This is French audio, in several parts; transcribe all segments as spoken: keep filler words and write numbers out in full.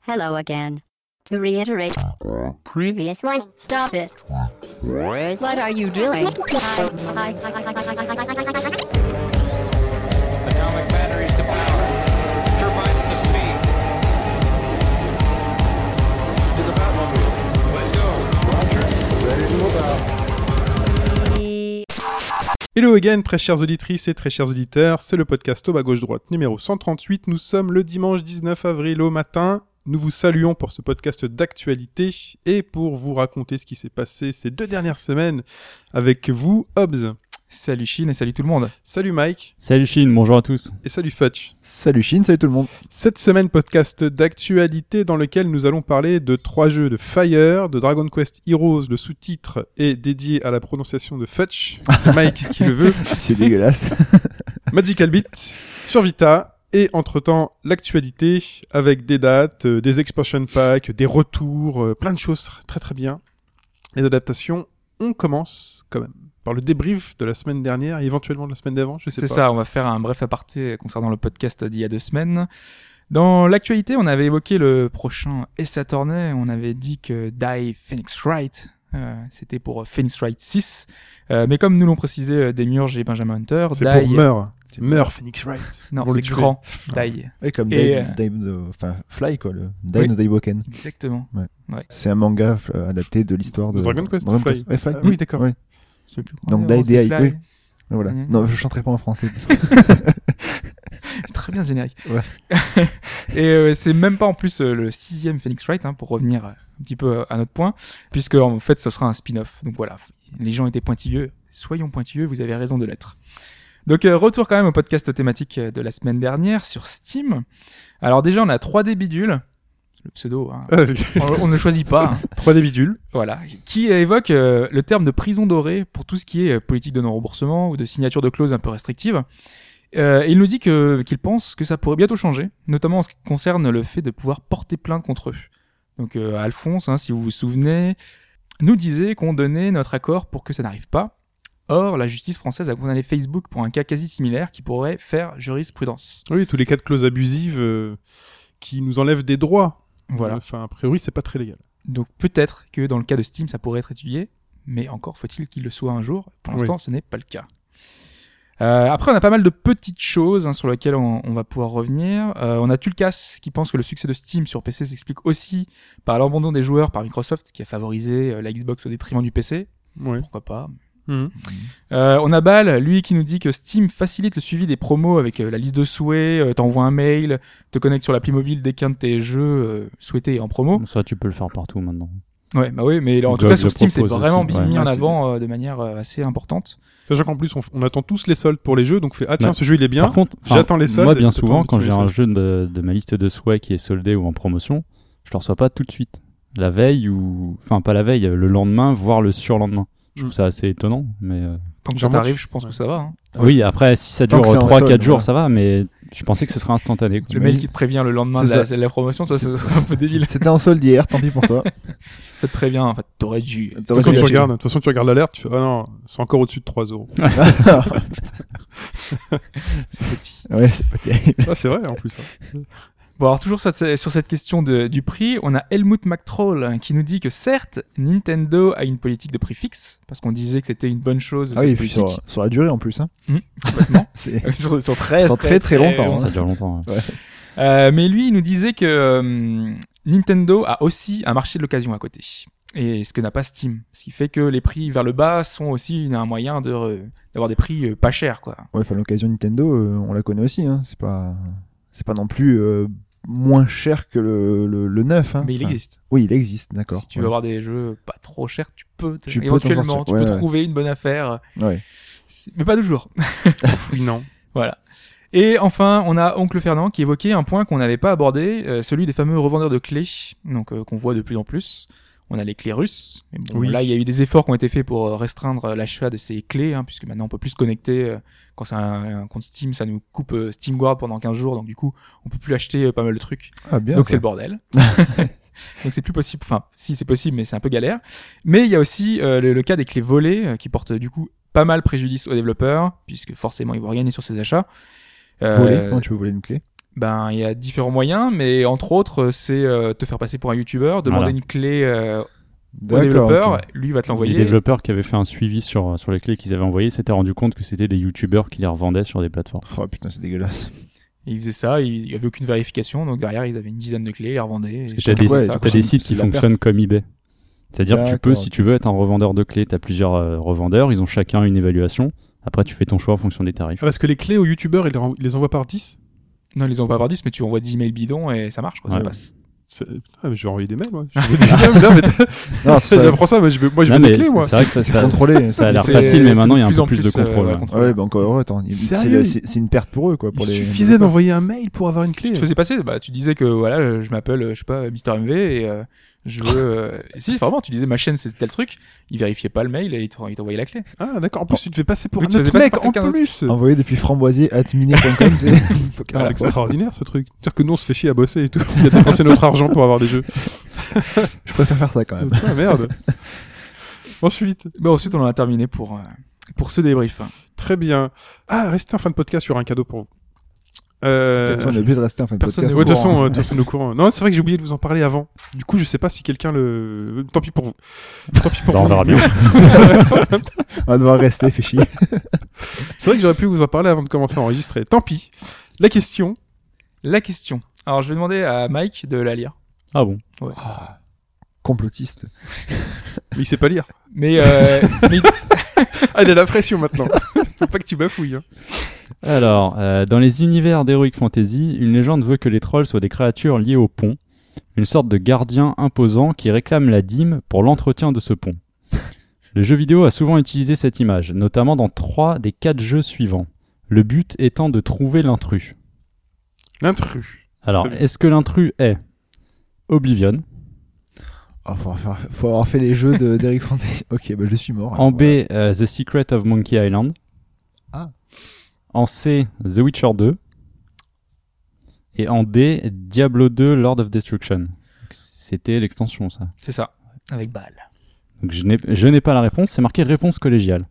Hello again. To reiterate, previous one, stop it. What are you doing? Atomic batteries to power. Turbines to speed. To the Batmobile. Let's go. Roger. Ready to move out. Hello again, très chères auditrices et très chers auditeurs, c'est le podcast au bas gauche droite numéro cent trente-huit. Nous sommes le dimanche dix-neuf avril au matin. Nous vous saluons pour ce podcast d'actualité et pour vous raconter ce qui s'est passé ces deux dernières semaines avec vous, Hobbs. Salut Chine et salut tout le monde. Salut Mike. Salut Chine, bonjour à tous. Et salut Futch. Salut Chine, salut tout le monde. Cette semaine, podcast d'actualité dans lequel nous allons parler de trois jeux de Fire, de Dragon Quest Heroes. Le sous-titre est dédié à la prononciation de Futch. C'est Mike qui le veut. C'est dégueulasse. Magical Beat sur Vita. Et entre-temps, l'actualité avec des dates, euh, des expansion packs, des retours, euh, plein de choses très très bien. Les adaptations, on commence quand même par le débrief de la semaine dernière et éventuellement de la semaine d'avant, je sais C'est pas. ça, on va faire un bref aparté concernant le podcast d'il y a deux semaines. Dans l'actualité, on avait évoqué le prochain Ace Attorney, on avait dit que Die Phoenix Wright, euh, c'était pour Phoenix Wright six, euh, mais comme nous l'ont précisé euh, Demiurge et Benjamin Hunter, C'est Die... pour Meur. C'est Meur Phoenix Wright. Non, Pour le c'est tuer. grand, Die. Oui, comme Et, Dai, euh, Dai no- enfin Fly quoi, le Dai Oui. no Daiboken. Exactement. C'est un manga euh, adapté de l'histoire de, De Dragon Quest, Fly. Ouais, Fly. Ah oui, d'accord. Ouais. Je sais plus Donc comment Die dire, Dai, c'est oui. Fly. Voilà. Ouais. Non, je chanterai pas en français. Parce que... Très bien ce générique. Ouais. Et euh, c'est même pas en plus euh, le sixième Phoenix Wright, hein, pour revenir euh, un petit peu euh, à notre point, puisque en fait ce sera un spin-off. Donc voilà, les gens étaient pointilleux, soyons pointilleux, vous avez raison de l'être. Donc euh, retour quand même au podcast thématique euh, de la semaine dernière sur Steam. Alors déjà on a trois D Bidule, le pseudo, hein. on, on ne choisit pas, hein. trois D bidules. Voilà, qui évoque euh, le terme de prison dorée pour tout ce qui est euh, politique de non-remboursement ou de signature de clauses un peu restrictives. Euh, et il nous dit que, qu'il pense que ça pourrait bientôt changer, notamment en ce qui concerne le fait de pouvoir porter plainte contre eux. Donc euh, Alphonse, hein, si vous vous souvenez, nous disait qu'on donnait notre accord pour que ça n'arrive pas. Or, la justice française a condamné Facebook pour un cas quasi similaire qui pourrait faire jurisprudence. Oui, tous les cas de clauses abusives euh, qui nous enlèvent des droits. Voilà. Enfin, a priori, c'est pas très légal. Donc peut-être que dans le cas de Steam, ça pourrait être étudié, mais encore faut-il qu'il le soit un jour. Pour l'instant, Oui. ce n'est pas le cas. Euh, après, on a pas mal de petites choses hein, sur lesquelles on, on va pouvoir revenir. Euh, on a Tulkas qui pense que le succès de Steam sur P C s'explique aussi par l'abandon des joueurs par Microsoft qui a favorisé euh, la Xbox au détriment du P C. Ouais. Pourquoi pas. Mhm. Euh, on a Bal, lui qui nous dit que Steam facilite le suivi des promos avec euh, la liste de souhaits, euh, t'envoies un mail, te connectes sur l'appli mobile dès qu'un de tes jeux euh, souhaités est en promo. Ça, tu peux le faire partout maintenant. Ouais, bah oui, mais en Donc, tout le- cas sur le Steam c'est propose vraiment aussi, mis ouais. mis en Ah, c'est avant euh, de manière euh, assez importante. Sachant qu'en plus, on, f- on attend tous les soldes pour les jeux, donc on fait ah tiens, Bah, ce jeu il est bien. Par contre, enfin, j'attends les soldes. moi et bien j'attends souvent, de quand tuer j'ai les un soldes. jeu de, de ma liste de souhaits qui est soldé ou en promotion, je le reçois pas tout de suite. La veille ou... Enfin, pas la veille, le lendemain, voire le surlendemain. Je trouve Mm. ça assez étonnant, mais... euh, Tant que ça Genre, moi, t'arrive, tu- je pense ouais. que ça va. Hein. Oui, après, si ça Tant dure que c'est en trois solde, quatre jours, voilà. ça va, mais je pensais que ce serait instantané, quoi. Le mail qui te prévient le lendemain de C'est la, ça. de la promotion, toi, c'est c'est un peu débile. C'était en solde hier, tant pis pour toi. Ça te prévient, en fait, t'aurais dû. De toute T'aurais façon, dû tu l'acheter. regardes, de toute façon, tu regardes l'alerte, tu fais ah non, c'est encore au-dessus de trois euros. C'est petit. Ouais, c'est pas terrible. Ah, c'est vrai en plus. hein. Bon, alors toujours sur cette, sur cette question de, du prix, on a Helmut McTroll hein, qui nous dit que certes, Nintendo a une politique de prix fixe, parce qu'on disait que c'était une bonne chose, Ah cette oui, puis politique. sur, sur la durée en plus. Hein. Complètement. C'est... sur, sur très, Sur très, très longtemps, Ça hein. dure longtemps. ouais. Euh, mais lui, il nous disait que euh, Nintendo a aussi un marché de l'occasion à côté. Et ce que n'a pas Steam. Ce qui fait que les prix vers le bas sont aussi une- un moyen de, euh, d'avoir des prix euh, pas chers, quoi. Ouais, enfin l'occasion Nintendo, euh, on la connaît aussi. Hein. C'est pas, c'est pas non plus euh, moins cher que le, le, le neuf. Hein. Mais il Enfin, existe. Oui, il existe, d'accord. Si tu veux ouais. avoir des jeux pas trop chers, tu peux, te- Tu peux t'en éventuellement, sortir. tu Ouais, peux ouais. trouver une bonne affaire. Ouais. C'est- Mais pas toujours. Oui, non. Voilà. Et enfin, on a Oncle Fernand qui évoquait un point qu'on n'avait pas abordé, euh, celui des fameux revendeurs de clés, donc euh, qu'on voit de plus en plus. On a les clés russes. Mais bon, Oui. là, il y a eu des efforts qui ont été faits pour euh, restreindre euh, l'achat de ces clés, hein, puisque maintenant on peut plus se connecter. Euh, quand c'est un, un compte Steam, ça nous coupe euh, Steam Guard pendant quinze jours, donc du coup, on peut plus acheter euh, pas mal de trucs. Ah bien. donc ça. c'est le bordel. Donc c'est plus possible. Enfin, si c'est possible, mais c'est un peu galère. Mais il y a aussi euh, le, le cas des clés volées euh, qui portent du coup pas mal préjudice aux développeurs, puisque forcément ils vont rien gagner sur ces achats. Euh, Voler. Comment tu peux voler une clé? Ben, il y a différents moyens, mais entre autres, c'est euh, te faire passer pour un youtubeur, demander Voilà. une clé euh, au D'accord, développeur, ok. lui il va te Les l'envoyer. développeurs qui avaient fait un suivi sur, sur les clés qu'ils avaient envoyées s'étaient rendu compte que c'était des youtubeurs qui les revendaient sur des plateformes. Oh putain, c'est dégueulasse. Et ils faisaient ça, il n'y avait aucune vérification, donc derrière ils avaient une dizaine de clés, ils les revendaient. et Parce que chacun t'as des, faisait ouais, ça, du t'as quoi. des c'est- sites c'est qui de la fonctionnent comme eBay. C'est-à-dire que tu peux, D'accord. si tu veux être un revendeur de clés, t'as plusieurs euh, revendeurs, ils ont chacun une évaluation. Après, tu fais ton choix en fonction des tarifs. Ah, parce que les clés aux youtubeurs, ils les, ren- ils les envoient par dix. Non, ils les envoient pas par dix, mais tu envoies dix mails bidons et ça marche, quoi, ça Ouais. passe. C'est- Ah, mais je vais envoyer des mails, moi. Je vais envoyer des mails. Non, mais t'as- Non, ça, j'apprends ça, moi je veux, moi, je Non, veux des mais clés, moi. c'est vrai que ça, c'est ça, contrôlé. ça a l'air C'est- facile, mais c'est maintenant il y a un plus peu en plus de plus, euh, contrôle. ouais, ouais. contrôle. Ouais, bah encore heureux, attends. il- Sérieux, c'est, c'est, c'est une perte pour eux, quoi. Pour Il les, suffisait d'envoyer un mail pour avoir une Tu clé. te faisais passer, bah, tu disais que voilà, je m'appelle, je sais pas, Mister M V et euh, je veux. euh, et si, vraiment, tu disais ma chaîne c'est tel truc, il vérifiait pas le mail et il t'en- il t'envoyait la clé. Ah, d'accord. En plus, tu te fais passer pour Oui, un tu te autre faisais passer mec par en quelqu'un plus. Envoyé depuis framboisier arobase minet point com. c'est- Ah, c'est extraordinaire ce truc. C'est-à-dire que nous on se fait chier à bosser et tout. Il a dépensé notre argent pour avoir des jeux. Je préfère faire ça quand même. Ah merde. Ensuite, Bah, ensuite, on en a terminé pour, euh, pour ce débrief. très bien. Ah, restez en fin de podcast, il y aura un cadeau pour vous. Euh, On est obligé de rester en fin de Personne podcast. Ouais, de toute courant, façon, hein. euh, de toute façon, au courant. Non, c'est vrai que j'ai oublié de vous en parler avant. Du coup, je sais pas si quelqu'un le. Tant pis pour vous. Tant pis pour Bah, on vous. verra bien. On va devoir rester, fait chier. C'est vrai que j'aurais pu vous en parler avant de commencer à enregistrer. Tant pis. La question. La question. Alors, je vais demander à Mike de la lire. Ah bon. Complotiste. Il sait pas lire. Mais, euh, mais Ah, il a la pression maintenant. Faut pas que tu bafouilles. Hein. Alors, euh, dans les univers d'Heroic Fantasy, une légende veut que les trolls soient des créatures liées au pont, une sorte de gardien imposant qui réclame la dîme pour l'entretien de ce pont. Le jeu vidéo a souvent utilisé cette image, notamment dans trois des quatre jeux suivants. Le but étant de trouver l'intrus. L'intrus. Alors, Très bien. est-ce que l'intrus est Oblivion, Oh, faut, avoir, faut avoir fait les jeux de, d'Eric Fantasy. Ok, bah je suis mort. en alors, B, euh, The Secret of Monkey Island, Ah. en C, The Witcher deux, et en D, Diablo deux Lord of Destruction. C'était l'extension, ça. c'est ça, avec balle. Donc je n'ai, je n'ai pas la réponse, c'est marqué réponse collégiale.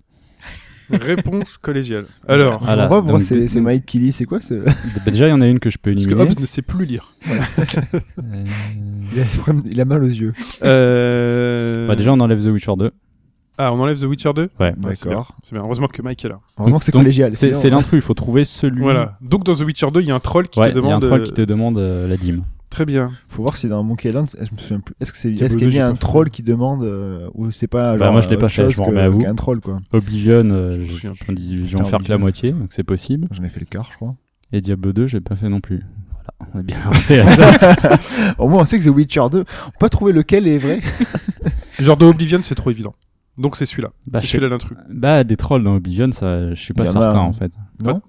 Réponse collégiale. Alors, Je Voilà, comprends pas pourquoi donc, c'est, d- c'est Mike qui lit, c'est quoi ce... Bah, déjà, il y en a une que je peux parce que éliminer. Hobbes ne sait plus lire. Euh, il, a des problèmes- il a mal aux yeux. Euh... bah, déjà, on enlève The Witcher deux. Ah, on enlève The Witcher deux. Ouais. Ouais, c'est bien. D'accord. C'est bien. Heureusement que Mike est là. Heureusement que c'est Donc, collégial. C'est, sinon- c'est l'intrus, il faut trouver celui. Voilà. Donc dans The Witcher deux, il y a un troll qui Ouais, te il y a un demande. troll euh, qui te demande euh, la dîme. Très bien. Faut voir si dans Monkey Island, je me souviens plus. Est-ce que c'est, Diablo est-ce qu'il y a deux, j'ai bien pas un fait. troll qui demande euh, ou c'est pas Bah, genre moi, je l'ai pas autre fait, chose je m'en que- remets à vous. qu'un troll quoi. Oblivion, euh, Je me je, souviens j'en dis- je vais Putain, en faire que la Oblivion. moitié, donc c'est possible. J'en ai fait le quart, je crois. Et Diablo deux, j'ai pas fait non plus. Voilà, on est bien avancé à ça. Au moins, on sait que The Witcher deux. On peut pas trouver lequel est vrai. Genre de Oblivion, c'est trop évident. Donc c'est celui-là. Bah, c'est je- celui-là l'intrus. bah, des trolls dans Oblivion, ça, je suis pas Il y en a, certain hein. en fait. Non.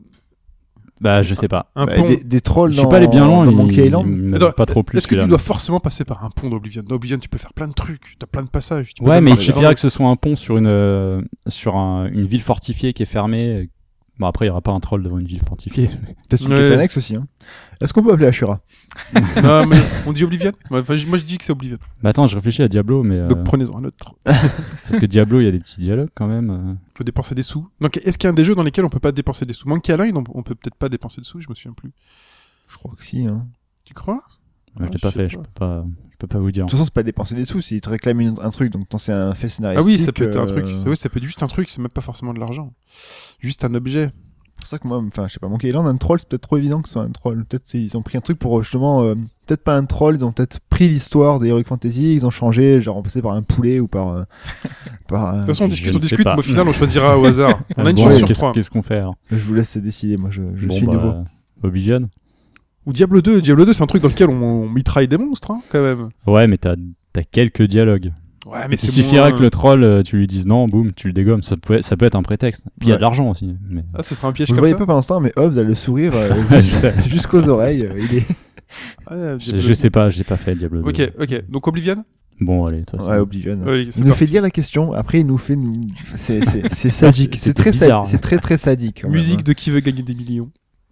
Bah, je sais pas. Un Bah, pont. des, des trolls Je dans, suis pas allé bien loin, dans il- Monkey il Island. me Attends, donne pas trop plus. Est-ce que là. tu dois forcément passer par un pont d'Oblivion? Dans Oblivion, tu peux faire plein de trucs. T'as plein de passages. Tu peux Ouais, même mais il marcher suffirait dans que ce soit un pont sur une euh, sur un- une ville fortifiée qui est fermée. Bon, après, il y aura pas un troll devant une ville fortifiée. Peut-être une Ouais. quête annexe aussi. Hein. Est-ce qu'on peut appeler Ashura? le- Non, mais on dit Oblivion. Ouais, enfin, j- moi, je dis que c'est Oblivion. Mais attends, je réfléchis à Diablo, mais euh, Donc prenez-en un autre. parce que Diablo, il y a des petits dialogues quand même. euh. Faut dépenser des sous. Donc, est-ce qu'il y a des jeux dans lesquels on peut pas dépenser des sous? Monkey Island, on on peut peut-être pas dépenser de sous. Je me souviens plus. Je crois que si. Hein. Tu crois? Moi, je Ah, l'ai pas je sais fait, je pas. peux pas, je peux pas vous dire. De toute façon, c'est pas dépenser des sous. S'ils te réclament une- un truc, donc tant c'est un fait scénaristique. Ah oui, ça peut être un truc. euh, Oui, ça peut être juste un truc. C'est même pas forcément de l'argent. Juste un objet. C'est pour ça que moi, enfin, je sais pas, Monkey Island, un troll, c'est peut-être trop évident que ce soit un troll. Peut-être c'est- ils ont pris un truc pour euh, justement, euh, peut-être pas un troll, ils ont peut-être pris l'histoire de Heroic Fantasy, ils ont changé, genre remplacé par un poulet ou par. euh, par De un- toute façon, on je discute, ne on sais discute, pas. mais au final, on choisira au hasard. On a une Bon, chance ouais, sur qu'est-ce, trois. qu'est-ce qu'on fait alors Je vous laisse décider, moi je, je Bon, suis bah, nouveau. Oblivion. Ou Diablo deux. Diablo deux, c'est un truc dans lequel on, on mitraille des monstres, hein, quand même. Ouais, mais t'as, t'as quelques dialogues. Ouais, mais Il c'est suffirait moins- que le troll, euh, tu lui dises non, boum, tu le dégommes. Ça peut, ça peut être un prétexte. Puis il y a Ouais. de l'argent aussi. Mais... Ah, ce sera un piège Vous le comme voyez ça. pas pendant ce temps, mais Hobbs a le sourire euh, Je jus- sais. jusqu'aux oreilles. euh, il est... Ouais, je, Diablo je deux. sais pas, j'ai pas fait Diablo deux. Ok, ok. Donc Oblivion. Bon, allez, de toute façon. Ouais, Oblivion. Ouais, c'est Il nous parti. fait lire la question, après il nous fait. nous- C'est, c'est, c'est sadique. C'est- C'est très, c'était bizarre. sadi- c'est très très sadique. quand même, Musique hein. de Qui veut gagner des millions.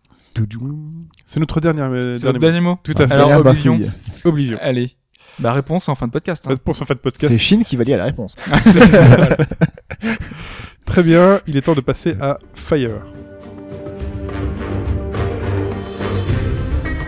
C'est notre dernière. euh, C'est dernier le dernier mot. Tout à fait. Alors, Valère Oblivion. bafouille. Oblivion. Allez. Bah, réponse en fin de podcast. hein. Réponse en fin de podcast. C'est Shin qui va lire la réponse. Voilà. Très bien. Il est temps de passer à Fire.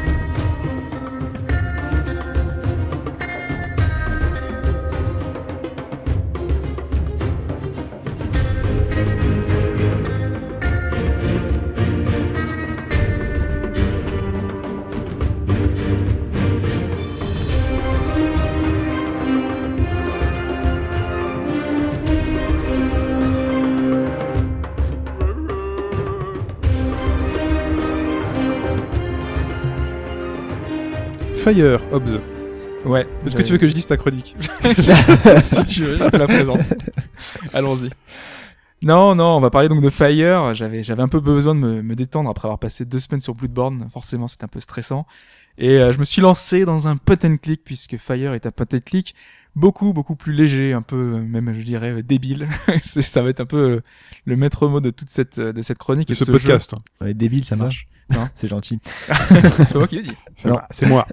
Fire, Hobbs. Ouais. Est-ce que tu veux que je dise ta chronique? Si tu veux, je te la présente. Allons-y. Non, non, on va parler donc de Fire. J'avais, j'avais un peu besoin de me, me détendre après avoir passé deux semaines sur Bloodborne. Forcément, c'est un peu stressant. Et euh, je me suis lancé dans un point and click, puisque Fire est un point and click beaucoup, beaucoup plus léger, un peu, euh, même, je dirais, euh, débile. c'est, ça va être un peu euh, le maître mot de toute cette, euh, de cette chronique. De et ce, ce podcast. Ouais, Ouais, débile, ça C'est ça. marche. Non. C'est gentil. c'est pas moi qui l'ai dit. C'est Non. moi. C'est moi.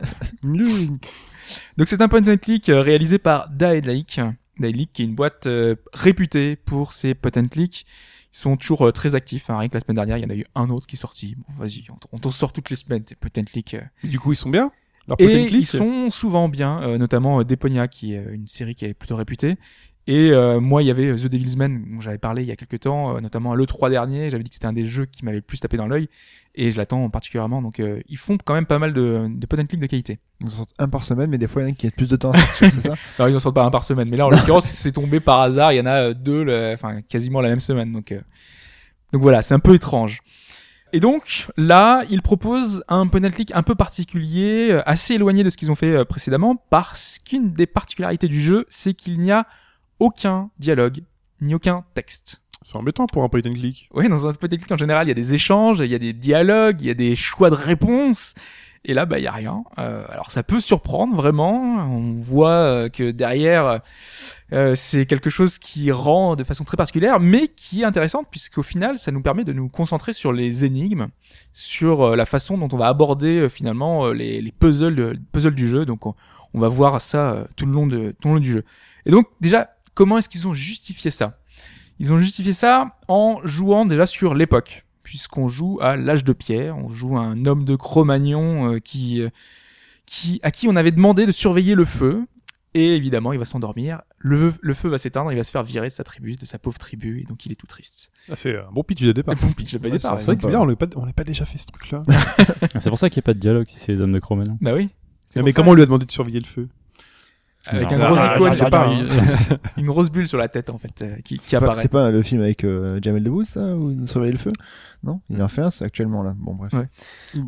Donc c'est un point and click euh, réalisé par Daedalic. Daedalic qui est une boîte euh, réputée pour ses point and click. Ils sont toujours euh, très actifs. Hein. Rien que la semaine dernière, il y en a eu un autre qui est sorti. Bon, vas-y, on, t- on t'en sort toutes les semaines, tes point and click. euh. Du coup, ils sont bien? Leur point and Et click, ils sont souvent bien, euh, notamment euh, Deponia, qui est euh, une série qui est plutôt réputée. Et euh, moi, il y avait euh, The Devil's Man, dont j'avais parlé il y a quelques temps, euh, notamment à l'E trois dernier. J'avais dit que c'était un des jeux qui m'avait le plus tapé dans l'œil. Et je l'attends particulièrement. Donc, euh, ils font quand même pas mal de, de point and click de qualité. Ils en sortent un par semaine, mais des fois, il y en a qui a plus de temps à sortir, c'est ça? Alors, ils en sortent pas un par semaine. Mais là, en l'occurrence, c'est tombé par hasard. Il y en a euh, deux, le- enfin, quasiment la même semaine. Donc, euh, donc voilà, c'est un peu étrange. Et donc, là, ils proposent un point and click un peu particulier, euh, assez éloigné de ce qu'ils ont fait euh, précédemment, parce qu'une des particularités du jeu, c'est qu'il n'y a aucun dialogue, ni aucun texte. C'est embêtant pour un point and click. Oui, dans un point and click en général, il y a des échanges, il y a des dialogues, il y a des choix de réponses. Et là, bah, il y a rien. Euh, alors, ça peut surprendre vraiment. On voit euh, que derrière, euh, c'est quelque chose qui rend de façon très particulière, mais qui est intéressante puisqu'au final, ça nous permet de nous concentrer sur les énigmes, sur euh, la façon dont on va aborder euh, finalement euh, les, les puzzles, les puzzles du jeu. Donc, on, on va voir ça euh, tout le long de tout le long du jeu. Et donc, déjà, comment est-ce qu'ils ont justifié ça? Ils ont justifié ça en jouant déjà sur l'époque. Puisqu'on joue à l'âge de pierre, on joue à un homme de Cro-Magnon euh, qui, euh, qui, à qui on avait demandé de surveiller le feu, et évidemment il va s'endormir, le, le feu va s'éteindre, il va se faire virer de sa tribu, de sa pauvre tribu, et donc il est tout triste. Ah, c'est un bon pitch de départ. Bon pitch de Ouais, départ, c'est ouais. vrai que c'est bien, on l'a pas, on l'a pas déjà fait ce truc-là. C'est pour ça qu'il n'y a pas de dialogue si c'est les hommes de Cro-Magnon. Bah oui. C'est Mais pour ça. comment on lui a demandé de surveiller le feu? Avec Non. un gros Ah, icône, je sais pas, hein. une grosse bulle sur la tête en fait, euh, qui, qui C'est pas, apparaît. c'est pas le film avec euh, Jamel Debbouze, ça, où Surveiller le feu? Non? Il en fait un, c'est actuellement, là. Bon, bref. Ouais.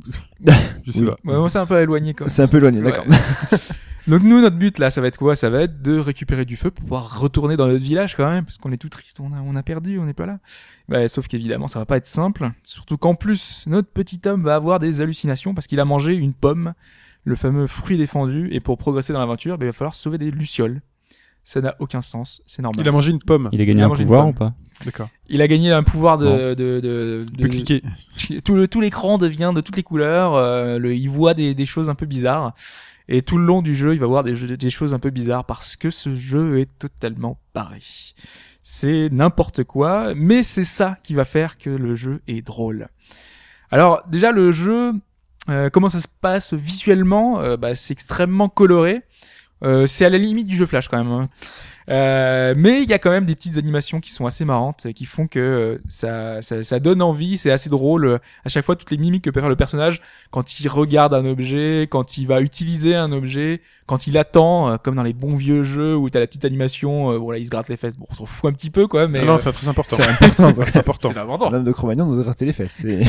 Je sais Oui. pas. Ouais, moi c'est un peu éloigné quand même. C'est un peu éloigné, Ouais. d'accord. Donc nous, notre but là, ça va être quoi? Ça va être de récupérer du feu pour pouvoir retourner dans notre village quand même, parce qu'on est tout triste, on a, on a perdu, on n'est pas là. Bah, sauf qu'évidemment, ça va pas être simple. Surtout qu'en plus, notre petit homme va avoir des hallucinations parce qu'il a mangé une pomme, le fameux fruit défendu, et pour progresser dans l'aventure, bah, il va falloir sauver des lucioles. Ça n'a aucun sens, c'est normal. Il a mangé une pomme. Il a gagné Il a un mangé une pouvoir pomme. ou pas? D'accord. Il a gagné un pouvoir de, Non. de, de, de, Il peut cliquer. tout le tout l'écran devient de toutes les couleurs. Euh, le, il voit des, des choses un peu bizarres. Et tout le long du jeu, il va voir des, jeux- des choses un peu bizarres parce que ce jeu est totalement barré. C'est n'importe quoi, mais c'est ça qui va faire que le jeu est drôle. Alors déjà le jeu, euh, comment ça se passe visuellement? Euh, bah, c'est extrêmement coloré. Euh, c'est à la limite du jeu Flash quand même. Hein. Euh, mais il y a quand même des petites animations qui sont assez marrantes et qui font que euh, ça, ça, ça donne envie, c'est assez drôle. euh, À chaque fois, toutes les mimiques que peut faire le personnage quand il regarde un objet, quand il va utiliser un objet, quand il attend, euh, comme dans les bons vieux jeux où t'as la petite animation, euh, bon là il se gratte les fesses, bon on s'en fout un petit peu quoi, mais Ah non, euh, c'est très important. C'est important, ça. C'est important. c'est important. L'homme de Cro-Magnon nous a gratté les fesses. C'est...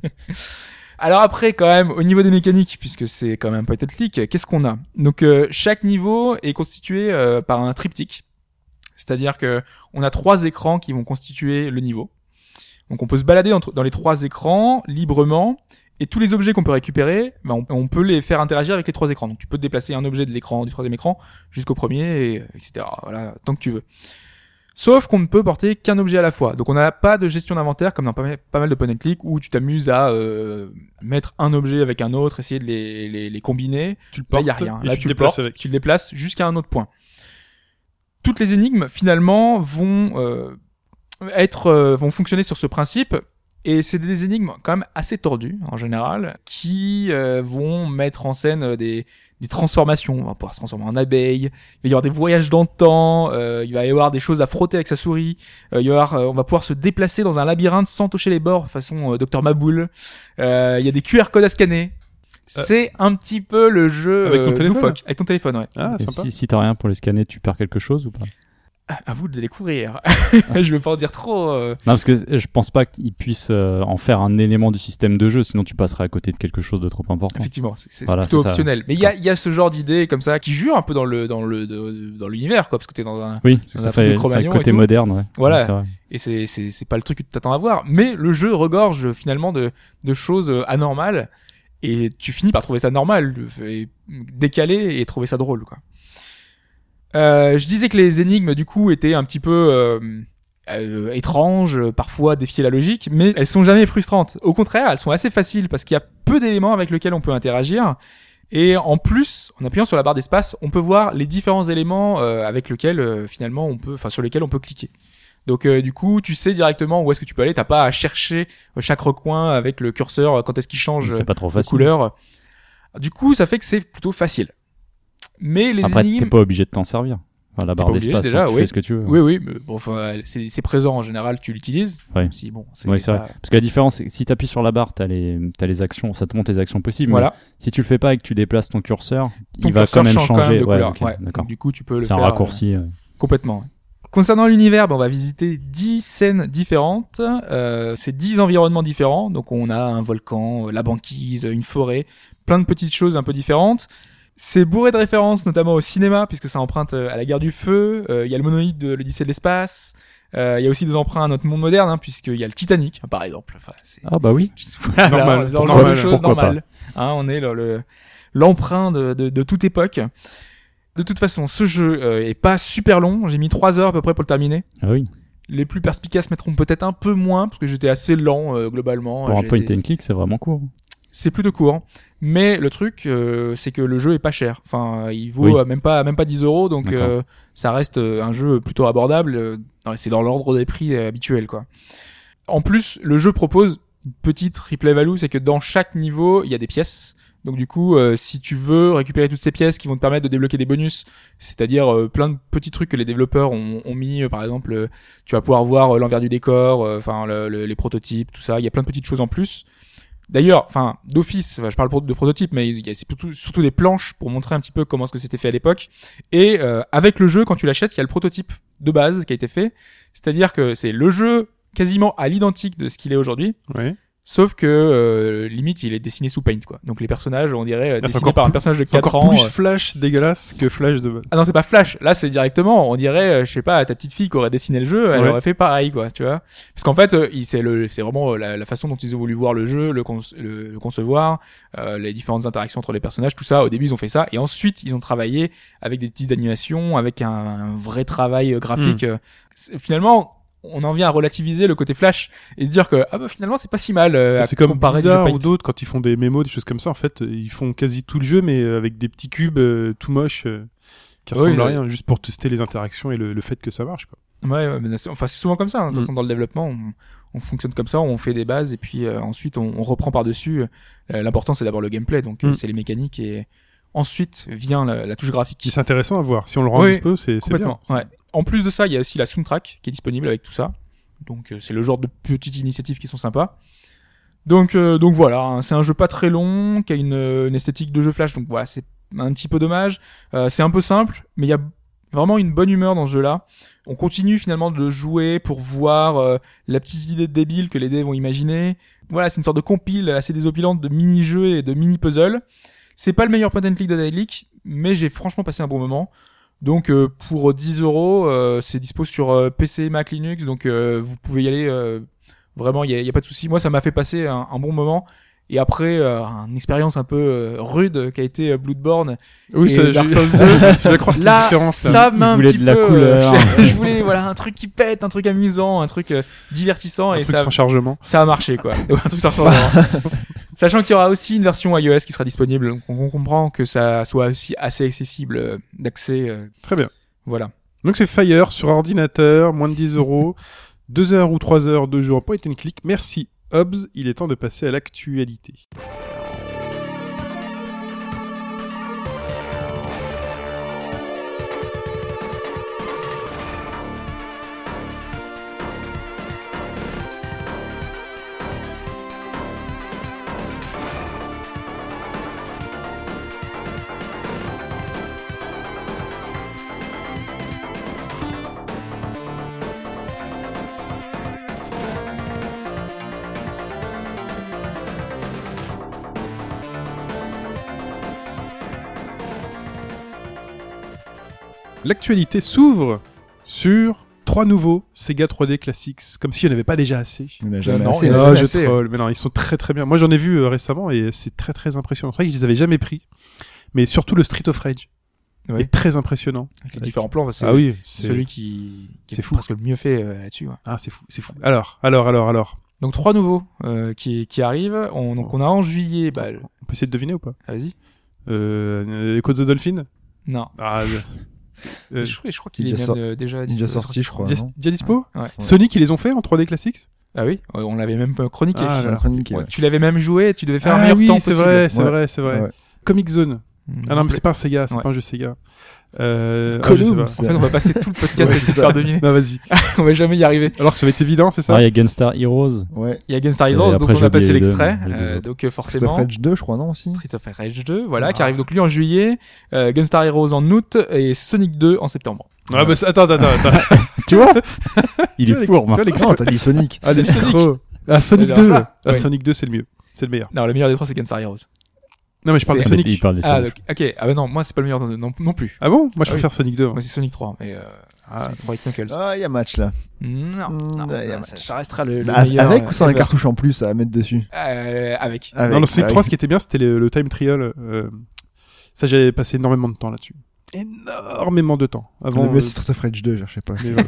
Alors après, quand même, au niveau des mécaniques, puisque c'est quand même un point and click, qu'est-ce qu'on a? Donc euh, chaque niveau est constitué euh, par un triptyque, c'est-à-dire que on a trois écrans qui vont constituer le niveau. Donc on peut se balader entre, dans les trois écrans librement, et tous les objets qu'on peut récupérer, ben, on, on peut les faire interagir avec les trois écrans. Donc tu peux te déplacer un objet de l'écran du troisième écran jusqu'au premier, et, et cetera. Voilà, tant que tu veux. Sauf qu'on ne peut porter qu'un objet à la fois. Donc on n'a pas de gestion d'inventaire comme dans pas mal, pas mal de point and click où tu t'amuses à euh, mettre un objet avec un autre, essayer de les, les, les combiner. Tu le Là, portes. il y a rien. et Là, tu tu te le déplaces portes, avec. tu le déplaces jusqu'à un autre point. Toutes les énigmes, finalement, vont euh, être, euh, vont fonctionner sur ce principe. Et c'est des énigmes quand même assez tordues, en général, qui euh, vont mettre en scène euh, des, des transformations. On va pouvoir se transformer en abeille, il va y avoir des voyages dans le temps, euh, il va y avoir des choses à frotter avec sa souris, euh, il va y avoir, euh, on va pouvoir se déplacer dans un labyrinthe sans toucher les bords, façon euh, Docteur Maboul. Euh, il y a des Q R codes à scanner. C'est un petit peu le jeu Avec ton euh, téléphone loufoque. Avec ton téléphone, ouais. Ah, Et sympa. si, si t'as rien pour les scanner, tu perds quelque chose ou pas? À vous de le découvrir. Je vais pas en dire trop. euh. Non, parce que je pense pas qu'ils puissent euh, en faire un élément du système de jeu, sinon tu passerais à côté de quelque chose de trop important. Effectivement, c'est, c'est Voilà, plutôt c'est ça. optionnel. Mais il y a, il y a ce genre d'idée comme ça qui jure un peu dans le dans le de- dans l'univers, quoi, parce que t'es dans un Oui, dans ça un truc fait de c'est un Cro-Magnon et côté tout. moderne, ouais. Voilà. Ouais, c'est vrai. Et c'est c'est c'est pas le truc que tu t'attends à voir. Mais le jeu regorge finalement de de choses euh, anormales et tu finis par trouver ça normal, et décalé et trouver ça drôle, quoi. Euh, je disais que les énigmes du coup étaient un petit peu euh, euh, étranges, parfois défier la logique, mais elles sont jamais frustrantes. Au contraire, elles sont assez faciles parce qu'il y a peu d'éléments avec lesquels on peut interagir. Et en plus, en appuyant sur la barre d'espace, on peut voir les différents éléments euh, avec lesquels euh, finalement on peut, enfin sur lesquels on peut cliquer. Donc euh, du coup, tu sais directement où est-ce que tu peux aller. T'as pas à chercher chaque recoin avec le curseur euh, quand est-ce qu'il change C'est pas trop de facile. couleur. Du coup, ça fait que c'est plutôt facile. Mais les Après, énigmes, t'es pas obligé de t'en servir. Enfin, la T'es barre pas obligé, d'espace, déjà, donc tu oui. fais ce que tu veux. oui, oui, mais bon, enfin, c'est, c'est présent en général, tu l'utilises. Ouais. Même Si bon, c'est Oui, c'est pas- vrai. Parce que la différence, c'est que si t'appuies sur la barre, t'as les, t'as les actions, ça te montre les actions possibles. mais Voilà. Si tu le fais pas et que tu déplaces ton curseur, Ton il va curseur quand même change changer. de ouais, couleur. ok, Ouais. d'accord. Donc, du coup, tu peux le C'est faire un euh, raccourci. euh. complètement. Concernant l'univers, ben, on va visiter dix scènes différentes. Euh, c'est dix environnements différents. Donc, on a un volcan, euh, la banquise, une forêt, plein de petites choses un peu différentes. C'est bourré de références, notamment au cinéma, puisque ça emprunte euh, à la guerre du feu. Euh, Il y a le monolithe de l'Odyssée de l'espace. Euh, Il y a aussi des emprunts à notre monde moderne, hein, puisqu'il y a le Titanic, hein, par exemple. Enfin, c'est... Ah bah oui. Voilà, Normal, on est dans le normal, genre de choses pourquoi pas. normales. Hein, on est le, le- l'emprunt de, de, de toute époque. De toute façon, ce jeu euh, est pas super long. J'ai mis trois heures à peu près pour le terminer. Ah oui. Les plus perspicaces mettront peut-être un peu moins, parce que j'étais assez lent euh, globalement. Pour un J'ai point été- and click, c'est vraiment court. C'est plutôt court. Mais le truc, euh, c'est que le jeu est pas cher. Enfin, il vaut Oui. euh, même pas même pas dix euros, donc D'accord. euh, ça reste euh, un jeu plutôt abordable. euh, dans- c'est dans l'ordre des prix euh, habituels, quoi. En plus, le jeu propose une petite replay value, c'est que dans chaque niveau, il y a des pièces. Donc du coup, euh, si tu veux récupérer toutes ces pièces qui vont te permettre de débloquer des bonus, c'est-à-dire euh, plein de petits trucs que les développeurs ont, ont mis, euh, par exemple, euh, tu vas pouvoir voir euh, l'envers du décor, euh, enfin le- le- les prototypes, tout ça. Il y a plein de petites choses en plus. D'ailleurs, enfin d'office, enfin, je parle pour- de prototypes, mais il y a c'est surtout, surtout des planches pour montrer un petit peu comment est-ce que c'était fait à l'époque. Et euh, avec le jeu, quand tu l'achètes, il y a le prototype de base qui a été fait, c'est-à-dire que c'est le jeu quasiment à l'identique de ce qu'il est aujourd'hui. Ouais. Sauf que euh, limite il est dessiné sous Paint, quoi. Donc les personnages, on dirait euh, Ah, c'est dessinés encore par un plus- personnage de C'est quatre encore ans. plus euh. Flash dégueulasse que Flash de base. Ah non, c'est pas Flash. Là, c'est directement, on dirait, euh, je sais pas, ta petite fille qui aurait dessiné le jeu, elle Ouais. aurait fait pareil, quoi, tu vois. Parce qu'en fait, euh, il- c'est le, c'est vraiment euh, la, la façon dont ils ont voulu voir le jeu, le, conce- le, le concevoir, euh, les différentes interactions entre les personnages, tout ça. Au début, ils ont fait ça, et ensuite, ils ont travaillé avec des petites animations, avec un, un vrai travail euh, graphique. Euh, c'est- Finalement, on en vient à relativiser le côté Flash et se dire que ah bah finalement c'est pas si mal. euh, à C'est comme comparer du jeu Bizarre Paint. ou d'autres quand ils font des mémos, des choses comme ça. En fait, ils font quasi tout le jeu, mais euh, avec des petits cubes euh, tout moches euh, qui Oui, ressemblent à ouais. rien, juste pour tester les interactions et le, le fait que ça marche, quoi. Ouais, ouais, mais c'est- enfin c'est souvent comme ça. hein. De toute Mm. façon, dans le développement, on, on fonctionne comme ça, on fait des bases et puis euh, ensuite on, on reprend par dessus. L'important c'est d'abord le gameplay, donc euh, Mm. c'est les mécaniques et ensuite vient la, la touche graphique. Qui c'est intéressant à voir. Si on le rend Oui, dispo, c'est c'est bien. Complètement. Ouais. En plus de ça, il y a aussi la soundtrack qui est disponible avec tout ça. Donc euh, c'est le genre de petites initiatives qui sont sympas. Donc euh, donc voilà, hein, c'est un jeu pas très long, qui a une, euh, une esthétique de jeu flash. Donc voilà, c'est un petit peu dommage. Euh, c'est un peu simple, mais il y a vraiment une bonne humeur dans ce jeu-là. On continue finalement de jouer pour voir euh, la petite idée de débile que les dés vont imaginer. Voilà, c'est une sorte de compile assez désopilante de mini-jeux et de mini-puzzles. C'est pas le meilleur point and click de Daedalic, mais j'ai franchement passé un bon moment. Donc euh, pour dix euros, euh, c'est dispo sur euh, P C, Mac, Linux, donc euh, vous pouvez y aller. Euh, vraiment, il y a, y a pas de souci. Moi, ça m'a fait passer un, un bon moment. Et après, euh, une expérience un peu euh, rude qui a été euh, Bloodborne. Oui, Et ça, Dark j'ai- Souls deux. je vais croire qu'il y a une Là, différence. là. ça m'a un voulait petit de la peu. couleur. euh, je, je voulais voilà un truc qui pète, un truc amusant, un truc euh, divertissant Un et truc ça. sans chargement. Ça a marché, quoi. Ouais, un truc sans changement. Sachant qu'il y aura aussi une version iOS qui sera disponible, donc on comprend que ça soit aussi assez accessible euh, d'accès. euh, Très bien. voilà. Donc c'est Fire sur ordinateur, moins de dix euros, deux heures ou trois heures de jeu en point and click. Merci Hobbs, il est temps de passer à l'actualité. l'actualité s'ouvre sur trois nouveaux Sega trois D Classics, comme s'il n'y en avait pas déjà assez. Il n'y en a jamais non, assez. il y en a Ah, jamais je assez. troll. Mais non, ils sont très très bien. Moi, j'en ai vu euh, récemment et c'est très très impressionnant. C'est vrai que je les avais jamais pris, mais surtout le Street of Rage Oui. est très impressionnant. Avec les différents plans, c'est Ah oui, c'est celui qui, qui c'est est fou. presque le mieux fait euh, là-dessus. Ouais. Ah, c'est fou, c'est fou. Alors, alors, alors, alors. Donc trois nouveaux euh, qui, qui arrivent. On, donc on a en juillet. Bah, le- On peut essayer de deviner ou pas? ah, vas-y. Euh, Echo the Dolphin. Non. Ah, euh, euh, je, je crois qu'il il est est bien sor- euh, déjà, Il est déjà sorti, je crois. déjà, non déjà dispo? Ouais. Sonic, ils les ont fait en trois D Classics? Ah oui, on l'avait même pas chroniqué. Ah, J'ai là. la chronique, Ouais, ouais. tu l'avais même joué et tu devais faire un Ah meilleur oui, temps c'est possible. vrai, c'est Ouais. vrai, c'est vrai. Ouais. Comic Zone. Mm, Ah non, mais c'est pas un Sega, c'est Ouais. pas un jeu Sega. Euh, ah, Columns. je sais pas. En fait, on va passer tout le podcast Ouais, à c'est se ça. faire deviner. Non, vas-y. On va jamais y arriver. Alors que ça va être évident, c'est ça? Ah, il y a Gunstar Heroes. Ouais. Il y a Gunstar Et Heroes, après, donc on j'ai a passé oublié les deux, l'extrait. les deux euh, autres. donc euh, Street forcément. of Rage deux, je crois, non aussi. Street of Rage deux, voilà, Ah. qui arrive donc lui en juillet, euh, Gunstar Heroes en août et Sonic deux en septembre. Ah, bah, c'est- attends, attends, attends. Tu vois Il Tu est vois, fourbe. tu vois, l'extrait- Non, t'as dit Sonic. Ah, les Sonic. Sonic. Ah, Sonic Ça deux. dérange pas. Ah, Oui. Sonic deux, c'est le mieux. C'est le meilleur. Non, le meilleur des trois c'est Gunstar Heroes. Non, mais je parle de C'est- Sonic. Il parle des Ah, Sonic. donc, ok. Ah bah non, moi c'est pas le meilleur non, non, non plus. Ah bon? Moi, je Ah oui. préfère Sonic deux. hein. Moi c'est Sonic trois, mais euh, Ah. Sonic trois avec Knuckles. Ah, il y a match là. Non, Mm, non, ouais, y a ça, match. ça restera le, le Avec meilleur. avec euh, ou sans la ever. cartouche en plus à mettre dessus Euh, Avec. Avec. Non, le Sonic Avec. trois, ce qui était bien, c'était le, le time trial. euh, Ça, j'avais passé énormément de temps là-dessus. Énormément de temps. Avant. Le mieux, euh, c'est Street of Rage deux, je sais pas. mais voilà.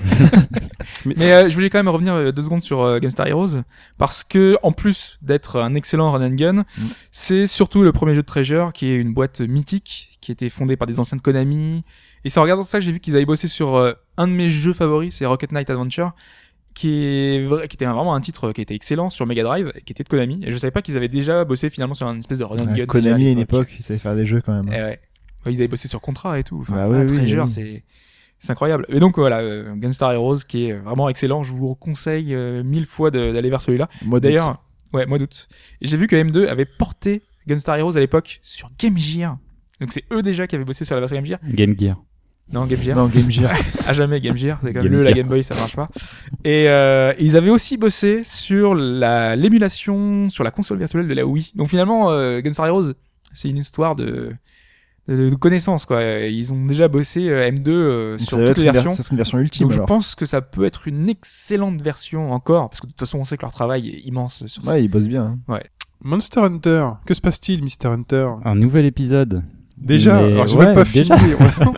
Mais euh, je voulais quand même revenir euh, deux secondes sur euh, Gunstar Heroes parce que en plus d'être un excellent run and gun, Mm. c'est surtout le premier jeu de Treasure qui est une boîte mythique qui a été fondée par des anciens de Konami. Et c'est en regardant ça que j'ai vu qu'ils avaient bossé sur euh, un de mes jeux favoris, c'est Rocket Knight Adventure, qui est vrai, qui était un- vraiment un titre qui était excellent sur Mega Drive, et qui était de Konami. Et je savais pas qu'ils avaient déjà bossé finalement sur une espèce de run and Ouais, gun. Konami à déjà une l'époque. époque, ils savaient faire des jeux quand même. Eh ouais. Ouais, ils avaient bossé sur Contra et tout. Enfin, Bah voilà, oui, oui, Treasure, oui. c'est c'est incroyable. Et donc voilà, euh, Gunstar Heroes qui est vraiment excellent. Je vous conseille euh, mille fois de- d'aller vers celui-là. Moi, D'ailleurs, ouais, mois d'août. Et j'ai vu que M deux avait porté Gunstar Heroes à l'époque sur Game Gear. Donc c'est eux déjà qui avaient bossé sur la version Game Gear. Game Gear. Non, Game Gear. non, Game Gear. À jamais Game Gear, c'est comme Game le la Gear. Game Boy, ça marche pas. Et euh, ils avaient aussi bossé sur la l'émulation sur la console virtuelle de la Wii. Donc finalement, euh, Gunstar Heroes, c'est une histoire de de, de connaissances quoi. Ils ont déjà bossé euh, M deux euh, Donc, sur ça doit toutes être les une ver- versions. C'est une version ultime Donc je alors. pense que ça peut être une excellente version encore, parce que de toute façon on sait que leur travail est immense sur ça. Ouais, ils bossent bien. hein. Monster Hunter. Que se passe-t-il, Mister Hunter? Un nouvel épisode. Déjà? Mais Alors, j'ai ouais, même pas déjà. fini.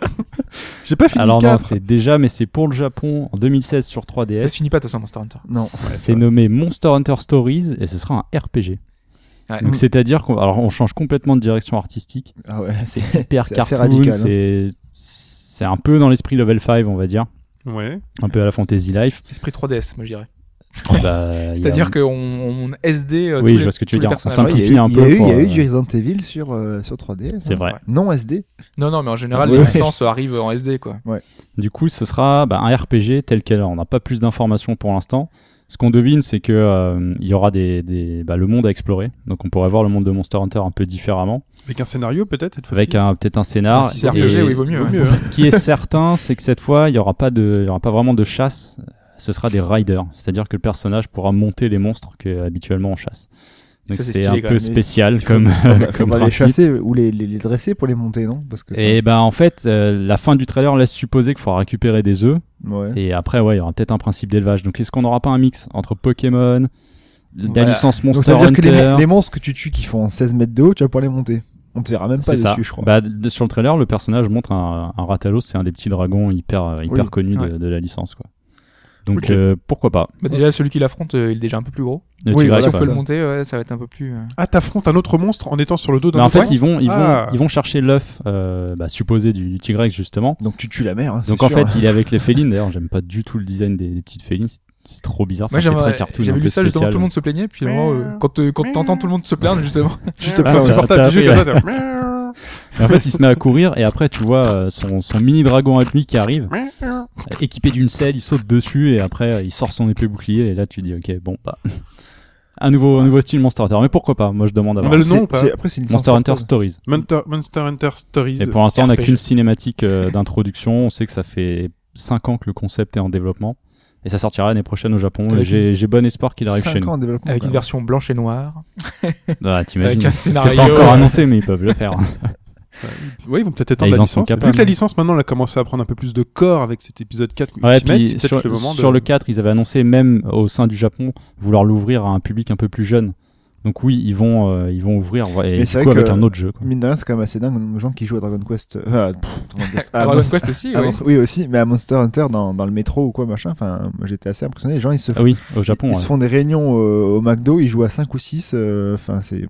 J'ai pas fini Alors le non, quatre. c'est déjà, mais c'est pour le Japon en deux mille seize sur trois D Ça S. se finit pas de toute façon Monster Hunter. Non. C'est nommé Monster Hunter Stories et ce sera un R P G. Ouais. Donc c'est-à-dire qu'on alors on change complètement de direction artistique. Ah ouais, c'est Hyper c'est assez cartoon, radical. hein. c'est c'est un peu dans l'esprit Level cinq, on va dire, Ouais. un peu à la Fantasy Life. Esprit trois D S, moi je dirais. Bah, il y a- C'est-à-dire qu'on on S D euh, Oui, tous je les- vois ce que tu tous veux les dire. On personnages. Ouais, il y a simplifie eu- un il y peu a eu- pour, Il y a eu euh, du Resident Evil sur, euh, sur trois D S. c'est hein. vrai. Ouais. Non S D. Non, non, mais en général, Ouais. les licences arrivent en S D, quoi. Du coup, ce sera bah, un R P G tel quel. On n'a pas plus d'informations pour l'instant. Ce qu'on devine, c'est que euh, il y aura des, des bah, le monde à explorer. Donc, on pourrait voir le monde de Monster Hunter un peu différemment, Avec un scénario, peut-être, cette fois-ci. avec un peut-être un scénar. Ah, si c'est R P G, Et oui, vaut mieux. vaut hein. mieux. Ce qui est certain, c'est que cette fois, il y aura pas de, il y aura pas vraiment de chasse. Ce sera des riders, c'est-à-dire que le personnage pourra monter les monstres qu'habituellement on chasse. Donc Ça, c'est c'est stylé, un quand peu même. spécial Il faut- comme, Faudra comme les principe. chasser ou les, les, les dresser pour les monter, non Parce que, Et ben en fait, euh, la fin du trailer laisse supposer qu'il faudra récupérer des œufs. ouais. Et après, ouais, il y aura peut-être un principe d'élevage. Donc, est-ce qu'on n'aura pas un mix entre Pokémon, de la Voilà. licence Donc Monster ça veut dire que les, Hunter? mon- les monstres que tu tues qui font seize mètres de haut, tu vas pouvoir les monter. On te verra même pas C'est dessus, ça. je crois. Bah, de- sur le trailer, le personnage montre un, un Ratalos, c'est un des petits dragons hyper, euh, hyper Oui. connus de, Ouais. de la licence, quoi. Donc, Ok. euh, pourquoi pas? Bah, déjà, celui qui l'affronte, euh, il est déjà un peu plus gros. Le Oui, T-Rex, voilà, Si on ouais. peut ça. le monter, ouais, ça va être un peu plus. euh, Ah, t'affrontes un autre monstre en étant sur le dos d'un Mais en autre fait, ils vont, ils vont, Ah. ils vont chercher l'œuf euh, bah, supposé du, du T-Rex, justement. Donc tu tues la mère. hein, Donc, c'est en sûr. fait, il est avec les félines. D'ailleurs, j'aime pas du tout le design des, des petites félines. C'est, c'est trop bizarre. Moi, Enfin, c'est j'aimerais- très cartoon. j'avais un lu peu ça justement, spécial. tout le monde se plaignait. Puis finalement, euh, quand, euh, quand t'entends tout le monde se plaindre, justement. Tu te Ah, plains. c'est ouais. Insupportable, t'as tu joues appris, comme ça, t'as- Et en fait, il se met à courir et après, tu vois euh, son, son mini dragon avec lui qui arrive, équipé d'une selle, il saute dessus et après, euh, il sort son épée bouclier et là, tu dis, ok, bon, bah, un nouveau, un nouveau style Monster Hunter. Mais pourquoi pas? Moi, je demande à On voir. a le C'est- nom ou pas c'est- Après, c'est une Monster licence Hunter portable. Stories. Monster, Monster Hunter Stories. Et pour l'instant, on n'a R P G. qu'une cinématique euh, d'introduction. On sait que ça fait cinq ans que le concept est en développement et ça sortira l'année prochaine au Japon. Avec Et J'ai, j'ai bon espoir qu'il arrive Cinq chez ans nous. en développement. Avec quand une même. version blanche et noire. Ah, t'imagines? Avec un C'est scénario, pas encore euh, annoncé, mais ils peuvent le faire. Ouais, ils vont peut-être Ah, étendre ils la en sont licence. capables, Vu que la hein. licence maintenant elle a commencé à prendre un peu plus de corps avec cet épisode quatre. Ouais, qu'ils mettent, puis c'est peut-être sur, le moment sur de... le quatre, ils avaient annoncé même au sein du Japon vouloir l'ouvrir à un public un peu plus jeune. Donc oui, ils vont, euh, ils vont ouvrir ouais, et Mais du c'est coup vrai avec que- un autre jeu. Quoi. Mine de rien, c'est quand même assez dingue le nombre de gens qui jouent à Dragon Quest. Euh, pff, Dragon Quest- à Dragon Monst- Quest aussi, à oui. Monst- oui aussi, mais à Monster Hunter dans, dans le métro ou quoi machin. Enfin, moi j'étais assez impressionné. Les gens ils se Ah oui, au Japon. ils, ouais. se font des réunions euh, au McDo, ils jouent à cinq ou six. Enfin, c'est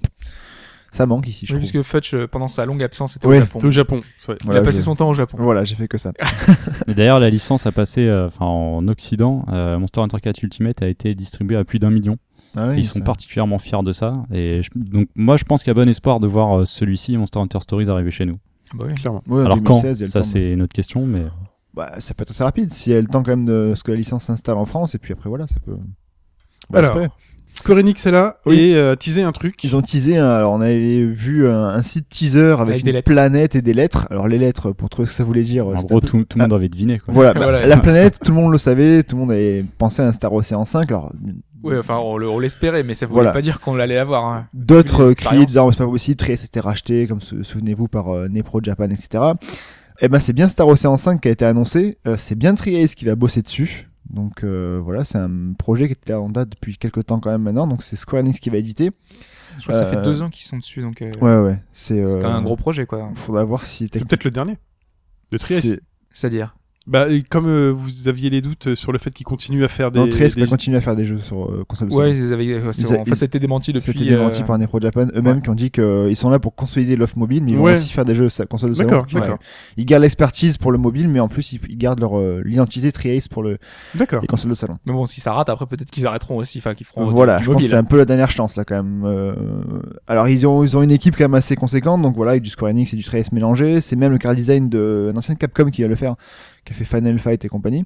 ça manque ici, je Oui, trouve. puisque Fudge, euh, pendant sa longue absence, était Oui, au Japon. C'est au Japon. Ouais. Il Voilà, a passé je- son temps au Japon. Voilà, j'ai fait que ça. Et d'ailleurs, la licence a passé, euh, enfin en Occident, euh, Monster Hunter quatre Ultimate a été distribué à plus d'un million. Ah oui, Et ils sont ça- particulièrement fiers de ça. Et je- donc moi, je pense qu'il y a bon espoir de voir euh, celui-ci, Monster Hunter Stories, arriver chez nous. Ah Bah oui. Clairement. Ouais, en Alors deux mille seize, il y quand a le Ça, temps de- c'est une autre question, mais Bah, ça peut être assez rapide si il y a le temps quand même de ce que la licence s'installe en France et puis après voilà, ça peut. On va Alors, espérer. Square Enix est là Oui. et euh, teaser un truc. Ils ont teasé, un- alors on avait vu un, un site teaser avec, Avec des une lettres. planète et des lettres. Alors les lettres, pour trouver ce que ça voulait dire. en c'était gros, un peu- tout, tout le monde avait deviné. Quoi. Voilà, bah, Voilà. la planète, tout le monde le savait, tout le monde avait pensé à un Star Ocean cinq. Alors Oui, enfin, on le- on l'espérait, mais ça voulait Voilà. pas dire qu'on l'allait avoir. Hein. d'autres les euh, criaient expériences. disant c'est pas possible, Trace c'était racheté, comme sou- souvenez-vous par euh, Nepro Japan, et cetera. Et ben c'est bien Star Ocean cinq qui a été annoncé. Euh, c'est bien Tri-Ace qui va bosser dessus. Donc euh, voilà, c'est un projet qui était là en date depuis quelques temps quand même maintenant. Donc c'est Square Enix qui va éditer. Je crois que ça Euh, fait deux ans qu'ils sont dessus, donc euh, Ouais ouais, c'est. c'est euh, quand même un gros projet, quoi. Faudra voir si. C'est peut-être le dernier de Trieste. c'est- C'est-à-dire. Bah, et comme euh, vous aviez les doutes sur le fait qu'ils continuent à faire des. Non, Trace des- va continuer à faire des jeux sur euh, console de Ouais, salon. ils avaient, euh, c'est- Ils a- en fait, ils- c'était démenti depuis. C'était démenti euh, par Nepro Japan eux-mêmes ouais. qui ont dit qu'ils sont là pour consolider l'offre mobile, mais ils vont Ouais. aussi faire des jeux sa- console de salon. D'accord, Donc, d'accord. Ils gardent l'expertise pour le mobile, mais en plus ils, ils gardent leur euh, l'identité Tri-Ace pour le, D'accord. les consoles de salon. Mais bon, si ça rate, après peut-être qu'ils arrêteront aussi, enfin qu'ils feront. du- Voilà, du je pense que mobile. c'est un peu la dernière chance là quand même. Euh, Alors ils ont ils ont une équipe quand même assez conséquente, donc voilà, avec du Square Enix et du Tri-Ace mélangé. C'est même le car design de un ancien Capcom qui va le faire, qui a fait Final Fight et compagnie.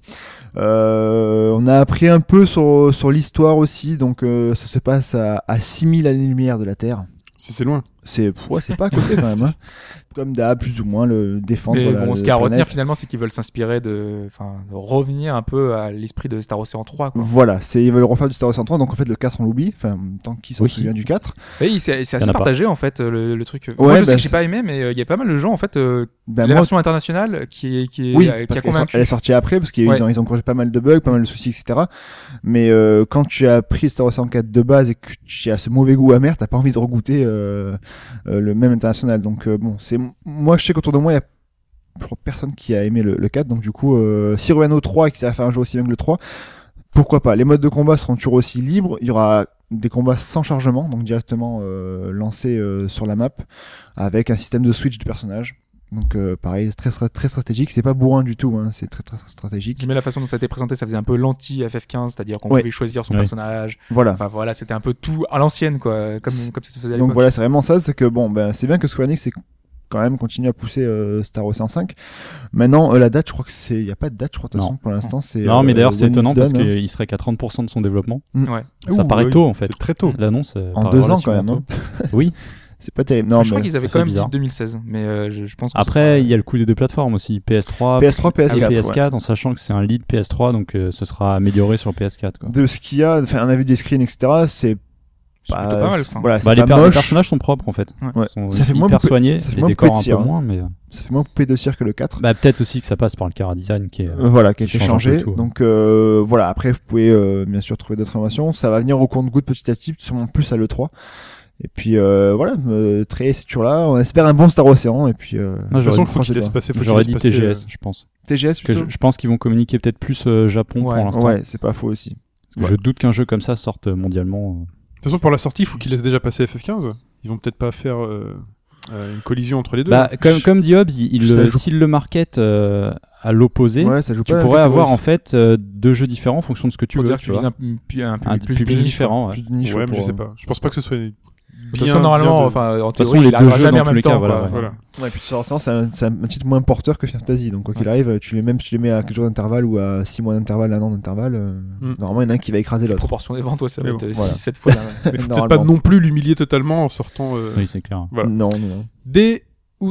Euh, on a appris un peu sur sur l'histoire aussi, donc euh, ça se passe à, à six mille années-lumière de la Terre. Si c'est loin. C'est ouais, c'est pas à côté quand même. Hein. Comme d'hab, plus ou moins le défendre. Mais la, bon, ce la qu'il y a à retenir planète. finalement, c'est qu'ils veulent s'inspirer de, enfin, de revenir un peu à l'esprit de Star Ocean trois, quoi. Voilà, c'est ils veulent refaire du Star Ocean trois, donc en fait le quatre on l'oublie. Enfin, tant qu'il s'en Oui. souvient du quatre. Et c'est c'est Il y en assez a pas. partagé en fait le, le truc. Moi, je sais bah, que j'ai c'est- pas aimé, mais euh, il y a pas mal de gens en fait. euh, Ben, la moi, version internationale qui est qui est oui, euh, qui parce a qu'elle est convaincu. sorti- elle est sortie après, parce qu'ils Ouais. ont, ils ont corrigé pas mal de bugs, pas mal de soucis, et cetera. Mais euh, quand tu as pris Star Ocean quatre de base et que tu as ce mauvais goût amer, t'as pas envie de regoûter euh, euh, le même international. Donc euh, bon, c'est moi je sais qu'autour de moi il y a je crois personne qui a aimé le, le quatre, donc du coup euh, si reviennent au trois et qu'ils savent faire un jeu aussi bien que le trois, pourquoi pas. Les modes de combat seront toujours aussi libres, il y aura des combats sans chargement, donc directement euh, lancés euh, sur la map, avec un système de switch de personnages. Donc euh, pareil, très très très stratégique, c'est pas bourrin du tout, hein, c'est très très stratégique. Mais la façon dont ça a été présenté, ça faisait un peu l'anti F F quinze, c'est-à-dire qu'on Ouais. pouvait choisir son Ouais. personnage. Voilà. Enfin voilà, c'était un peu tout à l'ancienne, quoi, comme comme ça se faisait à Donc l'époque. voilà, c'est vraiment ça, c'est que bon, ben c'est bien que Square Enix c'est quand même continue à pousser euh, Star Ocean cinq. Maintenant, euh, la date, je crois que c'est, il y a pas de date, je crois de toute Non. façon pour l'instant. C'est Non, mais euh, d'ailleurs, c'est when étonnant it's parce done, hein. qu'il serait qu'à trente pour cent de son développement. Ouais. Ça Ouh, paraît oui, tôt en fait. C'est très tôt. L'annonce euh, En paraît deux ans quand même. relativement Hein. tôt. Oui. C'est pas terrible. Non, je crois mais qu'ils avaient ça quand fait même dit bizarre. deux mille seize, mais euh, je, je pense que ce Après, sera- il y a le coup des deux plateformes aussi, P S trois, P S trois, P S et quatre. P S ouais. quatre, en sachant que c'est un lead P S trois, donc euh, ce sera amélioré sur P S quatre. Quoi. De ce qu'il y a, enfin, on a vu des screens, et cetera. C'est c'est plutôt pas mal. enfin. Voilà, c'est Bah, les, pas per- les moche. personnages sont propres en fait. Ouais. Ils sont Ça fait moins hyper poupée- soignés, ça fait les moins décors poupée de un cire, peu hein. moins, mais Ça fait moins poupée de cire que le quatre. bah, peut-être aussi que ça passe par le car design qui est. Euh, voilà, qui a qui été change un peu changé. tout, ouais. Donc euh, voilà, après vous pouvez euh, bien sûr trouver d'autres informations. Ça va venir au compte-goutte petit à petit, sûrement plus à l'E trois. Et puis euh, voilà, euh, Trey c'est toujours là. On espère un bon Star Ocean. Et puis euh, Ah, De toute j'aurais façon, dit- faut qu'il laisse passer. faut qu'il J'aurais laisse dit passer, T G euh, S, je pense. T G S Que je, plutôt. je pense qu'ils vont communiquer peut-être plus euh, Japon Ouais. pour l'instant. Ouais, c'est pas faux aussi. Parce que Je doute qu'un jeu comme ça sorte euh, mondialement. De toute façon, pour la sortie, il faut qu'ils laissent déjà passer F F quinze. Ils vont peut-être pas faire euh, euh, une collision entre les deux. Bah, là. comme, comme dit Hobbes, il, il Ça le- joue- s'il le market euh, à l'opposé, Ouais, ça joue tu pas à la pourrais catégorie. avoir en fait euh, deux jeux différents en fonction de ce que tu Pour veux. dire que Tu tu vises vois. un, pu- un Un public plus public niche, différent. Plus Ouais. de niche, Ouais, mais pour, je sais euh, pas. Je pense pas que ce soit. De toute façon, normalement, enfin, en toute façon, théorie, les il deux arrivera jeux, jamais dans en tous même les cas, temps. voilà, quoi. ouais. Voilà. Ouais, puis Star Ocean, c'est un, c'est un titre moins porteur que Fantasy. Donc, quoi qu'il arrive, tu les, même si tu les mets à quelques jours d'intervalle ou à six mois d'intervalle, un an d'intervalle, euh, Mm. normalement, il y en a un qui va écraser La l'autre. proportion des ventes, ouais, ça va Mais être bon, voilà. six sept fois la Mais faut peut-être pas Normalement. non plus l'humilier totalement en sortant. euh, Oui, c'est clair. Voilà. Non, non, non. Deus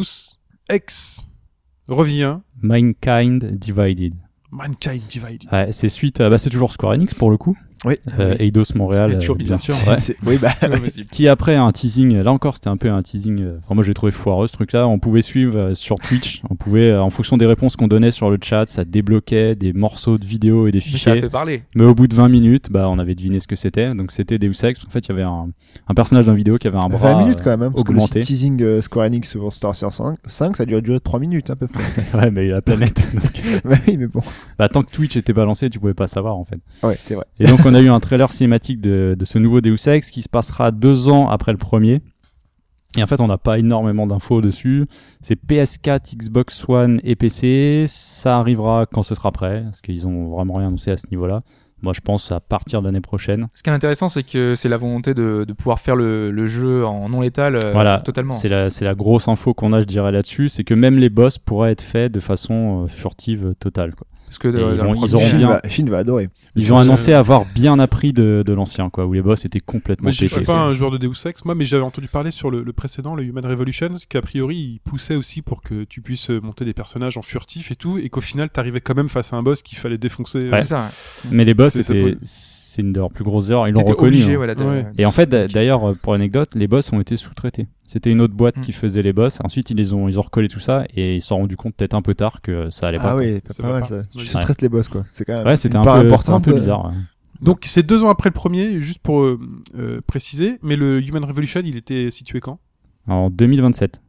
Ex revient. Mankind Divided. Mankind Divided. Ouais, c'est suite. à- Bah, c'est toujours Square Enix pour le coup. Oui. euh, Eidos Montréal, C'est toujours euh, bien bizarre. sûr. Ouais. C'est- Oui, bah. C'est pas possible. Qui après a un teasing, là encore c'était un peu un teasing, euh, enfin moi j'ai trouvé foireux ce truc là, on pouvait suivre euh, sur Twitch, on pouvait euh, en fonction des réponses qu'on donnait sur le chat, ça débloquait des morceaux de vidéos et des Mais ça a fichiers, fait parler. mais au bout de vingt minutes bah on avait deviné ce que c'était, donc c'était Deus Ex, en fait il y avait un, un personnage dans la vidéo qui avait un bras vingt minutes quand même, hein, parce augmenté. que le teasing euh, Square Enix sur Star Wars cinq, ça a duré durer trois minutes à peu près. euh, ouais mais la planète, donc, Bah oui, mais bon. bah tant que Twitch était balancé tu pouvais pas savoir en fait. Ouais, c'est vrai. Et donc on a eu un trailer cinématique de, de ce nouveau Deus Ex qui se passera deux ans après le premier. Et en fait on n'a pas énormément d'infos dessus. C'est P S quatre, Xbox One et P C. Ça arrivera quand ce sera prêt, parce qu'ils ont vraiment rien annoncé à ce niveau-là. Moi je pense à partir de l'année prochaine. Ce qui est intéressant, c'est que c'est la volonté de, de pouvoir faire le, le jeu en non létal euh, Voilà, totalement. c'est la, c'est la grosse info qu'on a je dirais là-dessus. C'est que même les boss pourraient être faits de façon euh, furtive euh, totale, quoi. Parce que Et dans ils le vont- premier- ils auront Shin bien- va, Shin va adorer. Ils ont annoncé avoir bien appris de, de l'ancien, quoi, où les boss étaient complètement Moi, je suis pétés. pas un joueur de Deus Ex, moi, mais j'avais entendu parler sur le, le précédent, le Human Revolution, qu'a priori, il poussait aussi pour que tu puisses monter des personnages en furtif et tout, et qu'au final, t'arrivais quand même face à un boss qu'il fallait défoncer. Ouais. C'est ça. ouais. Mais les boss, C'est- ça c'était, peut- c'est une de leurs plus grosses erreurs. Ils l'ont T'étais reconnu. obligé, hein. voilà. de- Ouais. Et en fait, d'a- d'ailleurs, pour l'anecdote, les boss ont été sous-traités. C'était une autre boîte Mm. qui faisait les boss. Ensuite, ils les ont, ils ont recollé tout ça et ils se sont rendus compte peut-être un peu tard que ça allait pas. Ah oui, pas, Ça pas va mal pas. ça. Ouais. Tu sous-traites les boss quoi. C'est quand même. Ouais, c'était une un part peu, c'était un importante, peu euh, bizarre. ouais. Donc, c'est deux ans après le premier, juste pour euh, euh, préciser, mais le Human Revolution, il était situé quand? En deux mille vingt-sept.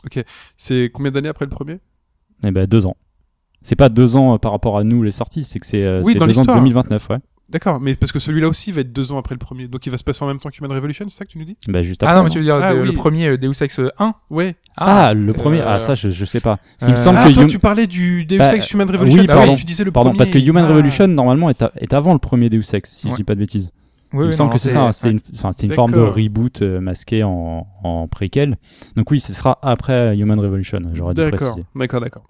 C'est combien d'années après le premier? Eh ben, deux ans. C'est pas deux ans euh, par rapport à nous les sorties, c'est que c'est, euh, Oui, c'est dans deux ans de l'histoire. deux mille vingt-neuf, ouais. D'accord, mais parce que celui-là aussi va être deux ans après le premier, donc il va se passer en même temps qu'Human Revolution, c'est ça que tu nous dis? Bah, juste après. Ah non, mais non tu veux dire Ah, de- oui. le premier euh, Deus Ex un? Ouais. Ah, le premier. euh, Ah, ça, je, je sais pas. Ce qui me euh, semble Ah, que toi, Hum- tu parlais du Deus Bah, Ex Human Revolution, oui, ah pardon. tu disais le Pardon, premier. parce que Human Ah. Revolution normalement est, à- est avant le premier Deus Ex, si Ouais. je dis pas de bêtises. Oui, Il me oui, semble non, que c'est ça. C'était ouais. une, enfin, c'était une forme de D'accord. reboot euh, masqué en, en préquel. Donc oui, ce sera après Human Revolution. J'aurais dû D'accord, préciser. d'accord, d'accord.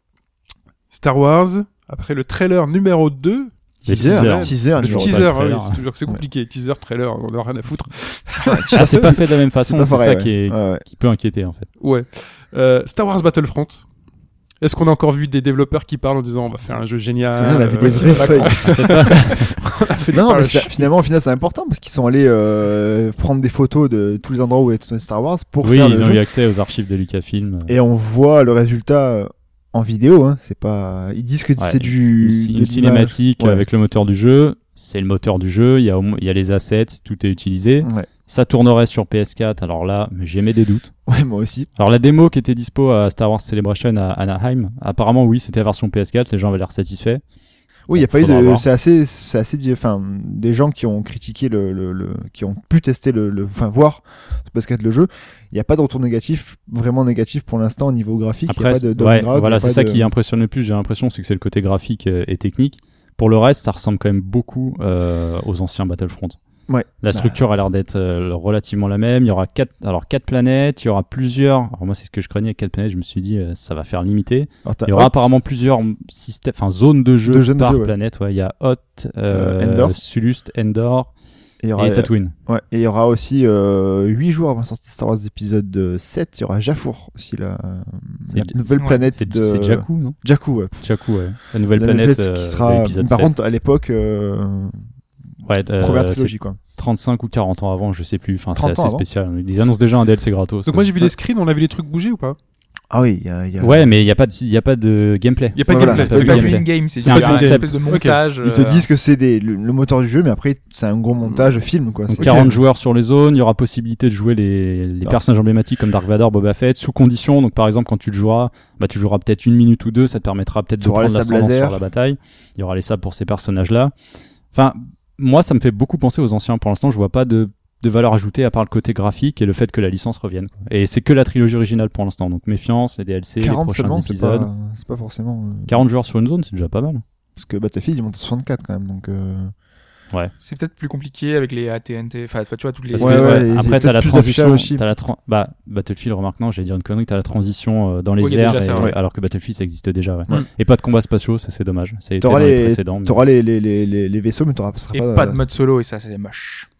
Star Wars, après le trailer numéro deux. Le Teaser, teaser. teaser, Le toujours pas teaser, le ah trailer, oui, c'est hein. toujours c'est compliqué. Teaser, trailer, on n'a rien à foutre. Ah, c'est pas fait de la même façon. pas C'est pareil, ça ouais. qui, est, Ouais, ouais. qui peut inquiéter en fait. Ouais. Euh, Star Wars Battlefront. Est-ce qu'on a encore vu des développeurs qui parlent en disant on va faire un jeu génial? On a vu euh, des c'est vraies les feuilles. vacances. On a fait des Non, mais pages. c'est- finalement, au final, c'est important parce qu'ils sont allés euh, prendre des photos de tous les endroits où est tourné Star Wars pour Oui, faire ils le ont jeu. eu accès aux archives de Lucasfilm. Et on voit le résultat euh, en vidéo. Hein. C'est pas. Ils disent que Ouais, c'est du. Une, de une l'image. cinématique Ouais. avec le moteur du jeu. C'est le moteur du jeu. Il y a, au moins- il y a les assets, tout est utilisé. Ouais. Ça tournerait sur P S quatre. Alors là, j'émets des doutes. Ouais, moi aussi. Alors la démo qui était dispo à Star Wars Celebration à Anaheim, apparemment oui, c'était la version P S quatre. Les gens avaient l'air satisfaits. Oui, il y a pas eu Faudra de. voir. C'est assez, c'est assez. di- Enfin, des gens qui ont critiqué le, le, le- qui ont pu tester le, le enfin voir sur P S quatre le jeu. Il n'y a pas de retour négatif, vraiment négatif pour l'instant au niveau graphique. Il n'y a Après, pas de c'est- ouais, downgrade, il y voilà, a c'est pas ça de- qui impressionne le plus. J'ai l'impression, c'est que c'est le côté graphique euh, et technique. Pour le reste, ça ressemble quand même beaucoup euh, aux anciens Battlefront. Ouais. La structure a l'air d'être euh, relativement la même. Il y aura quatre, alors quatre planètes. Il y aura plusieurs. Alors moi, c'est ce que je craignais. Quatre planètes. Je me suis dit, euh, ça va faire limiter. Alors, t'as Il y aura Hot, apparemment plusieurs systèmes, enfin zones de jeu De zones de par jeu, ouais. planète. Ouais. Il y a Hot, euh, Euh, Endor. Sulust, Endor et il y aura, et Tatooine. ouais, et il y aura aussi euh, huit jours avant la sortie de Star Wars épisode sept. Il y aura Jafour aussi, la, C'est- la nouvelle ouais, planète C'est de. c'est Jakku, non Jakku, ouais. Jakku, ouais. La nouvelle La planète nouvelle euh, qui de sera. l'épisode Par sept. contre, à l'époque, euh, Ouais, euh, première c'est trilogie, quoi. trente-cinq ou quarante ans avant, je sais plus. Enfin, c'est trente ans assez avant. spécial. Ils annoncent déjà un D L C gratos. Donc moi j'ai vu les screens, on a vu les trucs bouger ou pas? Ah oui, il y a. il y a- Ouais, mais il n'y a, pas de- il y a pas de gameplay. Il y a pas de Ouais, gameplay. voilà. C'est C'est pas le du gameplay. in-game, c'est C'est un, un concept. espèce de montage. Ils te euh, disent que c'est des, le, le moteur du jeu, mais après, c'est un gros montage film, quoi. Donc C'est- quarante joueurs sur les zones, il y aura possibilité de jouer les, les Ah. personnages emblématiques comme Dark Vador, Boba Fett, sous condition. Donc par exemple, quand tu le joueras, bah, tu joueras peut-être une minute ou deux, ça te permettra peut-être Tu de auras prendre les sables l'ascendant laser. sur la bataille. Il y aura les sables pour ces personnages-là. Enfin, moi, ça me fait beaucoup penser aux anciens. Pour l'instant, je vois pas de, de valeur ajoutée à part le côté graphique et le fait que la licence revienne, quoi. Et c'est que la trilogie originale pour l'instant. Donc méfiance, les D L C, les quarante prochains seulement, c'est épisodes. pas, c'est pas forcément. euh, quarante joueurs sur une zone, c'est déjà pas mal. Parce que Battlefield, il monte à soixante-quatre quand même, donc. euh, C'est peut-être plus compliqué avec les A T N T. Enfin, tu vois, toutes les. Parce Ouais, que, ouais, ouais, et après, c'est t'as la peut-être plus transition. affichage aussi. T'as la tran- bah, Battlefield, remarque, non, j'allais dire une connerie, t'as la transition euh, dans les Oui, il y a airs, déjà ça, et- ouais. alors que Battlefield, ça existe déjà. Ouais. Ouais. Et pas de combats spatiaux, ça c'est dommage. Ça a été T'auras dans les les, précédents. mais- t'auras les, les, les, les, les vaisseaux, mais t'auras Et pas. pas de mode solo, et ça, c'est moche.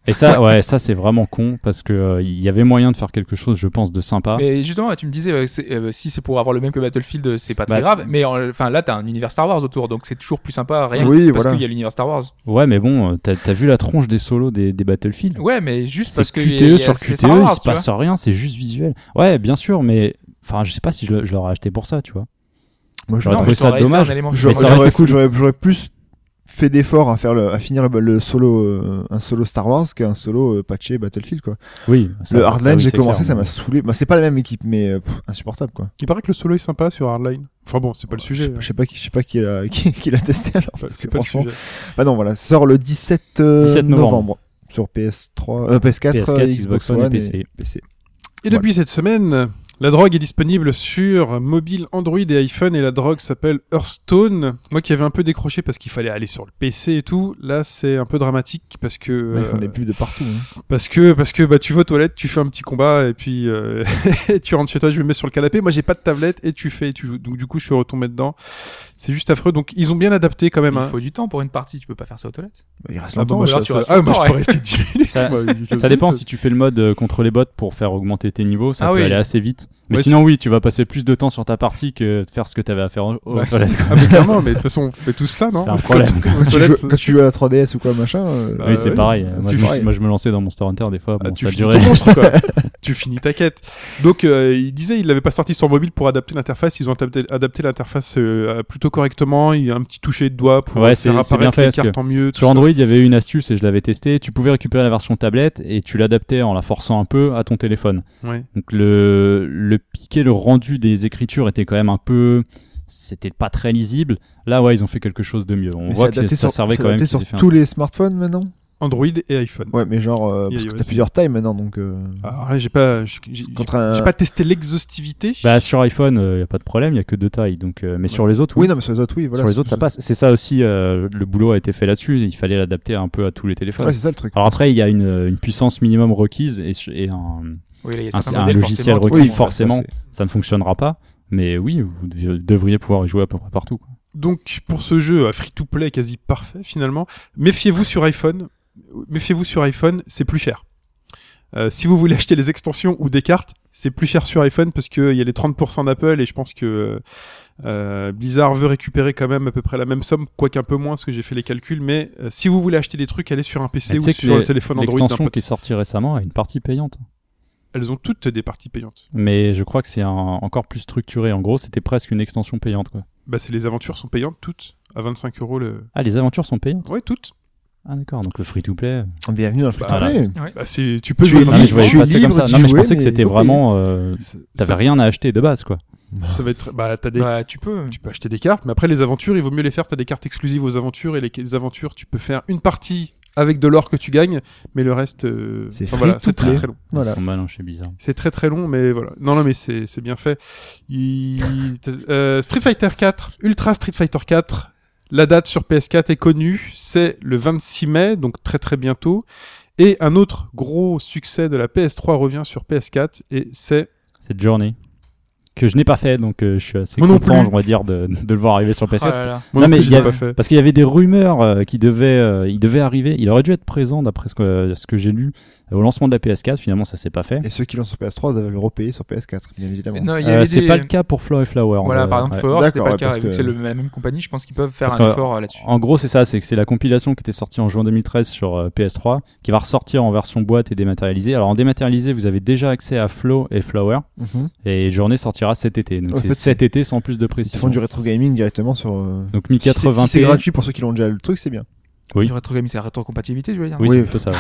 Et ça, ouais, ça c'est vraiment con parce que euh, il y avait moyen de faire quelque chose, je pense, de sympa. Mais justement, tu me disais, euh, c'est, euh, si c'est pour avoir le même que Battlefield, euh, c'est pas très Bah, grave. Mais en- enfin, là, t'as un univers Star Wars autour, donc c'est toujours plus sympa, rien Oui, que parce voilà. qu'il y a l'univers Star Wars. Ouais, mais bon, euh, t'as, t'as vu la tronche des solos des, des Battlefield. Ouais, mais juste C'est parce que Q y a- T E y a- sur c'est Q T E, Star il Wars, se tu vois. passe rien, c'est juste visuel. Ouais, bien sûr, mais enfin, je sais pas si je, le- je l'aurais acheté pour ça, tu vois. Moi, J'aurais Non, trouvé mais ça aurait été dommage. un élément J'aurais, Mais ça aurait j'aurais, été cool. j'aurais, j'aurais plus fait d'efforts à faire le, à finir le, le solo, euh, un solo Star Wars qu'un solo euh, patché Battlefield, quoi. Oui. ça- le ça, Hardline, oui, j'ai c'est commencé, clair, ça mais- m'a saoulé. Bah, c'est pas la même équipe, mais euh, pff, insupportable, quoi. Il paraît que le solo est sympa sur Hardline. Enfin bon, c'est pas le Je sujet. sais pas- je sais pas qui, je sais pas qui l'a, qui, qui l'a testé alors. C'est Parce que pas le franchement, sujet. bah non, voilà, ça sort le dix-sept, euh, dix-sept novembre. novembre sur P S trois, euh, P S quatre, P S quatre, euh, Xbox One et P C. P C. Et depuis cette semaine, la drogue est disponible sur mobile, Android et iPhone, et la drogue s'appelle Hearthstone. Moi qui avais un peu décroché parce qu'il fallait aller sur le P C et tout, là c'est un peu dramatique parce que Ouais, ils font euh, des pubs de partout. Hein. parce que parce que bah tu vas aux toilettes, tu fais un petit combat et puis euh, tu rentres chez toi, je me mets sur le canapé. Moi j'ai pas de tablette et tu fais et tu joues. Donc du coup je suis retombé dedans. C'est juste affreux. Donc ils ont bien adapté quand même. Il hein. faut du temps pour une partie, tu peux pas faire ça aux toilettes. Bah, il reste Ah, longtemps. bon, moi, je je reste- tu restes ah, moi, je longtemps, peux ouais. rester dix minutes. Ça, moi, ça, quinze ça dépend minutes. si tu fais le mode euh, contre les bots pour faire augmenter tes niveaux, ça Ah peut oui. aller assez vite. Mais Ouais, sinon, oui, tu vas passer plus de temps sur ta partie que de faire ce que t'avais à faire aux aux Ouais. toilettes. quoi. Ah mais clairement, mais de toute façon on fait tous ça, non C'est un problème. Quand- Quand aux tu, toilettes, joues, quand tu joues à la trois D S ou quoi, machin. euh, Bah, oui, c'est ouais. pareil. C'est Moi je, pareil. moi, je me lançais dans Monster Hunter des fois. Ah, Bon, tu ça finis durait. ton monstre, quoi. Tu finis ta quête. Donc, euh, il disait, il l'avait pas sorti sur mobile pour adapter l'interface. Ils ont adapté, adapté l'interface euh, plutôt correctement. Il y a un petit toucher de doigt pour Ouais, euh, c'est- faire c'est bien apparaître fait, les parce cartes que en mieux. tout Sur ça. Android, il y avait une astuce et je l'avais testé. Tu pouvais récupérer la version tablette et tu l'adaptais en la forçant un peu à ton téléphone. Ouais. Donc le, le piqué, le rendu des écritures était quand même un peu... C'était pas très lisible. Là, ouais, ils ont fait quelque chose de mieux. On mais voit c'est que adapté ça sur- servait c'est quand même. adapté qu'ils sur aient fait un- tous les smartphones maintenant. Android et iPhone. Ouais, mais genre, euh, Il y a parce que iOS. t'as plusieurs tailles maintenant, donc. euh, Alors là, j'ai pas, j'ai, j'ai- Contre un- j'ai pas testé l'exhaustivité. Bah, sur iPhone, il n'y a pas de problème, il n'y a que deux tailles. Donc, euh, mais sur les autres, oui. Oui, non, mais sur les autres, oui, voilà. sur les c'est- autres, ça passe. C'est ça aussi, euh, le boulot a été fait là-dessus. Il fallait l'adapter un peu à tous les téléphones. Ouais, c'est ça le truc. Alors après, il y a une, une puissance minimum requise et, et un, Oui, là, il y a Un- certains un modèles, logiciel forcément, qui requis, vont- forcément. ça, c'est- ça ne fonctionnera pas. Mais oui, vous deviez- devriez pouvoir y jouer à peu près partout. quoi. Donc, pour ce jeu euh, free-to-play quasi parfait, finalement, méfiez-vous sur iPhone. Méfiez-vous sur iPhone, c'est plus cher. Euh, si vous voulez acheter les extensions ou des cartes, c'est plus cher sur iPhone parce qu'il y a les trente pour cent d'Apple et je pense que euh, Blizzard veut récupérer quand même à peu près la même somme, quoique un peu moins parce que j'ai fait les calculs. Mais euh, si vous voulez acheter des trucs, allez sur un P C Mais ou tu sais que sur le les- téléphone Android d'un L'extension pote. qui est sortie récemment a une partie payante. Elles ont toutes des parties payantes. Mais je crois que c'est un- encore plus structuré. En gros, c'était presque une extension payante. Quoi. Bah, c'est les aventures sont payantes toutes à vingt-cinq euros le. Ah, les aventures sont payantes. Ouais, toutes. Ah d'accord, donc le free-to-play. Bienvenue dans le Bah, free-to-play. Ouais. Bah, c'est tu peux Tu jouer es Ah, mais gratuit. je voyais je suis pas ça comme libre ça. d'y Non, mais je jouer, pensais que mais c'était il faut vraiment... euh, C'est- T'avais ça- rien à acheter de base, quoi. Ça va être. Bah, t'as des. Bah, tu peux. Tu peux acheter des cartes, mais après les aventures, il vaut mieux les faire. T'as des cartes exclusives aux aventures et les, les aventures, tu peux faire une partie avec de l'or que tu gagnes, mais le reste, euh, C'est enfin, free voilà, to c'est très play. très long. Ils Voilà. sont malins chez Blizzard. C'est très très long, mais voilà. Non, non, mais c'est c'est bien fait. Il... euh, Street Fighter quatre, Ultra Street Fighter quatre. La date sur P S quatre est connue, c'est le vingt-six mai, donc très très bientôt. Et un autre gros succès de la P S trois revient sur P S quatre et c'est Cette journée que je n'ai pas fait, donc euh, je suis assez Moi non content, plus. on va dire, de, de le voir arriver sur P S Ah quatre. là là. Moi Non, non mais plus, il je y l'ai a- pas fait. Parce qu'il y avait des rumeurs euh, qui devaient, euh, il devait arriver. Il aurait dû être présent d'après ce que, ce que j'ai lu euh, au lancement de la P S quatre. Finalement, ça s'est pas fait. Et ceux qui l'ont sur P S trois doivent le repayer sur P S quatre, bien évidemment. Non, il y Euh, avait c'est des- pas le cas pour Flow et Flower. Voilà, euh, par exemple, ouais. Flower, c'était D'accord, pas le ouais, cas. parce Vu que que- c'est le- la même compagnie, je pense qu'ils peuvent faire Parce un que- effort euh, là-dessus. En gros, c'est ça, c'est que c'est la compilation qui était sortie en juin deux mille treize sur euh, P S trois, qui va ressortir en version boîte et dématérialisée. Alors en dématérialisé, vous avez déjà accès à Flow et Flower, Mhm. et Journée sortira cet été. Donc En c'est fait, cet été sans plus de Ils précision. font du rétro gaming directement sur. euh, Donc Si c'est- mille quatre-vingts p. si c'est gratuit pour ceux qui l'ont déjà le truc, c'est bien. oui. Du rétro gaming, c'est la rétrocompatibilité, je veux dire. Oui, Oui. c'est plutôt ça.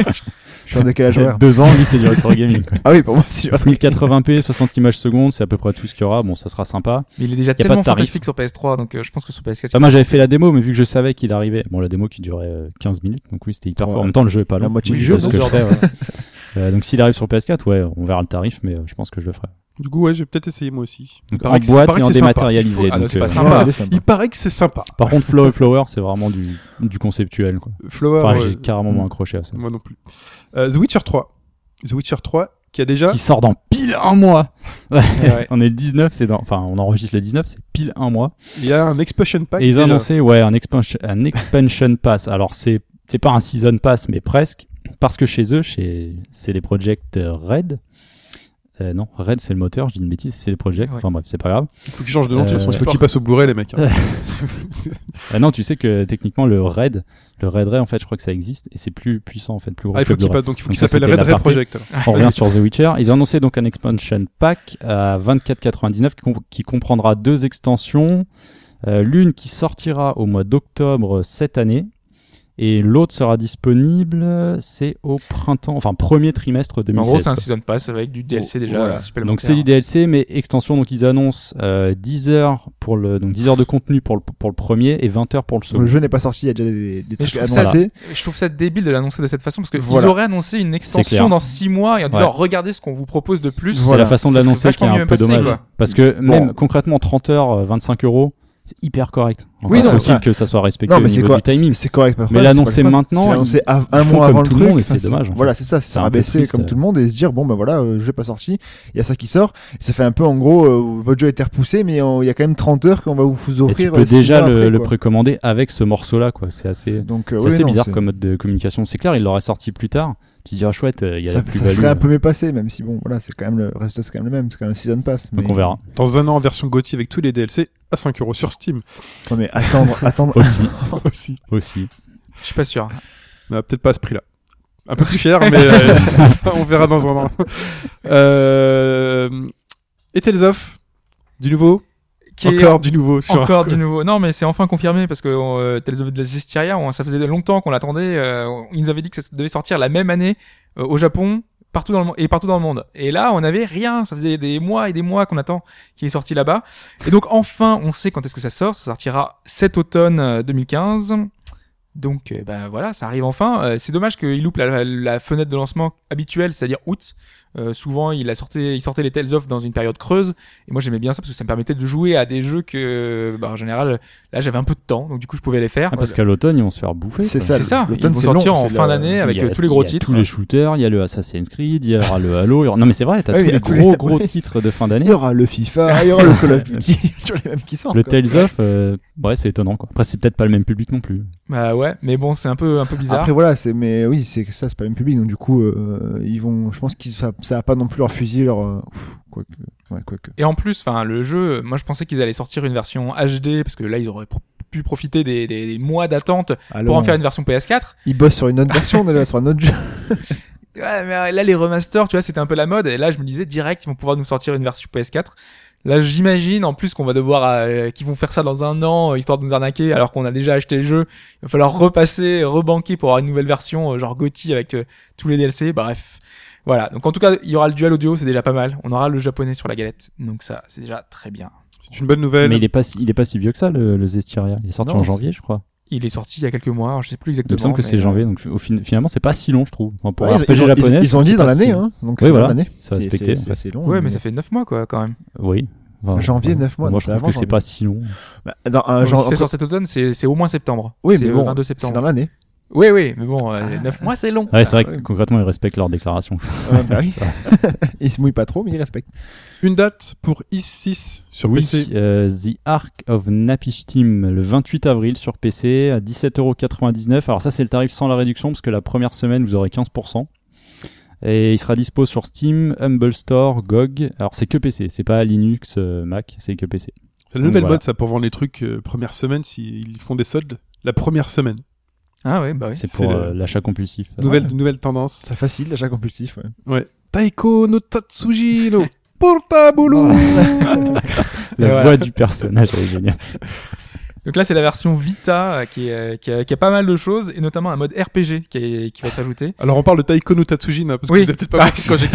Je suis en décalage horaire. Deux ans, lui, c'est du rétro gaming. quoi. Ah oui, pour moi, c'est du mille quatre-vingts p, soixante images secondes, c'est à peu près tout ce qu'il y aura. Bon, ça sera sympa. Mais il est déjà pas de tellement tarif. fantastique sur P S trois, donc euh, je pense que sur P S quatre. Enfin, moi, j'avais fait la démo, mais vu que je savais qu'il arrivait, bon, la démo qui durait euh, quinze minutes, donc oui, c'était hyper Ouais. fort. En même temps, le jeu est pas La long. moitié Oui, du je jeu, sais ce que deux je sais, ouais. Euh, donc s'il arrive sur P S quatre, ouais, on verra le tarif, mais euh, je pense que je le ferai. Du coup, ouais, je vais peut-être essayer moi aussi. Donc, paraît en que c'est- boîte paraît et que en c'est sympa. dématérialisé. Il faut- ah non, donc, c'est pas euh, sympa. Ouais, elle est sympa. Il paraît que c'est sympa. Par contre, Flow et Flower, c'est vraiment du, du conceptuel. Quoi. Flower, Enfin, ouais, j'ai carrément moins accroché à ça. moi non plus. Euh, The Witcher trois. The Witcher trois, qui a déjà. Qui sort dans pile un mois. Ouais, ouais. On est le dix-neuf, c'est dans, enfin, on enregistre le dix-neuf, c'est pile un mois. Il y a un expansion pack. Et ils ont déjà. annoncé, ouais, un expansion, un expansion pass. Alors, c'est, c'est pas un season pass, mais presque. Parce que chez eux, chez C D Projekt Red, euh, non, Red c'est le moteur, je dis une bêtise, c'est C D Projekt, Ouais. enfin bref, c'est pas grave. Il faut qu'ils changent de nom, de toute Euh, façon. Il faut qu'ils passent au Blu-ray, les mecs. hein. Ah non, tu sais que techniquement le Red, le Red Ray en fait, je crois que ça existe et c'est plus puissant en fait, plus gros Ah, il que faut le qu'il Blu-ray. passe, donc il faut Donc qu'il ça, s'appelle c'était Red Ray l'aparté. Project. alors. On revient sur The Witcher. Ils ont annoncé donc un expansion pack à vingt-quatre quatre-vingt-dix-neuf qui, com- qui comprendra deux extensions. Euh, l'une qui sortira au mois d'octobre cette année et l'autre sera disponible, euh, c'est au printemps, enfin premier trimestre deux mille En seize. gros, c'est un quoi. season pass avec du D L C déjà Voilà. supplémentaire. Donc c'est du D L C mais extension, donc ils annoncent euh, dix heures pour le donc dix heures de contenu pour le pour le premier et vingt heures pour le second. Le jeu n'est pas sorti, il y a déjà des, des Mais trucs je trouve ça- annoncés. Je trouve ça débile de l'annoncer de cette façon parce qu'ils Voilà. auraient annoncé une clair. extension dans six mois et en disant Ouais. regardez ce qu'on vous propose de plus. C'est Voilà. la façon de Ça serait l'annoncer qui est vachement un mieux peu passé, dommage. quoi. Parce que Bon. même concrètement trente heures, euh, vingt-cinq euros, c'est hyper correct. Oui, non, faut-il ça- que ça soit respecté Non, au mais c'est niveau quoi du timing. C'est correct, pas de Mais problème, l'annoncer c'est pas le problème. maintenant, C'est l'annoncer ils- av- un ils font mois comme avant le tout le truc. monde et c'est Enfin, dommage, en Voilà, c'est ça, c'est C'est un peu rabaisser triste. comme tout le monde et se dire bon ben voilà, euh, le jeu est pas sorti, il y a ça qui sort. Et ça fait un peu en gros, euh, votre jeu a été repoussé, mais euh, il y a quand même trente heures qu'on va vous vous Et tu offrir. peux euh, six déjà mois le, après, le quoi. précommander avec ce morceau-là, quoi. C'est assez, Donc euh, c'est oui, assez non, bizarre c'est- comme mode de communication. C'est clair, il l'aurait sorti plus tard. Tu te diras chouette, euh, il y a ça, la ça plus-value. serait un peu mieux passé, même si bon voilà, c'est quand même le résultat, c'est quand même le même, c'est quand même un season pass. Donc mais... on verra. Dans un an, en version G O T Y avec tous les D L C à cinq euros sur Steam. Non, mais attendre, attendre. Aussi, aussi. aussi. Je suis pas sûr. Mais peut-être pas à ce prix-là. Un peu plus cher, mais euh, c'est ça, on verra dans un an. Euh... Et Tales of, du nouveau. Qui est Encore du nouveau. Sur Encore un- du nouveau. Non, mais c'est enfin confirmé parce que euh, Tales of the Zestiria, on- ça faisait longtemps qu'on l'attendait. Euh, ils nous avaient dit que ça devait sortir la même année euh, au Japon, partout dans le monde et partout dans le monde. Et là, on n'avait rien. Ça faisait des mois et des mois qu'on attend qu'il est sorti là-bas. Et donc enfin, on sait quand est-ce que ça sort. Ça sortira cet automne euh, deux mille quinze. Donc euh, ben voilà, ça arrive enfin. Euh, c'est dommage qu'il loupe la, la fenêtre de lancement habituelle, c'est-à-dire août. Euh, souvent, il a sorti, il sortait les Tales of dans une période creuse. Et moi, j'aimais bien ça parce que ça me permettait de jouer à des jeux que, bah, en général, là, j'avais un peu de temps, donc du coup, je pouvais les faire. Ah, parce qu'à l'automne, ils vont se faire bouffer. C'est quoi. ça. C'est ça. Ils l'automne, vont c'est sortir long, en c'est fin le- d'année avec Il y a- euh, tous les gros il y a titres. tous les shooters, il y a le Assassin's Creed, il y aura le Halo. il y aura- Non mais c'est vrai, t'as Ouais, tous il y a les tous gros les- gros ouais. titres de fin Il d'année. y aura le FIFA, il y aura le Call of Duty, il y a toujours les mêmes qui sortent. Le quoi. Tales of, euh, ouais, c'est étonnant quoi. Après, c'est peut-être pas le même public non plus. Bah ouais, mais bon, c'est un peu, un peu bizarre. Après voilà, c'est mais oui, c'est que ça, c'est pas le même public, donc du coup, euh, ils vont, je pense qu'ils ça, ça va pas non plus leur fusiller leur, euh, pff, quoique, ouais, quoique. Et en plus, enfin, le jeu, moi, je pensais qu'ils allaient sortir une version H D parce que là, ils auraient pro- pu profiter des, des, des mois d'attente Alors, pour en faire une version P S quatre. Ils bossent sur une autre version déjà, sur un autre jeu. Ouais, mais là, les remasters, tu vois, c'était un peu la mode. Et là, je me disais direct, ils vont pouvoir nous sortir une version P S quatre. Là, j'imagine en plus qu'on va devoir, euh, qu'ils vont faire ça dans un an, euh, histoire de nous arnaquer, alors qu'on a déjà acheté le jeu. Il va falloir repasser, rebanquer pour avoir une nouvelle version, euh, genre G O T Y avec euh, tous les D L C. Bref, voilà. Donc en tout cas, il y aura le dual audio, c'est déjà pas mal. On aura le japonais sur la galette, donc ça, c'est déjà très bien. C'est une bonne nouvelle. Mais il est pas si, il est pas si vieux que ça le, le Zestiria. Il est sorti Non, en c'est- janvier, je crois. Il est sorti il y a quelques mois, alors je sais plus Il exactement. me semble que mais, c'est euh, janvier, donc au fin- finalement c'est pas si long, je trouve. Enfin, pour Ouais, un ils, R P G ils ont, japonais, ils, ils ont dit c'est dans pas l'année, si- hein. Donc Oui, c'est voilà. dans l'année. C'est respecté, C'est, en c'est, c'est long. Ouais, mais ça fait neuf mois, quoi, quand même. Oui. C'est janvier, neuf mois, Moi, donc je c'est trouve avant que c'est janvier. pas si long. Bah, dans un Donc, genre. si c'est entre- sur cet automne, c'est, c'est au moins septembre. Oui, c'est mais le bon, vingt-deux c'est septembre. dans l'année. Oui, oui, mais bon, euh, neuf mois, c'est long. Ouais, c'est vrai que ouais. concrètement ils respectent leurs déclarations. Ouais, bah oui. Ça. Ils se mouillent pas trop, mais ils respectent. Une date pour I six sur Oui, P C. euh, The Ark of Napishtim le vingt-huit avril sur P C à dix-sept euros quatre-vingt-dix-neuf. Alors ça c'est le tarif sans la réduction parce que la première semaine vous aurez quinze pour cent. Et il sera dispo sur Steam, Humble Store, G O G. Alors c'est que P C, c'est pas Linux, euh, Mac, c'est que P C. C'est la nouvelle Voilà. mode, ça, pour vendre les trucs euh, première semaine, s'ils font des soldes. La première semaine. Ah ouais, bah oui. C'est c'est pour le- euh, l'achat compulsif. Nouvelle, nouvelle tendance. C'est facile, l'achat compulsif. Ouais. Ouais. Taiko no Tatsuji no Portabulu. La Et voix voilà. du personnage elle est géniale. Donc là, c'est la version Vita euh, qui, est, euh, qui, a, qui a pas mal de choses, et notamment un mode R P G qui, est, qui va être ajouté. Alors on parle de Taiko no Tatsujin, hein, parce Oui. que vous avez peut-être pas compris quand j'ai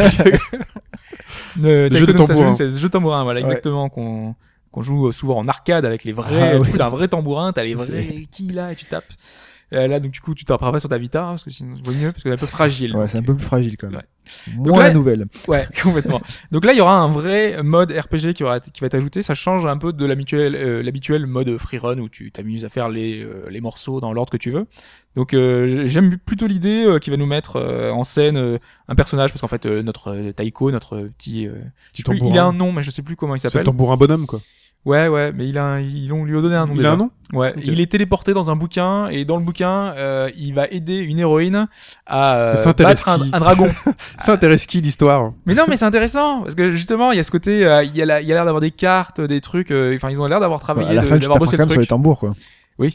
Le Le jeu de Taiko no tambourin. Tatsujin, c'est le jeu de tambourin, voilà, Ouais. exactement, qu'on qu'on joue euh, souvent en arcade avec les vrais, Ah, du oui. coup, t'as un vrai tambourin, t'as les C'est- vrais qui là, et tu tapes. Euh, là, donc du coup, tu t'en prends pas sur ta Vita, hein, parce que sinon, c'est mieux, parce que c'est un peu fragile. Ouais, donc, c'est un peu plus fragile quand même. Ouais. Moins Donc là- la nouvelle. Ouais, complètement. Donc là, il y aura un vrai mode R P G qui, aura, qui va être ajouté. Ça change un peu de l'habituel, euh, l'habituel mode freerun où tu t'amuses à faire les, euh, les morceaux dans l'ordre que tu veux. Donc euh, j'aime plutôt l'idée euh, qui va nous mettre euh, en scène euh, un personnage parce qu'en fait euh, notre euh, Taiko, notre petit, euh, je sais plus, il a un nom mais je sais plus comment il C'est le s'appelle. tambourin bonhomme, quoi. Ouais, ouais, mais il a, un- ils ont lui ont donné un nom Il déjà. a un nom? Ouais, Ok. il est téléporté dans un bouquin et dans le bouquin, euh, il va aider une héroïne à euh, Mais ça intéresse battre un, qui un dragon. Ça intéresse qui l'histoire? Mais non, mais c'est intéressant parce que justement, il y a ce côté, euh, il y a la- il y a l'air d'avoir des cartes, des trucs. euh, Enfin, ils ont l'air d'avoir travaillé, à la de- fin, tu d'avoir t'apprends bossé quand le même sur les truc. tambours, quoi. Oui.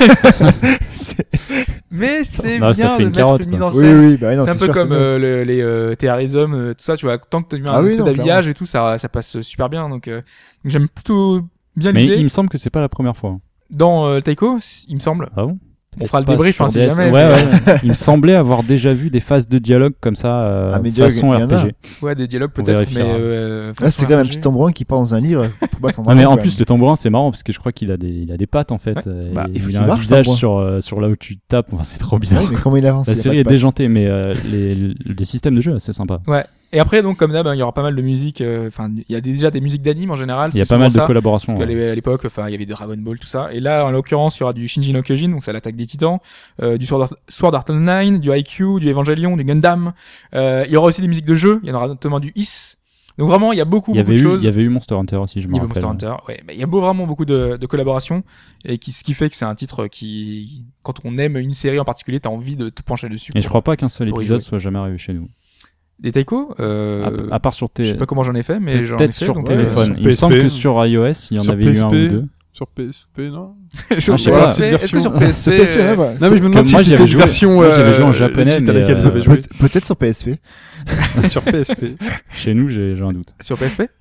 Mais c'est Non, ça bien fait de une mettre carotte, une mise quoi. en Oui, scène. oui, bah non, c'est un peu sûr, comme c'est euh, le- les euh, terrorism, euh, tout ça, tu vois. Tant que tu mets Ah un oui, espèce non, d'habillage et tout, ça, ça passe super bien. Donc, euh, donc j'aime plutôt bien Mais l'idée. il me semble que c'est pas la première fois. Dans euh, Taiko, il me semble. Ah bon? On fera le Pas débrief, sur hein, si D S. jamais. Ouais, mais- ouais. Il me semblait avoir déjà vu des phases de dialogue comme ça, euh, Ah, mais dialogue, façon il y en R P a. G. Ouais, des dialogues On peut-être, mais vérifiera. euh, Là, façon c'est quand même un R P G. petit tambourin qui part dans un livre pour battre un Ouais, mais dragon, en quand plus, même. le tambourin, c'est marrant parce que je crois qu'il a des, il a des pattes en fait. Ouais. euh, Bah, et il faut il qu'il a un marche, visage ce tambourin. sur, euh, sur là où tu tapes. Enfin, c'est trop bizarre. Ouais, mais comment il avance La il a série pas est de pattes. déjantée, mais euh, les, les systèmes de jeu, c'est sympa. Ouais. Et après, donc, comme d'hab, hein, il y aura pas mal de musique. euh, Enfin, il y a déjà des musiques d'anime en général. Il y a c'est pas souvent mal de ça. collaborations. Parce qu'à ouais. l'é- à l'époque, enfin, il y avait Dragon Ball, tout ça. Et là, en l'occurrence, il y aura du Shinji no Kyojin, donc c'est l'attaque des Titans, euh, du Sword Art, Sword Art Online, du Haikyuu, du Evangelion, du Gundam. Euh, il y aura aussi des musiques de jeux. Il y en aura notamment du Is. Donc vraiment, il y a beaucoup, Il y beaucoup avait de eu, choses. il y avait eu Monster Hunter aussi, je me Niveau rappelle. Monster Hunter, ouais. Mais il y a beau, vraiment beaucoup de, de collaborations. Et qui, ce qui fait que c'est un titre qui, quand on aime une série en particulier, t'as envie de te pencher dessus. Et je crois pas qu'un seul pour y épisode jouer. soit jamais arrivé chez nous. Des Taiko, euh, À, à part sur je T- sais pas comment j'en ai fait, mais j'en ai peut-être fait. sur donc, téléphone. sur Il me P S P. semble que sur iOS, il y en Sur avait eu un P S P. ou deux. Sur P S P, non? euh, sur Ah, je sais P S P, pas, cette est-ce que version- sur P S P, Sur P S P, ouais, ouais. Non, mais je me demande que si moi, c'était j'avais une joué- version, moi, j'avais joué en euh, japonais, legit à mais, laquelle euh, j'avais joué. Peut- Peut-être sur P S P. Sur P S P. Chez nous, j'ai j'ai un doute. sur P S P.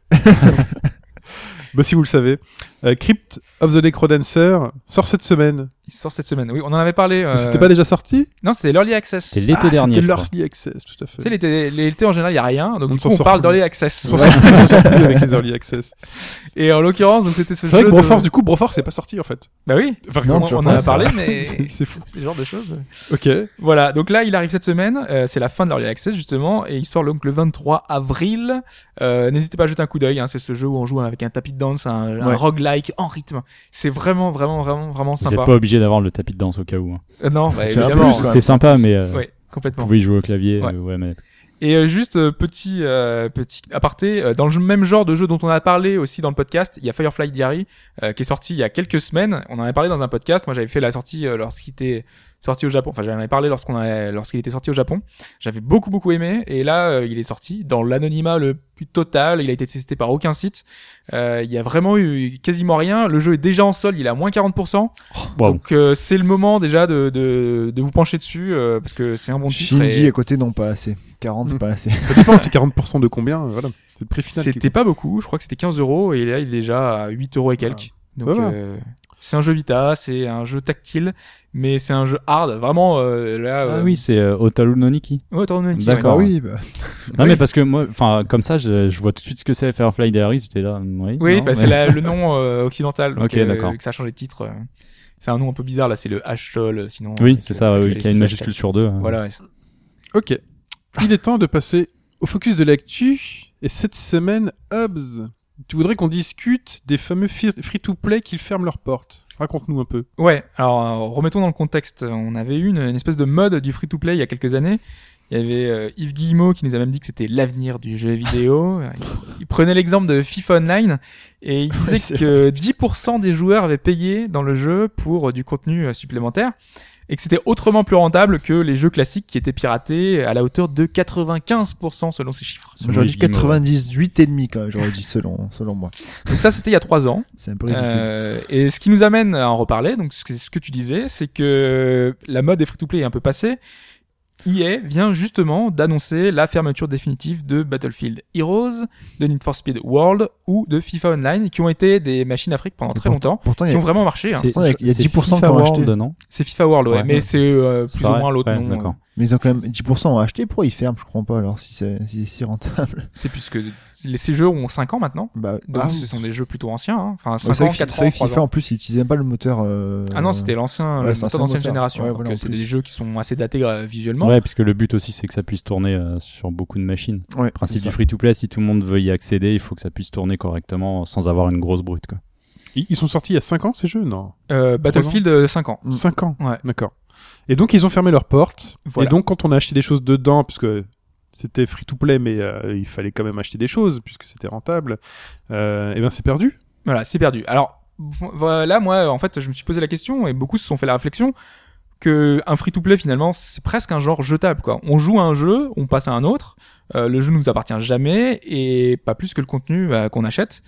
Bah, si vous le savez. Euh, Crypt of the Necrodancer sort cette semaine. Il sort cette semaine. Oui, on en avait parlé. euh, C'était pas déjà sorti? Non, c'était l'Early Access. C'était l'été Ah, dernier. C'était je crois. l'Early Access, tout à fait. Tu sais, l'été, l'été en général, il y a rien. Donc, On du ne coup, s'en on sort parle plus. d'Early Access. On s'en sort plus- on s'en sort plus avec les Early Access. Et en l'occurrence, donc, c'était ce C'est vrai jeu que de- Broforce, du coup, Broforce, c'est pas sorti, en fait. Bah oui. Par On, exemple, on en je a pense, parlé, ça. mais C'est- c'est fou. c'est le genre de choses. Ok. Voilà, donc là il arrive cette semaine, euh, c'est la fin de l'Early Access justement, et il sort donc le vingt-trois avril. Euh, n'hésitez pas à jeter un coup d'œil, hein, c'est ce jeu où on joue avec un tapis de danse, un, un Ouais. roguelike en rythme. C'est vraiment, vraiment, vraiment, vraiment Vous sympa. n'êtes pas obligé d'avoir le tapis de danse au cas où. hein. Euh, non, bah, C'est un évidemment. plus, C'est quand c'est sympa, mais euh, Ouais, vous complètement. pouvez y jouer au clavier Ouais. euh, ou à la manette. Et euh, juste euh, petit euh, petit aparté, euh, dans le jeu- même genre de jeu dont on a parlé aussi dans le podcast, il y a Firefly Diary euh, qui est sorti il y a quelques semaines. On en avait parlé dans un podcast. Moi, j'avais fait la sortie euh, lorsqu'il était sorti au Japon. Enfin, j'en avais parlé lorsqu'on avait, lorsqu'il était sorti au Japon. J'avais beaucoup beaucoup aimé. Et là, euh, il est sorti dans l'anonymat le plus total. Il a été testé par aucun site. Euh, il y a vraiment eu quasiment rien. Le jeu est déjà en solde. Il est à moins quarante pour cent. Wow. Donc euh, c'est le moment déjà de de, de vous pencher dessus euh, parce que c'est un bon titre. Shinji et- à côté, non, pas assez. quarante, Mm. c'est pas assez. Ça dépend, c'est quarante pour cent de combien, euh, voilà. C'est le prix final. qui C'était pas beaucoup, je crois que c'était quinze euros et là il est déjà à huit euros et quelques. Donc Voilà. euh, c'est un jeu Vita, c'est un jeu tactile, mais c'est un jeu hard. Vraiment euh, là. Ah euh, oui, c'est euh, Otaru no Niki. Ouais, t'en as une qui- D'accord. Ah ouais. oui, bah. Non, mais parce que moi, enfin, comme ça, je, je vois tout de suite ce que c'est Firefly Diary. J'étais là, oui. Oui, non, bah, mais- c'est la- le nom euh, occidental. Donc, Ok, euh, d'accord. que ça a changé de titre. euh. C'est un nom un peu bizarre là, c'est le H-Sol, sinon. Oui, euh, c'est qui- ça, avec oui, les qui a une espèces majuscule de- sur deux. hein. Voilà. ouais. Ok. Il est temps de passer au focus de l'actu. Et cette semaine, Hubs, tu voudrais qu'on discute des fameux fi- free-to-play qui ferment leurs portes. Raconte-nous un peu. Ouais, alors euh, remettons dans le contexte. On avait eu une, une espèce de mode du free-to-play il y a quelques années. Il y avait euh, Yves Guillemot qui nous a même dit que c'était l'avenir du jeu vidéo. Il, il prenait l'exemple de FIFA Online et il disait c'est que dix pour cent des joueurs avaient payé dans le jeu pour euh, du contenu euh, supplémentaire et que c'était autrement plus rentable que les jeux classiques qui étaient piratés à la hauteur de quatre-vingt-quinze pour cent selon ces chiffres. Selon J'aurais Yves dit Guillemot. quatre-vingt-dix-huit et demi quand même, j'aurais dit selon, selon moi. Donc ça c'était il y a trois ans. C'est un peu ridicule. Euh, et ce qui nous amène à en reparler, donc c'est ce que tu disais, c'est que la mode des free-to-play est un peu passée. E A vient justement d'annoncer la fermeture définitive de Battlefield Heroes, de Need for Speed World ou de FIFA Online, qui ont été des machines à fric pendant très longtemps, Pourtant, il qui y ont a, vraiment marché. Hein. C'est- pourtant, il y a- il y a c'est dix pour cent FIFA qui ont World, acheté. non C'est FIFA World, ouais, Ouais. mais c'est euh, C'est plus ou pareil. moins l'autre Ouais, nom. d'accord. mais ils ont quand même dix pour cent ont acheté. Pourquoi ils ferment? Je comprends pas alors si c'est si c'est si rentable. C'est puisque les- ces jeux ont cinq ans maintenant, Bah, donc ah, ce sont des jeux plutôt anciens. Hein. Enfin, ouais, cinq c'est vrai ans, que- quatre c'est vrai ans, que trois FIFA ans. en plus ils utilisaient même pas le moteur. euh, Ah non, c'était l'ancien, ouais, le c'est moteur l'ancien d'ancienne moteur. génération. Ouais, donc voilà, euh, en c'est plus. des jeux qui sont assez datés euh, visuellement. Ouais, puisque le but aussi, c'est que ça puisse tourner euh, sur beaucoup de machines. Ouais, Principe c'est du ça. free-to-play, si tout le monde veut y accéder, il faut que ça puisse tourner correctement sans avoir une grosse brute, quoi. Ils ils sont sortis il y a cinq ans, ces jeux? Non. Euh, Battlefield euh, cinq ans. Mm. cinq ans. Ouais. D'accord. Et donc, ils ont fermé leurs portes. Voilà. Et donc, quand on a acheté des choses dedans, puisque c'était free-to-play, mais euh, il fallait quand même acheter des choses, puisque c'était rentable, euh, et ben c'est perdu. Voilà, c'est perdu. Alors voilà, moi en fait, je me suis posé la question et beaucoup se sont fait la réflexion que un free-to-play finalement, c'est presque un genre jetable quoi. On joue à un jeu, on passe à un autre, euh, le jeu nous appartient jamais et pas plus que le contenu bah, qu'on achète.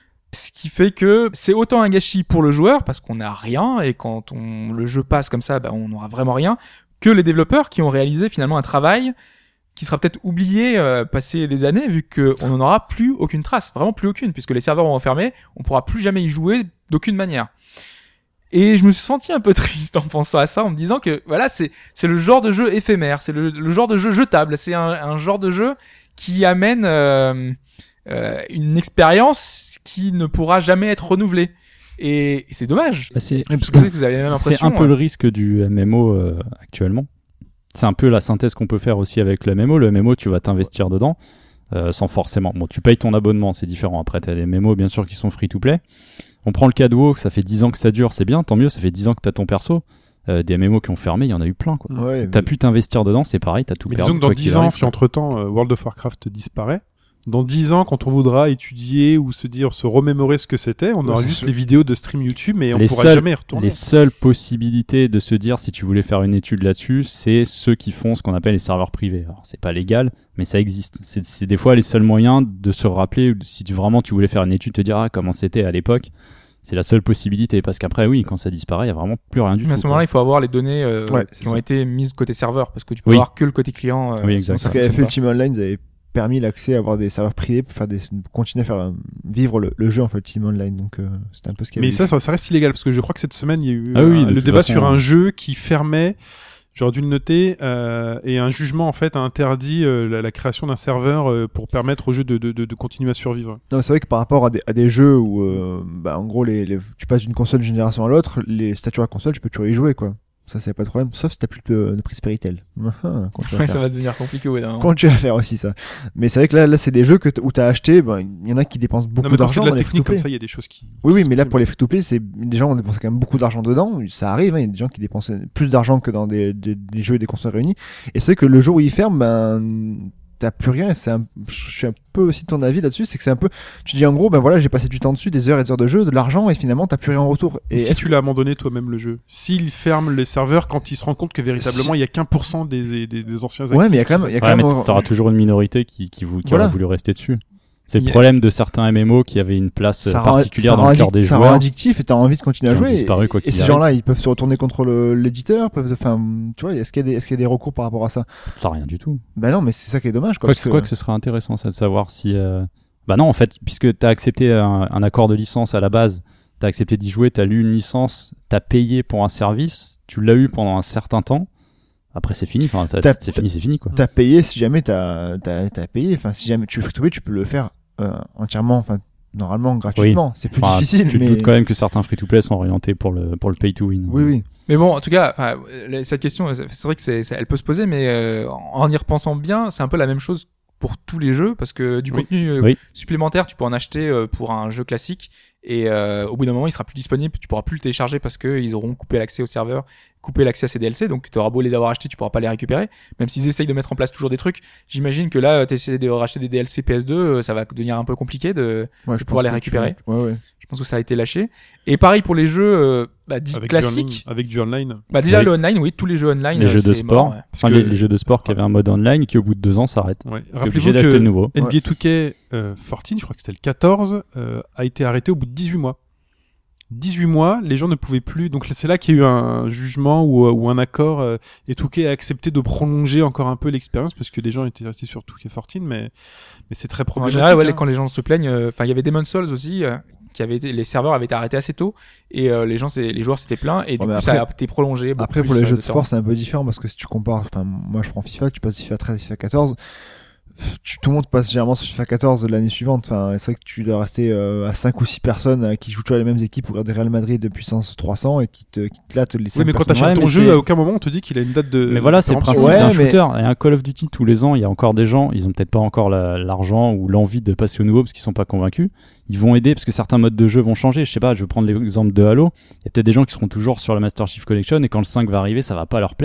Ce qui fait que c'est autant un gâchis pour le joueur parce qu'on n'a rien et quand on le jeu passe comme ça, bah, on n'aura vraiment rien, que les développeurs qui ont réalisé finalement un travail qui sera peut-être oublié euh, passé des années vu qu'on n'en aura plus aucune trace, vraiment plus aucune, puisque les serveurs vont fermer, on pourra plus jamais y jouer d'aucune manière. Et je me suis senti un peu triste en pensant à ça, en me disant que voilà, c'est c'est le genre de jeu éphémère, c'est le, le genre de jeu jetable, c'est un, un genre de jeu qui amène euh, euh, une expérience qui ne pourra jamais être renouvelée. Et, et c'est dommage. Bah, c'est, parce que vous avez la même impression. C'est un peu ouais. le risque du M M O euh, actuellement. C'est un peu la synthèse qu'on peut faire aussi avec le M M O. Le M M O, tu vas t'investir dedans euh, sans forcément... Bon, tu payes ton abonnement, c'est différent. Après, tu as des M M O, bien sûr, qui sont free-to-play. On prend le cas de WoW, ça fait dix ans que ça dure, c'est bien, tant mieux, ça fait dix ans que tu as ton perso. Euh, des M M O qui ont fermé, il y en a eu plein. Quoi. Ouais, T'as mais- pu t'investir dedans, c'est pareil, t'as tout Mais perdu. disons que dans quoi qu'il dix ans, arrive, si quoi. entre-temps euh, World of Warcraft disparaît, dans dix ans, quand on voudra étudier ou se dire, se remémorer ce que c'était, on Ouais, aura c'est juste sûr. les vidéos de stream YouTube et on Les pourra seuls- jamais y retourner. Les seules possibilités de se dire si tu voulais faire une étude là-dessus, c'est ceux qui font ce qu'on appelle les serveurs privés. Alors c'est pas légal, mais ça existe. C'est, c'est des fois les seuls moyens de se rappeler si tu, vraiment tu voulais faire une étude, te dire ah, comment c'était à l'époque. C'est la seule possibilité parce qu'après oui, quand ça disparaît, il y a vraiment plus rien du Mais à tout. ce moment-là, il faut avoir les données euh, Ouais, c'est qui ont ça. été mises côté serveur parce que tu peux Oui. avoir que le côté client. euh, Oui, sinon exact. ça Parce qu'avec fonctionne pas. Ultima Online, ils avaient permis l'accès à avoir des serveurs privés pour faire des, continuer à faire euh, vivre le, le jeu en fait Ultima Online. Donc euh, c'était un peu ce qu'il y Mais avait. ça, ça, ça reste illégal parce que je crois que cette semaine, il y a eu Ah oui, euh, de le toute débat façon, sur un ouais. jeu qui fermait. J'aurais dû le noter euh, et un jugement en fait a interdit euh, la, la création d'un serveur euh, pour permettre au jeu de, de, de, de continuer à survivre. Non, mais c'est vrai que par rapport à des, à des jeux où, euh, bah, en gros, les, les, tu passes d'une console d'une génération à l'autre, les statues à console, tu peux toujours y jouer, quoi. Ça, c'est pas de problème. Sauf si t'as plus de, de prise Péritel. Quand tu vas Ouais, faire. ça va devenir compliqué. Ouais, non. Quand tu vas faire aussi ça. Mais c'est vrai que là, là, c'est des jeux que t- où t'as acheté, bah, il y en a qui dépensent beaucoup Non, mais quand c'est d'argent de la dans les technique free-to-play. comme ça, il y a des choses qui. Oui, oui, qui mais sont là, plus- pour les free-to-play, c'est, des gens ont dépensé quand même beaucoup d'argent dedans. Ça arrive, hein, il y a des gens qui dépensent plus d'argent que dans des, des, des jeux et des consoles réunies. Et c'est vrai que le jour où ils ferment, ben, t'as plus rien. Et c'est un, je suis un peu aussi de ton avis là-dessus, c'est que c'est un peu, tu dis en gros, ben voilà, j'ai passé du temps dessus, des heures et des heures de jeu, de l'argent, et finalement, t'as plus rien en retour. Et Et si est-ce- tu l'as abandonné toi-même le jeu, s'il ferme les serveurs quand il se rend compte que véritablement il y a qu'un pour cent des, des, des anciens actifs. Ouais, mais il y a quand même, il y a Ouais, quand mais même, t'auras toujours une minorité qui, qui, vous, qui Voilà. aura voulu rester dessus. C'est Il y le a- problème de certains M M O qui avaient une place euh, ça rend, particulière ça dans rend le cœur addic- des ça joueurs rend addictif et t'as envie de continuer qui à ont jouer. disparu quoi Et qu'il ces arrive. gens-là, ils peuvent se retourner contre le- l'éditeur, peuvent, enfin, tu vois, est-ce qu'il y a des, est-ce qu'il y a des recours par rapport à ça? Ça rien du tout. Ben non, mais c'est ça qui est dommage, quoi. Quoi parce que, quoi que ce serait intéressant, ça de savoir si. euh, Bah non, en fait, puisque t'as accepté un, un accord de licence à la base, t'as accepté d'y jouer, t'as lu une licence, t'as payé pour un service, tu l'as eu pendant un certain temps. Après, c'est fini. Enfin, t'as- T'as- c'est fini, c'est fini quoi. T'as payé si jamais t'as, t'as, t'as payé. Enfin, si jamais tu veux free-to-play, tu peux le faire euh, entièrement, enfin, normalement, gratuitement. C'est plus Enfin, difficile, tu te mais. doutes quand même que certains free-to-play sont orientés pour le pour le pay to win. Oui, oui. Mais bon, en tout cas, enfin, euh, cette question, c'est c'est vrai que c'est, c'est- elle peut se poser, mais euh, en y repensant bien, c'est un peu la même chose pour tous les jeux, parce que du Oui. contenu euh, Oui. supplémentaire, tu peux en acheter euh, pour un jeu classique, et euh, au bout d'un moment, il sera plus disponible, tu pourras plus le télécharger parce que ils auront coupé l'accès au serveur, coupé l'accès à ces D L C, donc tu auras beau les avoir achetés, tu pourras pas les récupérer, même s'ils essayent de mettre en place toujours des trucs. J'imagine que là, t'essaies de racheter des D L C P S deux, euh, ça va devenir un peu compliqué de, Ouais, de pouvoir les pense que tu- récupérer. Ouais, ouais. Je pense que ça a été lâché. Et pareil pour les jeux euh, bah, dits avec classiques. Du online, avec du online. Bah déjà Oui. le online, oui, tous les jeux online. Les euh, jeux de c'est sport, mort, ouais. enfin, que- les, les jeux de sport qui avaient un mode online qui au bout de deux ans s'arrête. Ouais. T'es Rappelez-vous obligé d'acheter que le nouveau. N B A deux K euh, quatorze, je crois que c'était le quatorze, euh, a été arrêté au bout de dix-huit mois. dix-huit mois, les gens ne pouvaient plus. Donc c'est là qu'il y a eu un jugement ou, ou un accord euh, et deux K a accepté de prolonger encore un peu l'expérience parce que les gens étaient restés sur deux K quatorze, mais mais c'est très En problématique. général, ouais, les- hein. quand les gens se plaignent, enfin, il y avait Demon's Souls aussi, euh, qui avait été, les serveurs avaient été arrêtés assez tôt, et euh, les gens, c'est, les joueurs s'étaient plaints, et du Ouais, coup, mais ça a après- été prolongé. beaucoup Après, plus, pour les euh, jeux de temps. sport, c'est un peu différent parce que si tu compares, enfin, moi je prends FIFA, tu passes de FIFA treize à FIFA quatorze, tu, tout le monde passe généralement sur FIFA quatorze l'année suivante. Enfin, c'est vrai que tu dois rester euh, à cinq ou six personnes euh, qui jouent toujours les mêmes équipes ou regarder Real Madrid de puissance trois cents et qui te, qui te lattent les cinq Oui, mais quand personnes. t'achètes Ouais, ton mais jeu, c'est- à aucun moment on te dit qu'il a une date de. Mais voilà, c'est le péremption. principe Ouais, d'un mais- shooter. Et un Call of Duty, tous les ans, il y a encore des gens, ils ont peut-être pas encore la- l'argent ou l'envie de passer au nouveau parce qu'ils sont pas convaincus. Ils vont aider parce que certains modes de jeu vont changer. Je sais pas, je vais prendre l'exemple de Halo. Il y a peut-être des gens qui seront toujours sur la Master Chief Collection et quand le cinq va arriver, ça va pas leur plaire.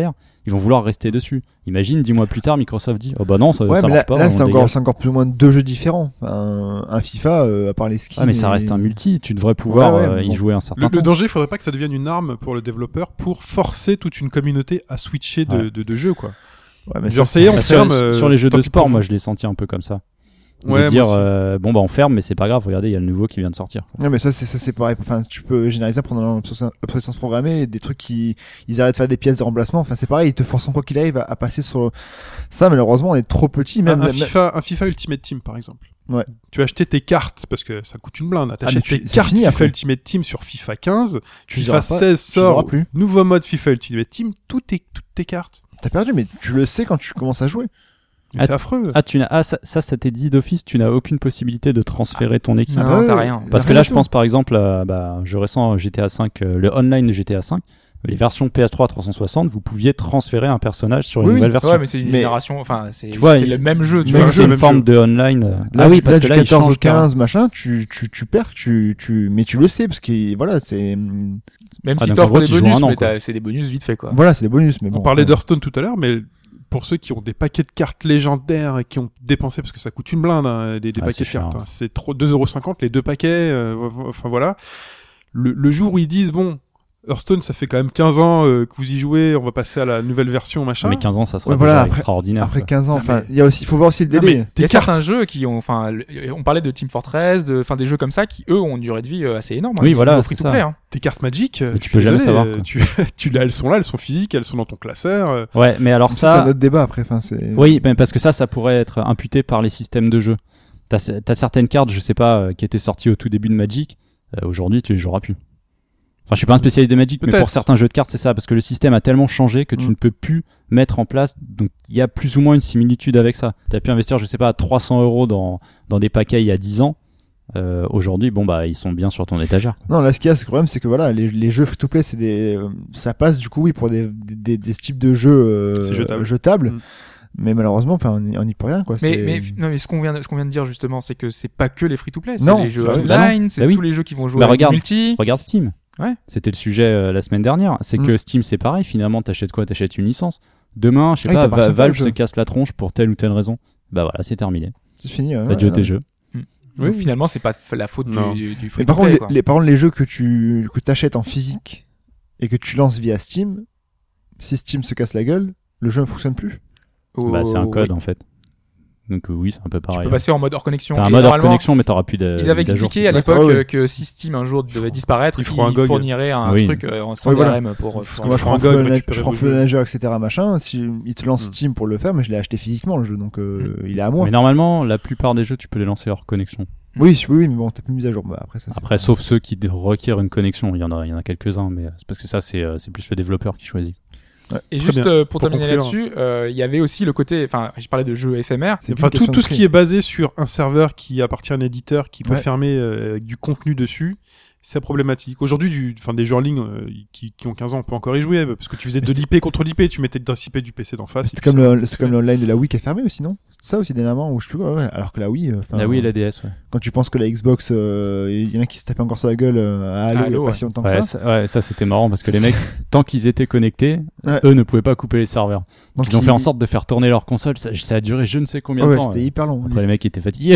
ils vont vouloir rester dessus. Imagine, dix mois plus tard, Microsoft dit oh bah non, ça, Ouais, ça mais marche là, pas. là on c'est, dégage. encore, c'est encore plus ou moins deux jeux différents. Un, un FIFA, euh, à part les skins. Ouais, mais ça et- reste un multi. Tu devrais pouvoir Ouais, ouais, euh, mais y bon. jouer un certain Le, temps. le danger, il faudrait pas que ça devienne une arme pour le développeur pour forcer toute une communauté à switcher de, Ouais. de, de jeux, quoi. Ouais, mais Genre, ça, ça y est, on Bah, ferme. sur, euh, sur les jeux tant de pis sport, pour moi vous. je l'ai senti un peu comme ça. Ouais, de dire moi aussi. euh, bon bah on ferme, mais c'est pas grave. Regardez, il y a le nouveau qui vient de sortir. Non, mais ça, c'est, ça, c'est pareil. Enfin, tu peux généraliser pendant l'obsolescence programmée, des trucs qui, ils arrêtent de faire des pièces de remplacement. Enfin, c'est pareil, ils te forcent quoi qu'il arrive à, à passer sur ça. Malheureusement, on est trop petit. Un, Même, un même- FIFA, un FIFA Ultimate Team, par exemple. Ouais. Tu as acheté tes cartes parce que ça coûte une blinde. mais T'achètes tu- tes c'est cartes fini FIFA après. Ultimate Team sur FIFA quinze. tu les FIFA auras pas- seize tu les auras sort. plus. Nouveau mode FIFA Ultimate Team. Toutes tes, toutes tes cartes. T'as perdu, mais tu le sais quand tu commences à jouer. Mais Ah, c'est affreux. Ah, tu n'as ah, ça, ça, ça t'est dit d'office, tu n'as aucune possibilité de transférer ton équipe. Non, bah ouais, t'as ouais. rien. Parce que rien là, du je tout. pense par exemple, à, bah, je ressens G T A cinq, euh, le online de G T A cinq, les versions P S trois trois cent soixante, vous pouviez transférer un personnage sur une Oui, oui. nouvelle version. Ouais, mais c'est une Mais- génération. Enfin, c'est Tu vois, c'est il- le même jeu. Tu Même vois. si c'est une même forme jeu. de online. euh, Là, ah oui, du- parce là, que du là, ils quatorze au changent carrément. quinze, machin, tu, tu, tu perds, tu, tu, mais tu le sais, parce que, voilà, c'est, Même Ah, si donc, en t'offres gros, des tu joues bonus, un an, mais quoi. t'as- c'est des bonus vite fait, quoi. voilà, c'est des bonus, mais bon. On parlait après- d'Hearthstone tout à l'heure, mais pour ceux qui ont des paquets de cartes légendaires et qui ont dépensé, parce que ça coûte une blinde, hein, des, des Ah, paquets c'est de cartes, cher. hein. C'est trop deux euros cinquante les deux paquets, euh, vo- vo- enfin voilà. Le, le jour où ils disent, bon, Hearthstone, ça fait quand même quinze ans euh, que vous y jouez, on va passer à la nouvelle version, machin. Mais quinze ans, ça sera Ouais, déjà voilà, après- extraordinaire. Après quoi. quinze ans, Non, enfin, mais- il y a aussi, il faut voir aussi le Non, délai. mais Il y tes a cartes, certains jeux qui ont, enfin, le- on parlait de Team Fortress, de, enfin, des jeux comme ça qui eux ont une durée de vie euh, assez énorme. Oui, hein, voilà, free c'est to ça. play. Hein. tes cartes Magic, euh, Mais tu je peux suis jamais désolé, savoir, euh, quoi. Tu, tu l'as, elles sont là, elles sont physiques, elles sont dans ton classeur. euh. Ouais, mais alors Ça, c'est un ça, autre débat après, enfin, c'est. oui, mais parce que ça, ça pourrait être imputé par les systèmes de jeu. T'as, t'as certaines cartes, je sais pas, euh, qui étaient sorties au tout début de Magic. euh, aujourd'hui, tu les joueras plus. Enfin, je suis pas un spécialiste de Magic, mais Peut-être. pour certains jeux de cartes, c'est ça, parce que le système a tellement changé que tu Mm. ne peux plus mettre en place. Donc, il y a plus ou moins une similitude avec ça. T'as pu investir, je sais pas, trois cents euros dans dans des paquets il y a dix ans. Euh, aujourd'hui, bon bah, ils sont bien sur ton étagère. Non, là, ce qu'il y a, c'est que le problème, c'est que voilà, les, les jeux free-to-play, c'est des, euh, ça passe du coup, oui, pour des, des, des, des types de jeux euh, C'est jetable. jetables. Mm. Mais malheureusement, enfin, on n'y on n'y peut rien, quoi. Mais, c'est- mais, non, mais ce qu'on vient, de- ce qu'on vient de dire justement, c'est que c'est pas que les free-to-play, c'est Non, les jeux bah oui. Bah online, non. c'est Bah oui. tous les jeux qui vont jouer Bah avec regarde. multi. Regarde Steam. Ouais. C'était le sujet euh, la semaine dernière. C'est Mm. que Steam, c'est pareil. Finalement, t'achètes quoi? T'achètes une licence. Demain, je sais Ah oui, pas, t'as pas Va- acheté Valve le jeu. se casse la tronche pour telle ou telle raison. Bah voilà, c'est terminé. c'est fini. ouais, Adieu ouais, tes ouais. jeux. Donc, finalement, c'est pas f- la faute Non. du, du, du Mais par contre, free-to-play, les, quoi. les, par contre, les jeux que tu que t'achètes en physique et que tu lances via Steam, si Steam se casse la gueule, le jeu ne fonctionne plus. Oh, Bah c'est un code oui. en fait. Donc euh, oui, c'est un peu Tu pareil. peux passer en mode hors connexion. T'as un Et mode hors normalement, connexion, mais t'auras plus de. Ils avaient mise à jour, expliqué c'est à ça. l'époque Ouais, ouais. euh, que si Steam un jour devait disparaître, ils ils feront un G O G. fournirait un Oui. truc euh, sans Oui, voilà. D R M pour. Parce pour- que moi, je prends prends, un Flow G O G, Manager- récupérer je prends vos Flow jeux. Manager, et cetera. Machin. Si il te lance Mm. Steam pour le faire, mais je l'ai acheté physiquement le jeu, donc euh, il est à moi. Mais normalement, la plupart des jeux, tu peux les lancer hors connexion. Oui, oui, oui, mais bon, t'as plus mise à jour. Bah, après, ça. c'est Après, pas- sauf ceux qui d- requièrent une connexion, il y en a, il y en a quelques-uns, mais euh, c'est parce que ça, c'est, euh, c'est plus le développeur qui choisit. Et Très juste bien. euh, pour, Pour terminer conclure. là-dessus, euh, il y avait aussi le côté, enfin, je parlais de jeux éphémères. C'est Enfin, plus une tout, question tout de ce prix. qui est basé sur un serveur qui appartient à un éditeur qui peut Ouais. fermer euh, avec du contenu dessus, c'est problématique. Aujourd'hui, du, enfin, des jeux en ligne euh, qui, qui ont quinze ans, on peut encore y jouer parce que tu faisais Mais de c'est- l'I P contre l'I P, tu mettais le I P du P C d'en face. C'est et puis comme ça- le, c'est comme l'online de la Wii qui est fermé aussi, non? C'est ça aussi dernièrement, ou je sais plus quoi, ouais. Alors que la Wii, euh, enfin, Ah oui, la D S, ouais. quand tu penses que la Xbox, euh, il y en a qui se tapaient encore sur la gueule euh, à Halo, il y a Halo, pas ouais. si longtemps que Ouais, ça. ça, ouais, ça c'était marrant parce que les mecs, tant qu'ils étaient connectés, Ouais. eux ne pouvaient pas couper les serveurs. Donc, Ils ont fait en sorte de faire tourner leur console. Ça, ça a duré je ne sais combien Ouais, de ouais, temps. c'était ouais. hyper long. Après, les mecs étaient fatigués.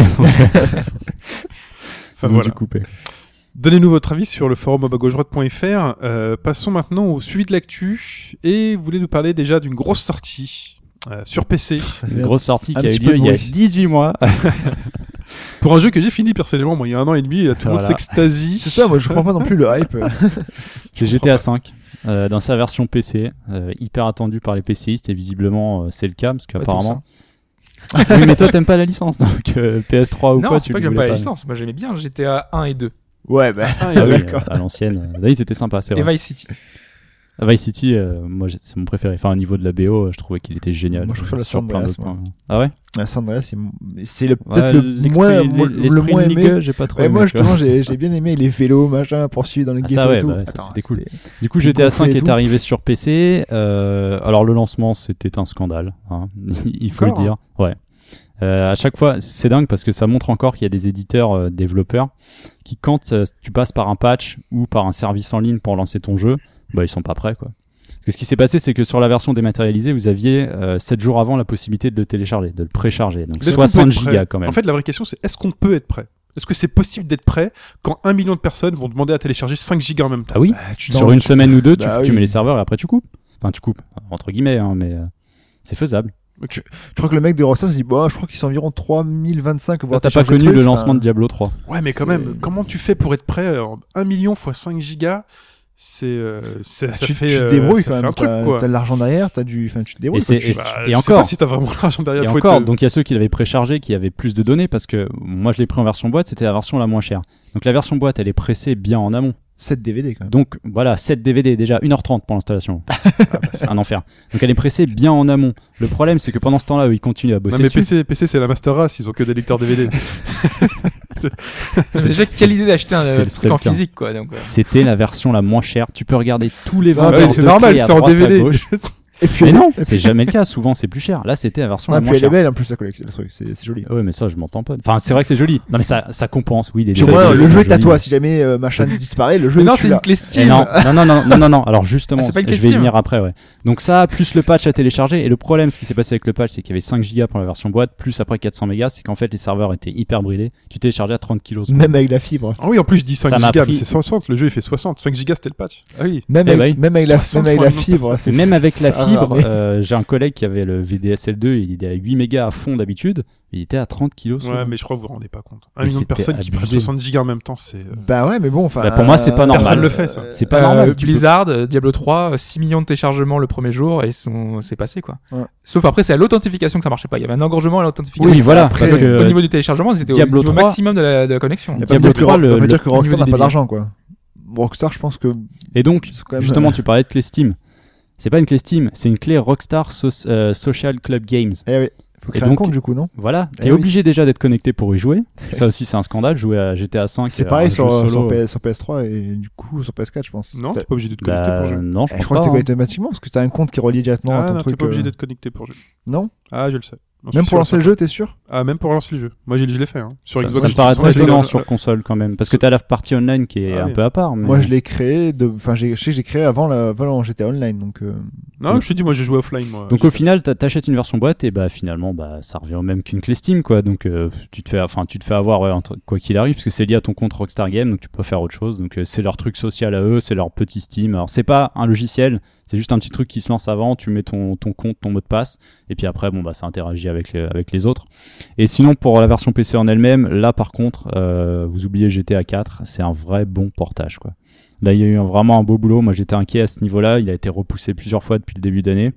Enfin, Ils ont voilà. dû couper. Donnez-nous votre avis sur le forum mobagauche-droite point f r. Euh, passons maintenant au suivi de l'actu. Et vous voulez nous parler déjà d'une grosse sortie euh, sur P C. Ça Une fait- grosse sortie un qui a eu petit peu lieu de il y a bruit. dix-huit mois. Pour un jeu que j'ai fini personnellement, moi, il y a un an et demi, et là, tout le monde Voilà. s'extasie. C'est ça, moi je comprends pas non plus le hype. C'est G T A cinq euh, dans sa version P C, euh, hyper attendu par les PCistes et visiblement euh, c'est le cas parce Pas qu'apparemment. Oui, mais toi t'aimes pas la licence donc euh, P S trois ou Non, quoi c'est tu pas le que j'aime voulais pas la licence. Moi, j'aimais bien G T A un et deux. Ouais, bah. Ah, Ah oui, d'accord. euh, à l'ancienne. Euh, Là, ils étaient sympas, c'est Et vrai. Vice City. Vice City, euh, moi j'ai- c'est mon préféré. Enfin, au niveau de la B O, euh, je trouvais qu'il était génial. Moi, je préfère la sur San plein Andreas, d'autres moi. points. Ah ouais. La San Andreas, c'est m- c'est le- Ouais, peut-être le l'esprit- moins, l'es- moi, le l'esprit moins de aimé. Ligue, j'ai pas trop Ouais, aimé. moi tu vois. justement, j'ai j'ai bien aimé les vélos, machin, poursuivre dans les Ah, ghettos ça, ouais, et tout. bah ouais, ça, c'était cool. c'était- Du coup, Puis G T A gonflé cinq et est tout. arrivé sur P C. Euh, alors le lancement, c'était un scandale. Hein. Il faut Encore, le dire. Ouais. Euh, à chaque fois, c'est dingue parce que ça montre encore qu'il y a des éditeurs, euh, développeurs, qui quand euh, tu passes par un patch ou par un service en ligne pour lancer ton jeu, bah ils sont pas prêts quoi. Parce que ce qui s'est passé, c'est que sur la version dématérialisée, vous aviez euh, sept jours avant la possibilité de le télécharger, de le précharger. Donc Est-ce qu'on peut soixante être prêt gigas quand même. En fait, la vraie question, c'est est-ce qu'on peut être prêt? Est-ce que c'est possible d'être prêt quand un million de personnes vont demander à télécharger cinq gigas en même temps? Ah oui. Bah, tu Sur dans- une tu- semaine ou deux, tu, Bah tu oui. mets les serveurs et après tu coupes. Enfin, tu coupes entre guillemets, hein, mais euh, c'est faisable. Je crois que le mec de Rockstar se dit, bah, je crois qu'ils sont environ trois mille vingt-cinq. Toi, t'as pas connu le lancement de Diablo trois. Ouais, mais quand c'est- même, comment tu fais pour être prêt en un million fois cinq gigas? C'est, euh, c'est- ça tu, fait, tu te euh, débrouilles ça quand fait même. un truc, T'as quoi. t'as de l'argent derrière, t'as du, enfin, tu te débrouilles. Et c'est- quoi. et Tu- Bah, et je sais encore. pas si t'as vraiment l'argent derrière. Et faut encore, être- donc il y a ceux qui l'avaient préchargé, qui avaient plus de données, parce que moi je l'ai pris en version boîte, c'était la version la moins chère. Donc la version boîte, elle est pressée bien en amont. sept D V D quand même. Donc voilà, sept D V D déjà, une heure trente pour l'installation. C'est un enfer. Donc elle est pressée bien en amont. Le problème, c'est que pendant ce temps-là, eux, ils continuent à bosser Non, mais dessus. P C, P C, c'est la Master Race, ils ont que des lecteurs D V D. C'est déjà quelle idée d'acheter un c'est euh, le truc seul en cas. physique, quoi. Donc, ouais. C'était la version la moins chère. Tu peux regarder tous les Ah, vendeurs ouais, de c'est normal, clés à c'est en droite, à D V D. gauche. Et puis, Mais non, et c'est puis- jamais le cas. Souvent, c'est plus cher. Là, c'était la version Non, la puis moins elle est chère. belle en plus la collection, le truc, c'est c'est joli. Ouais, mais ça, je m'entends pas. Enfin, c'est vrai que c'est joli. Non, mais ça, ça compense. Oui, les Puis au D V D moins, le sont jeu est à jolis. toi. Si jamais euh, machin disparaît, le jeu Mais est non, tu c'est une l'as. clé Eh Steam. non, non, non, non, non, non, non. Alors justement, Ah, c'est pas une je vais y question. venir après, ouais. Donc ça, plus le patch à télécharger. Et le problème, ce qui s'est passé avec le patch, c'est qu'il y avait cinq gigas pour la version boîte, plus après quatre cents mégas, c'est qu'en fait, les serveurs étaient hyper bridés. Tu téléchargeais à trente kilos. Même avec la fibre. Ah oui, en plus, je dis cinq Ça m'a gigas, pris- mais c'est soixante. Le jeu, il fait soixante. cinq gigas, c'était le patch. Ah oui. Même Eh avec, bah oui. même avec la, soixante même avec la fois le fibre. nombre c'est- Même avec la ça fibre, ramait. euh, j'ai un collègue qui avait le V D S L deux, il était à huit mégas à fond d'habitude, il était à trente kilos. Ouais, mais je crois que vous vous rendez pas compte. Un Mais million de c'était personnes qui prennent abusé. soixante gigas en même temps, c'est. euh, Bah ouais, mais bon, enfin. Bah, pour moi, c'est pas normal. Personne le fait, ça. C'est pas Euh, normal. tu peux- Blizzard, euh, Diablo trois, euh, six millions de téléchargements le premier jour et son... c'est passé, quoi. Ouais. Sauf après, c'est à l'authentification que ça marchait pas. Il y avait un engorgement à l'authentification. Oui, voilà, après, parce que Au niveau du téléchargement, c'était Diablo au niveau trois- maximum de la, de la connexion. On va pas dire Diablo que, trois, on va le- pas dire le- que au Rockstar niveau n'a des pas billets. d'argent, quoi. Rockstar, je pense que. Et donc, c'est quand même, justement, euh, tu parlais de clé Steam. C'est pas une clé Steam, c'est une clé Rockstar So- euh, Social Club Games. Eh oui. Faut créer donc- un compte du coup, non? Voilà, Eh t'es oui. obligé déjà d'être connecté pour y jouer. Ça aussi, c'est un scandale. Jouer à G T A cinq. C'est euh, pareil un sur, jeu sur, solo. P S, sur P S trois et du coup sur P S quatre, je pense. Non, T'as- t'es pas obligé d'être connecté Bah, pour jouer. non, je Eh, pense je crois pas. que t'es hein. connecté automatiquement parce que t'as un compte qui est relié directement Ah à ton non, t'es truc. pas obligé euh, d'être connecté pour jouer. Non? Ah, je le sais. J'en suis Même sûr pour et lancer le certain. jeu, t'es sûr? Ah, même pour lancer le jeu. Moi, j'ai- je l'ai fait. Hein. Sur Ça, Xbox. ça me je paraît suis très sur- étonnant sur- sur console quand même, parce que t'as la partie online qui est Ah un oui. peu à part. Mais... Moi, je l'ai créé de, enfin, j'ai, je sais que j'ai créé avant la, avant G T A Online, donc, euh, Non, je te dis, moi, j'ai joué offline. Moi. Donc J'ai au fait final, t'a- t'achètes une version boîte et bah finalement, bah ça revient au même qu'une clé Steam, quoi. Donc euh, tu te fais, enfin tu te fais avoir ouais, entre- quoi qu'il arrive, parce que c'est lié à ton compte Rockstar Games, donc tu peux faire autre chose. Donc euh, c'est leur truc social à eux, c'est leur petit Steam. Alors c'est pas un logiciel, c'est juste un petit truc qui se lance avant. Tu mets ton ton compte, ton mot de passe, et puis après bon bah ça interagit avec les, avec les autres. Et sinon pour la version P C en elle-même, là par contre, euh, vous oubliez G T A quatre, c'est un vrai bon portage, quoi. Là il y a eu un- vraiment un beau boulot. Moi j'étais inquiet à ce niveau-là. Il a été repoussé plusieurs fois depuis le début d'année.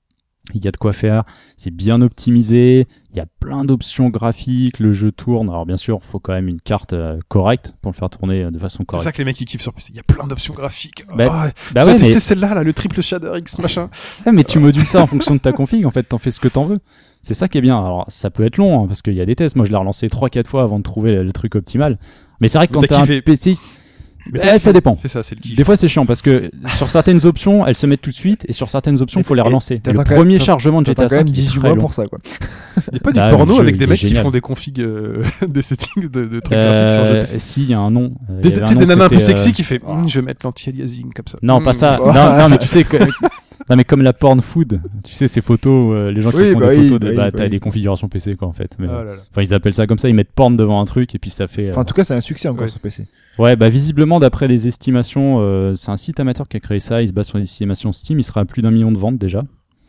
Il y a de quoi faire, c'est bien optimisé, il y a plein d'options graphiques, le jeu tourne. Alors bien sûr, il faut quand même une carte euh, correcte pour le faire tourner euh, de façon C'est correcte. ça que les mecs ils kiffent sur P C. Il y a plein d'options graphiques. Bah, Oh, Bah tu vas ouais, tester mais, celle-là, là, le triple shader X machin. ouais, mais tu modules ça en fonction de ta config, en fait, t'en fais ce que t'en veux. C'est ça qui est bien. Alors ça peut être long, hein, parce qu'il y a des tests. Moi je l'ai relancé trois quatre fois avant de trouver le, le truc optimal. Mais c'est vrai que Mais quand t'as t'as un kiffé. P C, Mais Eh, t'as- ça dépend. C'est ça, c'est le kiff. des fois c'est chiant, parce que sur certaines options, elles se mettent tout de suite, et sur certaines options, il faut les Et- relancer. Et t'attends le quand premier même- chargement de G T A T'as quand même cinq, il est dix-huit très mois long. pour ça, quoi. Il n'y a pas du Bah, porno le jeu, avec il des est mecs qui génial. font des configs, euh, des settings de, de trucs graphiques sur Euh, G P C. si, il y a un nom. Euh, Des, il y avait tu sais, un des nom, nanas un peu c'était, sexy euh, qui fait Hum, je vais mettre l'anti-aliasing comme ça. Non, Hum. pas ça. Oh. Non, non, mais tu sais que. Non, mais comme la porn food, tu sais, ces photos, euh, les gens qui Oui, font bah des oui, photos, de, bah oui, bah, bah t'as oui. des configurations P C, quoi, en fait. Mais, Ah là là. enfin, ils appellent ça comme ça, ils mettent porn devant un truc et puis ça fait. euh, Enfin, en tout cas, c'est un succès encore Ouais. sur P C. Ouais, bah, visiblement, d'après les estimations, euh, c'est un site amateur qui a créé ça, il se base sur les estimations Steam, il sera à plus d'un million de ventes déjà.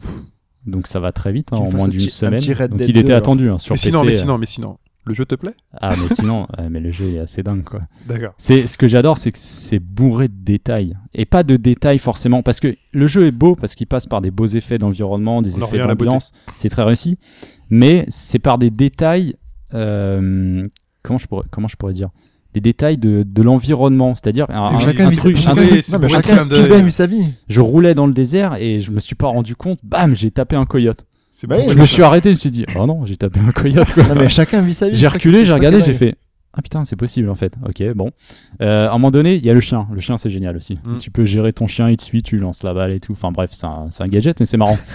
Donc ça va très vite, hein, Qu'il en fasse moins un d'une petit- un semaine. petit Red Donc Dead il était deux, alors. attendu, hein, sur Mais P C. sinon, mais euh. sinon, mais sinon. Le jeu te plaît? Ah, mais sinon, ouais, mais le jeu est assez dingue, quoi. D'accord. C'est ce que j'adore, c'est que c'est bourré de détails et pas de détails forcément parce que le jeu est beau parce qu'il passe par des beaux effets d'environnement, des On en effets revient à la d'ambiance, c'est très réussi. Mais c'est par des détails, euh, comment je pourrais, comment je pourrais dire, des détails de, de l'environnement, c'est-à-dire un, Oui, un- chacun un vit truc- sa un oui, truc- c'est Non, mais pour un chacun, clin d'œil. tout bien vit sa vie. je roulais dans le désert et je me suis pas rendu compte, bam, j'ai tapé un coyote. C'est Bah bon. oui, Je me suis arrêté, je me suis dit, oh non, j'ai tapé un coyote, quoi. Non, mais chacun vit sa vie. J'ai c'est ça qui- reculé, c'est j'ai ça regardé, qui est j'ai dingue. fait ah putain, c'est possible en fait. Ok, bon. Euh, à un moment donné, il y a le chien. Le chien, c'est génial aussi. Mm. Tu peux gérer ton chien, il te suit, tu lances la balle et tout. Enfin bref, c'est un, c'est un gadget, mais c'est marrant.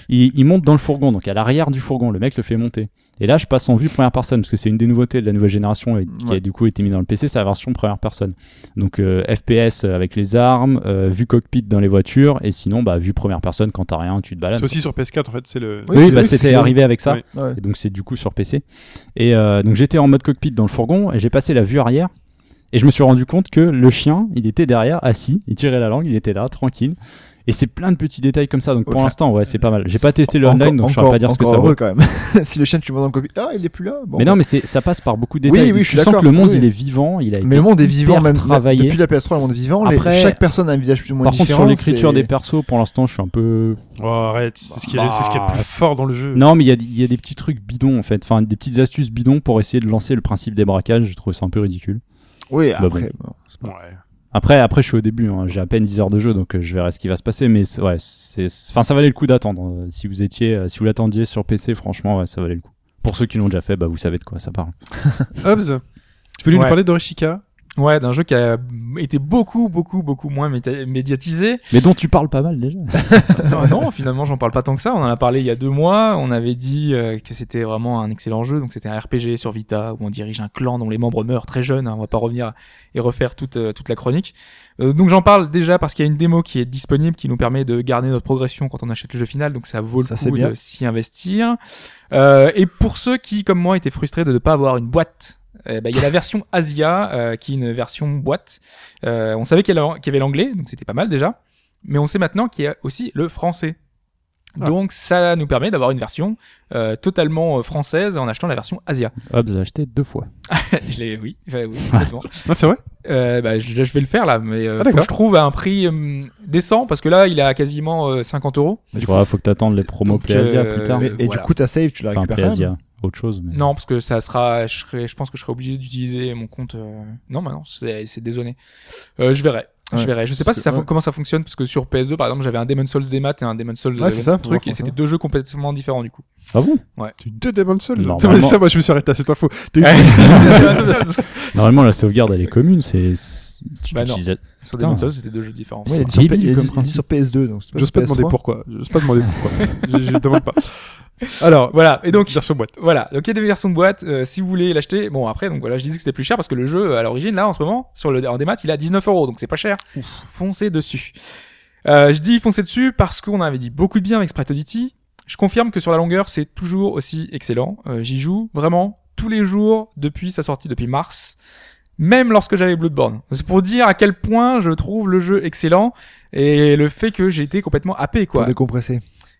il, il monte dans le fourgon, donc à l'arrière du fourgon, le mec le fait monter. Et là, je passe en vue première personne, parce que c'est une des nouveautés de la nouvelle génération et qui Ouais. a du coup été mis dans le P C, c'est la version première personne. Donc euh, F P S avec les armes, euh, vue cockpit dans les voitures, et sinon, bah, vue première personne, quand t'as rien, tu te balades. C'est aussi sur P S quatre en fait, c'est le. Oui, Oui, c'est- bah, oui, c'était c'est- arrivé avec ça. Ouais. Ouais. Et donc c'est du coup sur P C. Et euh, donc j'étais en mode cockpit dans le fourgon et j'ai passé la vue arrière et je me suis rendu compte que le chien, il était derrière assis, il tirait la langue, il était là tranquille. Et c'est plein de petits détails comme ça. Donc pour Enfin, l'instant, ouais, c'est pas mal. J'ai pas testé le Encore- online, donc je saurais encore- pas dire ce que encore ça heureux vaut. quand même. Si le chien tu vois dans le cockpit, ah il est plus là. Bon, Mais bah. non, mais c'est ça passe par beaucoup de Oui, détails. oui, je tu suis sens d'accord, que le monde oui. il est vivant, il a été Mais le monde est hyper vivant, même travaillé. depuis la P S trois, le monde est vivant. les- Après- chaque personne a un visage plus ou moins Par contre, différent. sur l'écriture c'est- des persos, pour l'instant, je suis un peu. Oh, arrête, c'est ce qui est, c'est ce qui est le Bah. plus fort dans le jeu. Non, mais il y a, il y a des petits trucs bidons en fait, enfin des petites astuces bidons pour essayer de lancer le principe des braquages. Je trouve ça un peu ridicule. Oui, Bah après. bon, c'est pas- Ouais. Après, après, je suis au début, hein. J'ai à peine dix heures de jeu, donc euh, je verrai ce qui va se passer. Mais c'est- ouais, c'est, enfin, ça valait le coup d'attendre. Euh, Si vous étiez, euh, si vous l'attendiez sur P C, franchement, ouais, ça valait le coup. Pour ceux qui l'ont déjà fait, bah vous savez de quoi ça parle. Hobbs, tu voulais Ouais. nous parler d'Orishika? Ouais, d'un jeu qui a été beaucoup, beaucoup, beaucoup moins méta- médiatisé. Mais dont tu parles pas mal déjà. non, non, finalement, j'en parle pas tant que ça. On en a parlé il y a deux mois. On avait dit euh, que c'était vraiment un excellent jeu. Donc, c'était un R P G sur Vita où on dirige un clan dont les membres meurent très jeunes. Hein. On va pas revenir et refaire toute, euh, toute la chronique. Euh, donc, j'en parle déjà parce qu'il y a une démo qui est disponible qui nous permet de garder notre progression quand on achète le jeu final. Donc, ça vaut Ça, le c'est coup bien. de s'y investir. Euh, et pour ceux qui, comme moi, étaient frustrés de ne pas avoir une boîte, euh, bah, il y a la version Asia euh, qui est une version boîte. Euh, on savait qu'il y a- qu'il y avait l'anglais, donc c'était pas mal déjà. Mais on sait maintenant qu'il y a aussi le français. Ah. Donc ça nous permet d'avoir une version euh, totalement euh, française en achetant la version Asia. Hop, j'ai acheté deux fois. je l'ai, oui, enfin, oui, complètement. Non, c'est vrai? Euh, bah, je, je vais le faire là, mais euh, Ah, faut d'accord. que je trouve à un prix euh, décent parce que là il est à quasiment euh, cinquante euros. Du coup, faut que t'attendes les promos donc, PlayAsia euh, plus tard. Mais- Et voilà. du coup, ta save, tu la Enfin, récupères quand même. PlayAsia, autre chose. Mais... Non, parce que ça sera, je serai, je pense que je serai obligé d'utiliser mon compte. Euh... Non, bah non, c'est, c'est désolé. Euh, je verrai. Je Ouais. verrai. Je sais pas Parce si que- ça fon- ouais. comment ça fonctionne parce que sur P S deux par exemple j'avais un Demon's Souls des maths et un Demon's Souls Ouais, c'est ça, faut truc voir et comment c'était ça. deux jeux complètement différents du coup. Ah bon? Tu deux Demon's Souls? Normalement- C'est ça, moi je me suis arrêté à cette info. T'as eu- Demon's Souls. Normalement, la sauvegarde elle est commune. C'est. c'est- Tu Bah non. utilises- Sur Putain. Demon's Souls c'était deux jeux différents. Ouais, il a dit C'est sur P- débile il a comme dit- il a dit principe. sur P S deux, donc c'est pas J'ose sur pas P S demander trois. pourquoi. J'ose pas demander pourquoi. je, je demande pas. Alors, Voilà. Et donc version boîte. voilà. Donc il y a des versions de boîte. Euh, si vous voulez l'acheter, bon après donc voilà, je disais que c'était plus cher parce que le jeu à l'origine là en ce moment sur le en démat il est à dix-neuf euros donc c'est pas cher. Foncez dessus. Euh, je dis foncez dessus parce qu'on avait dit beaucoup de bien avec Sprite Oddity. Je confirme que sur la longueur c'est toujours aussi excellent. Euh, j'y joue vraiment tous les jours depuis sa sortie depuis mars. Même lorsque j'avais Bloodborne. C'est pour dire à quel point je trouve le jeu excellent et le fait que j'ai été complètement happé quoi. Pour décompresser.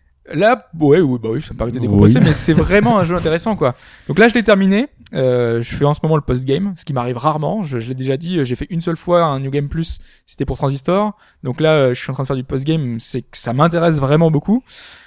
Là, ouais, oui, bah oui, ça me paraît de décompresser, Oui. mais c'est vraiment un jeu intéressant, quoi. Donc là, je l'ai terminé. Euh, je fais en ce moment le post-game, ce qui m'arrive rarement. Je, je l'ai déjà dit, j'ai fait une seule fois un New Game Plus, c'était pour Transistor. Donc là, euh, je suis en train de faire du post-game, c'est que ça m'intéresse vraiment beaucoup.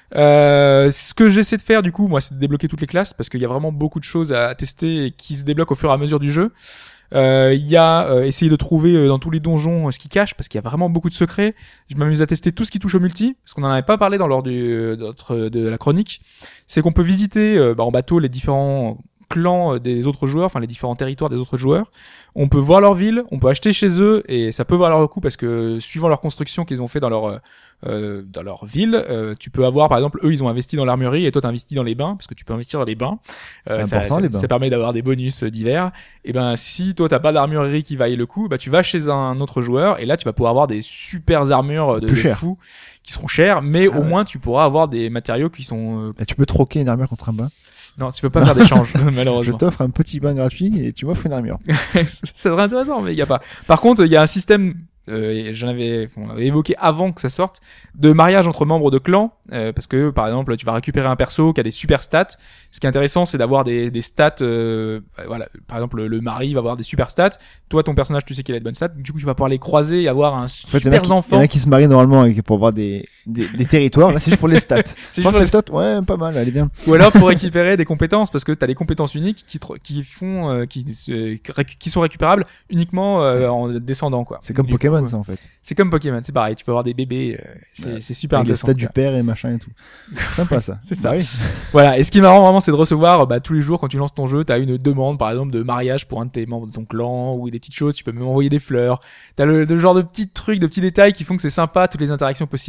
Euh, ce que j'essaie de faire, du coup, moi, c'est de débloquer toutes les classes, parce qu'il y a vraiment beaucoup de choses à tester et qui se débloquent au fur et à mesure du jeu. Euh, Il y a euh, essayer de trouver euh, dans tous les donjons euh, ce qui cache parce qu'il y a vraiment beaucoup de secrets. Je m'amuse à tester tout ce qui touche au multi parce qu'on en avait pas parlé dans l'ordre du, euh, de, notre- de la chronique. C'est qu'on peut visiter euh, bah, en bateau les différents clans euh, des autres joueurs, enfin les différents territoires des autres joueurs. On peut voir leur ville, on peut acheter chez eux et ça peut valoir le coup parce que suivant leur construction qu'ils ont fait dans leur euh, euh, dans leur ville, euh, tu peux avoir par exemple eux ils ont investi dans l'armurerie et toi t'as investi dans les bains parce que tu peux investir dans les bains. C'est ça, important, ça- les bains. ça permet d'avoir des bonus euh, divers. Et ben si toi t'as pas d'armurerie qui vaille le coup, bah tu vas chez un autre joueur et là tu vas pouvoir avoir des super armures de, Plus de cher. fous qui seront chères, mais Ah au ouais. moins tu pourras avoir des matériaux qui sont euh, Et tu peux troquer une armure contre un bain. non tu peux pas faire d'échange Je malheureusement. t'offre un petit bain gratuit et tu m'offres une armure. Ça serait intéressant, mais il y a pas. Par contre, il y a un système, euh, et j'en avais, on l'avait évoqué avant que ça sorte, de mariage entre membres de clans, euh, parce que par exemple, tu vas récupérer un perso qui a des super stats. Ce qui est intéressant, c'est d'avoir des, des stats. Euh, voilà, par exemple, le, le mari va avoir des super stats. Toi, ton personnage, tu sais qu'il a de bonnes stats. Du coup, tu vas pouvoir les croiser et avoir un En fait, il y en a super qui- il y en enfant. a qui se marient normalement avec- pour avoir des, des, des territoires. Là, c'est juste pour les stats. C'est Prends juste tes stats, ouais, pas mal, elle est bien. Ou alors pour récupérer des compétences parce que t'as des compétences uniques qui tro- qui font euh, qui se- qui sont récupérables uniquement euh, en descendant quoi. C'est comme Du Pokémon, coup, ça, en fait. C'est comme Pokémon, c'est pareil. Tu peux avoir des bébés, euh, c'est Ouais. c'est super Avec les intéressant. stats en tout du cas. père et machin et tout. Sympa, ça. C'est ça. Bah oui. Voilà. Et ce qui est marrant vraiment, c'est de recevoir bah, tous les jours quand tu lances ton jeu, t'as une demande par exemple de mariage pour un de tes membres de ton clan ou des petites choses. Tu peux même envoyer des fleurs. T'as le, le genre de petits trucs, de petits détails qui font que c'est sympa toutes les interactions possibles entre les différents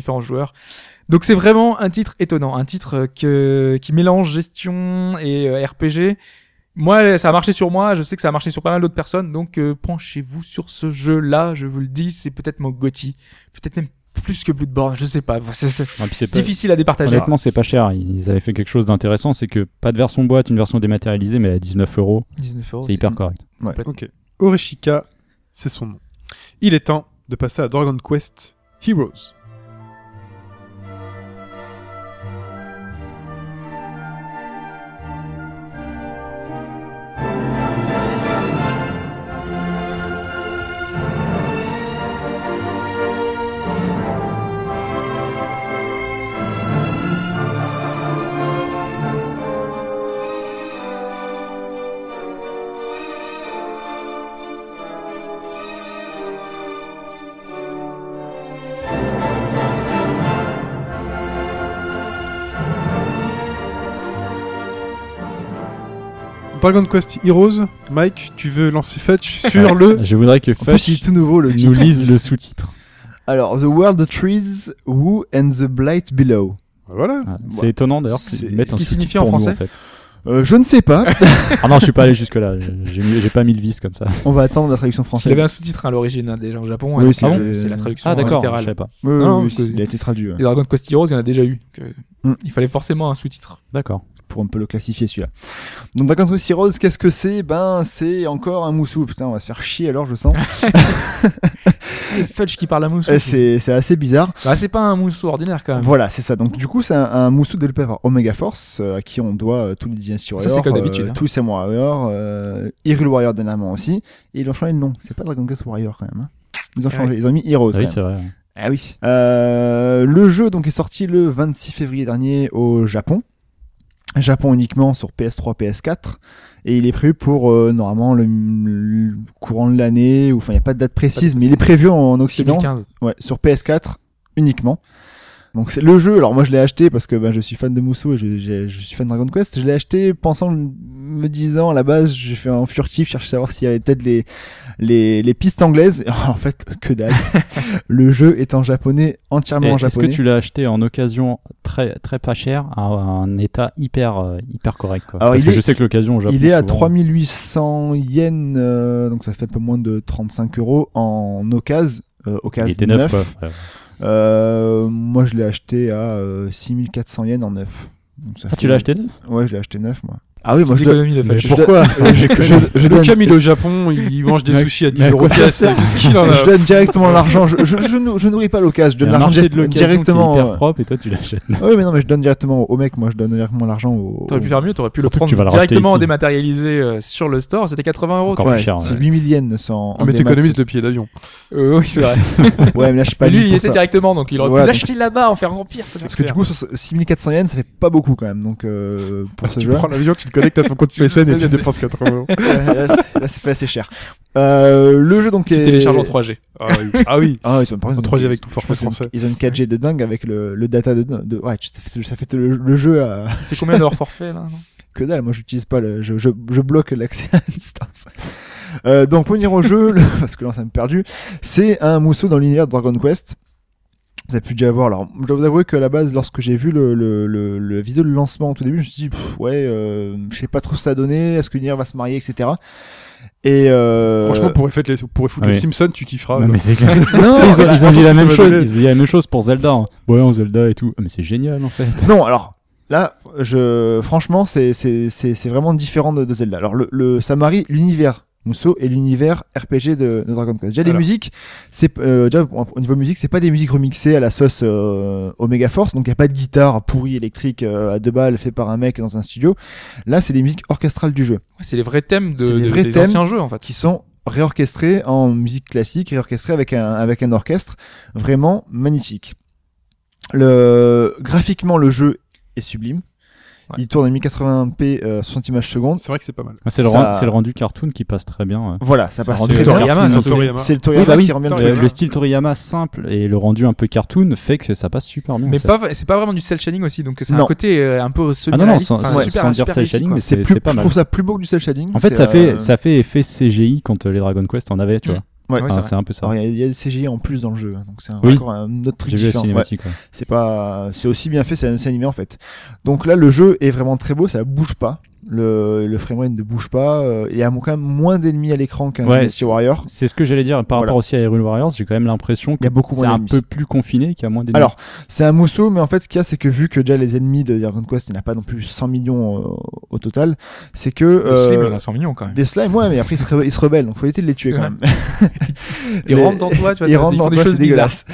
différents joueurs. Donc c'est vraiment un titre étonnant, un titre que, qui mélange gestion et euh, R P G. Moi, ça a marché sur moi, je sais que ça a marché sur pas mal d'autres personnes, donc euh, penchez-vous sur ce jeu-là, je vous le dis, c'est peut-être mon GOTY, peut-être même plus que Bloodborne, je sais pas, c'est, c'est Ah, puis c'est pas- difficile à départager. Honnêtement, c'est pas cher. Ils avaient fait quelque chose d'intéressant, c'est que pas de version boîte, une version dématérialisée, mais à dix-neuf euros, dix-neuf euros, c'est hyper correct. Ok. Oreshika, c'est son nom. Il est temps de passer à Dragon Quest Heroes. Dragon Quest Heroes, Mike, tu veux lancer Fetch sur le... Je voudrais que En plus, il est Fetch tout nouveau le nous titre. lise le sous-titre. Alors, The World Trees, Who and the Blight Below. Voilà. Ah, c'est Ouais. étonnant d'ailleurs C'est- qu'ils mettent ce un qui sous-titre signifie en pour nous, français en fait. Euh, je ne sais pas. Ah non, je suis pas allé jusque là. J'ai mis- j'ai pas mis le vice comme ça. On va attendre la traduction Il française. avait un sous-titre hein, à l'origine hein, déjà au Japon, Oui, donc, c'est- euh, c'est la traduction Ah d'accord, je littérale. savais pas. Oui, oui, Non, non, oui, parce que- il a été traduit. ouais. Et Dragon Quest Heroes, il y en a déjà eu. Donc, euh, Mm. il fallait forcément un sous-titre. D'accord. Pour un peu le classifier celui-là. Donc Dragon Quest Heroes, qu'est-ce que c'est? Ben c'est encore un moussou. Putain, on va se faire chier alors, je sens. Et Fudge qui parle à moussou. Euh, c'est c'est assez bizarre. Bah, c'est pas un moussou ordinaire quand même. Voilà, c'est ça. Donc du coup, c'est un, un moussou développé par Omega Force, euh, à qui on doit euh, tous les Dynasty Warriors, c'est comme d'habitude, hein. tous les Samurai Warriors, euh, Hyrule Warrior dernièrement aussi. Et ils ont changé le nom. C'est pas Dragon Quest Warrior quand même. hein. Ils ont Ouais. changé. Ils ont mis Heroes. Ah quand oui, même. c'est vrai. Ah oui. Euh, le jeu donc est sorti le vingt-six février dernier au Japon. Japon uniquement sur P S trois, P S quatre. Et il est prévu pour euh, normalement le, le courant de l'année. ou Enfin, il n'y a pas de date précise, mais il est prévu en Occident. deux mille quinze. Ouais, sur P S quatre uniquement. Donc c'est le jeu. Alors moi je l'ai acheté parce que ben, je suis fan de Moussou et je, je, je suis fan de Dragon Quest. Je l'ai acheté pensant, me disant à la base, j'ai fait un furtif, chercher à savoir s'il y avait peut-être les les, les pistes anglaises. Et en fait, que dalle. Le jeu est en japonais, entièrement Et en Est-ce que japonais. tu l'as acheté en occasion très très pas cher à un état hyper euh, hyper correct quoi. Alors, Parce il que est- je sais que l'occasion au Japon. Il est à souvent- trois mille huit cents yens, euh, donc ça fait un peu moins de trente-cinq euros en occasion. Euh, Il occasion était neuf neuf. quoi. Ouais. Euh, moi je l'ai acheté à euh, six mille quatre cents yens en neuf. Donc, ça Ah, fait- tu l'as acheté neuf? Ouais, je l'ai acheté neuf moi. Ah oui, moi je Petite dois- économie de Mais Fudge. pourquoi je, je, je, je Le donne, Camille au Japon, il mange des Mais- sushis à dix mais à euros quoi ça pièce. sert Qu'est-ce qu'il en a je donne directement l'argent. Je, je, je, nou- je nourris pas l'occasion. Je Il y donne a un l'argent marché de direct- l'occasion directement. qui est hyper euh, propre et toi tu l'achètes. Ah oui, mais non, mais je donne directement au mec. Moi, je donne directement l'argent au. T'aurais pu faire mieux, t'aurais pu Surtout le que tu vas prendre le racheter directement ici. dématérialisé euh, sur le store, c'était quatre-vingts euros. Encore Ouais, plus cher, c'est ouais. huit mille yens sans. Ah, mais t'économises le billet d'ailleurs. Euh, oui, c'est vrai. Ouais, mais là, je suis pas Mais lui, libre il pour était ça. directement, donc il aurait Voilà, pu l'acheter là-bas, en faire remplir. Parce que du coup, sur ce six mille quatre cents yens, ça fait pas beaucoup quand même. Donc, euh, pour ce Tu jeu. prends l'avion, tu te connectes à ton compte P S N et tu dépenses quatre-vingts euros. Ouais, là, c'est- là, ça fait assez cher. Euh, le jeu donc tu est. télécharges en trois G. Ah oui. Ah oui. Ah, ils ont par En exemple, trois G ils- avec tout je forfait crois qu'ils ont- français. Ils ont une quatre G de dingue avec le, le data de, de ouais, tu- ça fait, ça fait le, le jeu à Ça fait combien d'heures forfait là non que dalle. Moi, j'utilise pas le, je, je, je bloque l'accès à distance. Euh, donc, pour venir au jeu, le- parce que là, ça me perdu, c'est un mousseau dans l'univers de Dragon Quest. Vous avez pu déjà voir. Alors, je dois vous avouer que à la base, lorsque j'ai vu le, le, le, le vidéo de lancement au tout début, je me suis dit, pff, ouais, euh, je sais pas trop ce que ça a donné, est-ce que l'univers va se marier, et cetera. Et euh... Franchement, pour foutre les, pour foutre Oui. les Simpsons, tu kifferas. Non, genre. mais c'est clair. non, Tu sais, ils ont, voilà. ils ont dit la attention, même ça va chose. donner. Ils ont dit la même chose pour Zelda. hein. Ouais, en Zelda et tout. Ah, mais c'est génial en fait. Non, alors là, je franchement, c'est c'est c'est c'est vraiment différent de, de Zelda. Alors le, le ça marie l'univers Musou et l'univers R P G de, de Dragon Quest. Déjà les Alors. musiques, c'est euh, déjà au niveau musique, c'est pas des musiques remixées à la sauce euh, Omega Force, donc il y a pas de guitare pourrie électrique euh, à deux balles fait par un mec dans un studio. Là, c'est des musiques orchestrales du jeu Ouais, c'est les vrais thèmes de, C'est les de- vrais des thèmes anciens jeux en fait. qui sont réorchestrés en musique classique, réorchestrés avec un avec un orchestre vraiment magnifique. Le graphiquement, le jeu est sublime. Ouais. Il tourne à mille quatre-vingts p euh, soixante images secondes. C'est vrai que c'est pas mal. Ah, c'est, le Ça- rendu, c'est le rendu cartoon qui passe très bien. ouais. Voilà, ça C'est passe rendu très Toriyama, bien. Toriyama, surtout. Toriyama. C'est le Toriyama Oui, bah oui. qui revient Euh, le le style Toriyama simple et le rendu un peu cartoon fait que ça passe super bien. Mais en fait. pas, c'est pas vraiment du cel shading aussi, donc c'est Non. un côté euh, un peu Ah non, non, semi-réaliste. sans, enfin, sans- super, sans dire super cel réussi, shading, quoi. mais C'est c'est, plus, c'est pas je mal. trouve ça plus beau que du cel shading. En fait, C'est, ça fait, euh, ça fait effet C G I quand euh, les Dragon Quest en avaient, tu Mm. vois. Ouais, Ouais, Ah, c'est c'est un peu ça. Alors, il y, a- il y a des C G I en plus dans le jeu, hein, donc c'est un, Oui. encore un autre truc J'ai vu la différent. Ouais. cinématique. ouais. C'est pas, c'est aussi bien fait, c'est c'est animé en fait. Donc là, le jeu est vraiment très beau, ça bouge pas. Le, le framerate ne bouge pas. euh, Il y a quand même moins d'ennemis à l'écran qu'un Ouais, Dynasty Warrior. C'est ce que j'allais dire. Par Voilà. rapport aussi à Hyrule Warriors, j'ai quand même l'impression que Il y a beaucoup c'est moins un d'ennemis. peu plus confiné, qu'il y a moins d'ennemis. Alors, c'est un mousseau, mais en fait, ce qu'il y a, c'est que vu que déjà les ennemis de Dragon Quest, il n'y en a pas non plus cent millions euh, au total, c'est que. Le Slim, euh, il en a cent millions quand même. Des slimes, ouais, mais après ils se, re- ils se rebellent, donc faut éviter de les tuer C'est quand vrai. même. Ils Les- rentrent dans toi, tu vois, ils ça- rentrent ils dans font des toi, choses c'est bizarres. dégueulasse.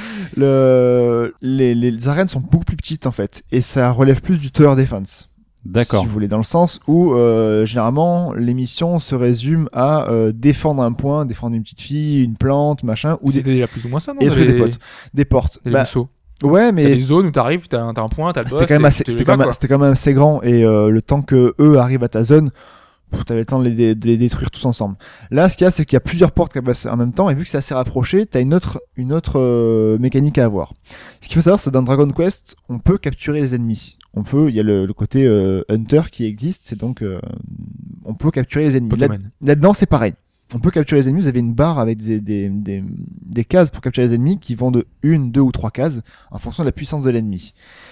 Le, les, les arènes sont beaucoup plus petites en fait, et ça relève plus du tower defense. D'accord. Si vous voulez, dans le sens où euh, généralement les missions se résument à euh, défendre un point, défendre une petite fille, une plante, machin, ou des, C'était déjà plus ou moins ça, non et T'avais des les- potes, des portes. t'avais les Bah, mousseaux. ouais, T'as mais des zones où t'arrives, t'as un, t'as un point, t'as le boss. c'était quand même et assez, tu te c'était vas, quand même, quoi. c'était quand même assez grand, et euh, le temps que eux arrivent à ta zone, pff, t'avais le temps de les, dé- de les détruire tous ensemble. Là, ce qu'il y a, c'est qu'il y a plusieurs portes qui passent en même temps, et vu que c'est assez rapproché, t'as une autre, une autre euh, mécanique à avoir. Ce qu'il faut savoir, c'est que dans Dragon Quest, on peut capturer les ennemis. On peut, il y a le, le côté euh, Hunter qui existe, c'est donc, euh, on peut capturer les ennemis. Là, Pokémon. là-dedans, c'est pareil. On peut capturer les ennemis. Vous avez une barre avec des, des, des, des cases pour capturer les ennemis qui vont de une, deux ou trois cases en fonction de la puissance de l'ennemi.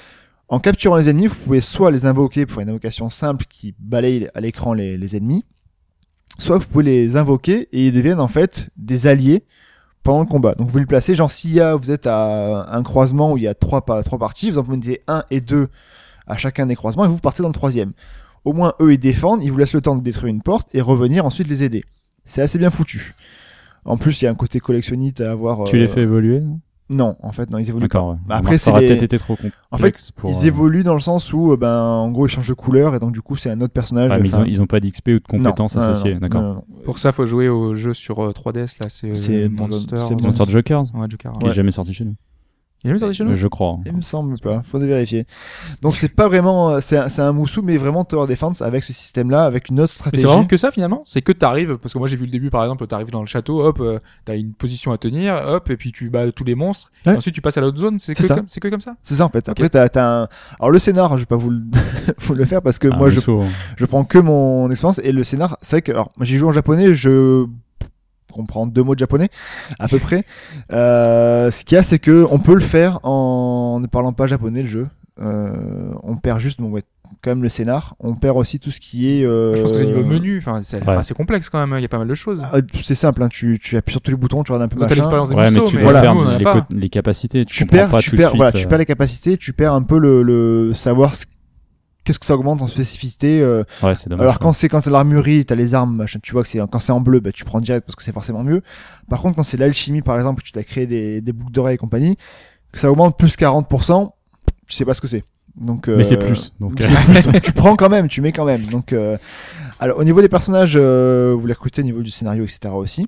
En capturant les ennemis, vous pouvez soit les invoquer pour une invocation simple qui balaye à l'écran les, les ennemis, soit vous pouvez les invoquer et ils deviennent en fait des alliés pendant le combat. Donc vous les placez, genre s'il y a, vous êtes à un croisement où il y a trois, pa- trois parties, vous en mettez un et deux à chacun des croisements et vous partez dans le troisième. Au moins eux ils défendent, ils vous laissent le temps de détruire une porte et revenir ensuite les aider. C'est assez bien foutu. En plus il y a un côté collectionniste à avoir. Tu euh, les fais évoluer non Non, en fait non, ils évoluent pas. D'accord. ouais. Bah, après, Remarque, ça c'est aurait les- peut-être été trop complexe. En fait, pour, ils euh, évoluent dans le sens où euh, ben en gros ils changent de couleur et donc du coup c'est un autre personnage. ouais, mais ils enfin, ont, ils ont pas d'X P ou de compétences non, non, associées. non, D'accord. non, non. Pour ça, faut jouer au jeu sur euh, trois D S, là, c'est euh, C'est Monster. c'est Ils ont sorti Jokers, Ouais, Joker. qui est jamais sorti chez nous. Il est jamais sorti chez nous Je crois. Il me semble pas, faudrait vérifier. Donc c'est pas vraiment, c'est un, c'est un moussou, mais vraiment tower defense avec ce système-là, avec une autre Mais stratégie. c'est vraiment que ça finalement, c'est que t'arrives, parce que moi j'ai vu le début par exemple, t'arrives dans le château, hop, euh, t'as une position à tenir, hop, et puis tu bats tous les monstres, Ouais. et ensuite tu passes à l'autre zone, c'est C'est que, ça. comme- c'est que comme ça. C'est ça en fait. Ok. Après t'as, t'as un, alors le scénar, je vais pas vous le, vous le faire parce que Ah, moi je, Musso, je prends que mon expérience et le scénar, c'est vrai que, alors moi j'ai joué en japonais, je comprends deux mots de japonais à peu près. Euh, ce qu'il y a, c'est que on peut le faire en ne parlant pas japonais le jeu. Euh, on perd juste, bon ouais, quand même le scénar. On perd aussi tout ce qui est. Euh, Je pense que c'est niveau menu, enfin c'est Ouais. assez complexe quand même, il y a pas mal de choses. ah, c'est simple, hein, tu, tu appuies sur tous les boutons, tu regardes un peu Toi, t'as machin. l'expérience des Ouais, mais mousseaux, tu mais dois voilà. perdre nous on en a les, pas. co- les capacités. Tu, Tu comprends perds, pas tu tout perds, de suite. voilà, tu euh, perds les capacités, tu perds un peu le, le savoir ce- qu'est-ce que ça augmente en spécificité. euh, Ouais, c'est dommage. Alors quand c'est quand t'as l'armurerie, t'as les armes, machin, tu vois que c'est quand c'est en bleu, bah tu prends direct parce que c'est forcément mieux. Par contre, quand c'est l'alchimie par exemple, tu t'as créé des, des boucles d'oreilles et compagnie, que ça augmente plus quarante pour cent, tu sais pas ce que c'est. Donc euh, Mais c'est plus. Donc, c'est plus, donc tu prends quand même, tu mets quand même. Donc euh, alors au niveau des personnages, euh, vous les recrutez au niveau du scénario, et cetera aussi.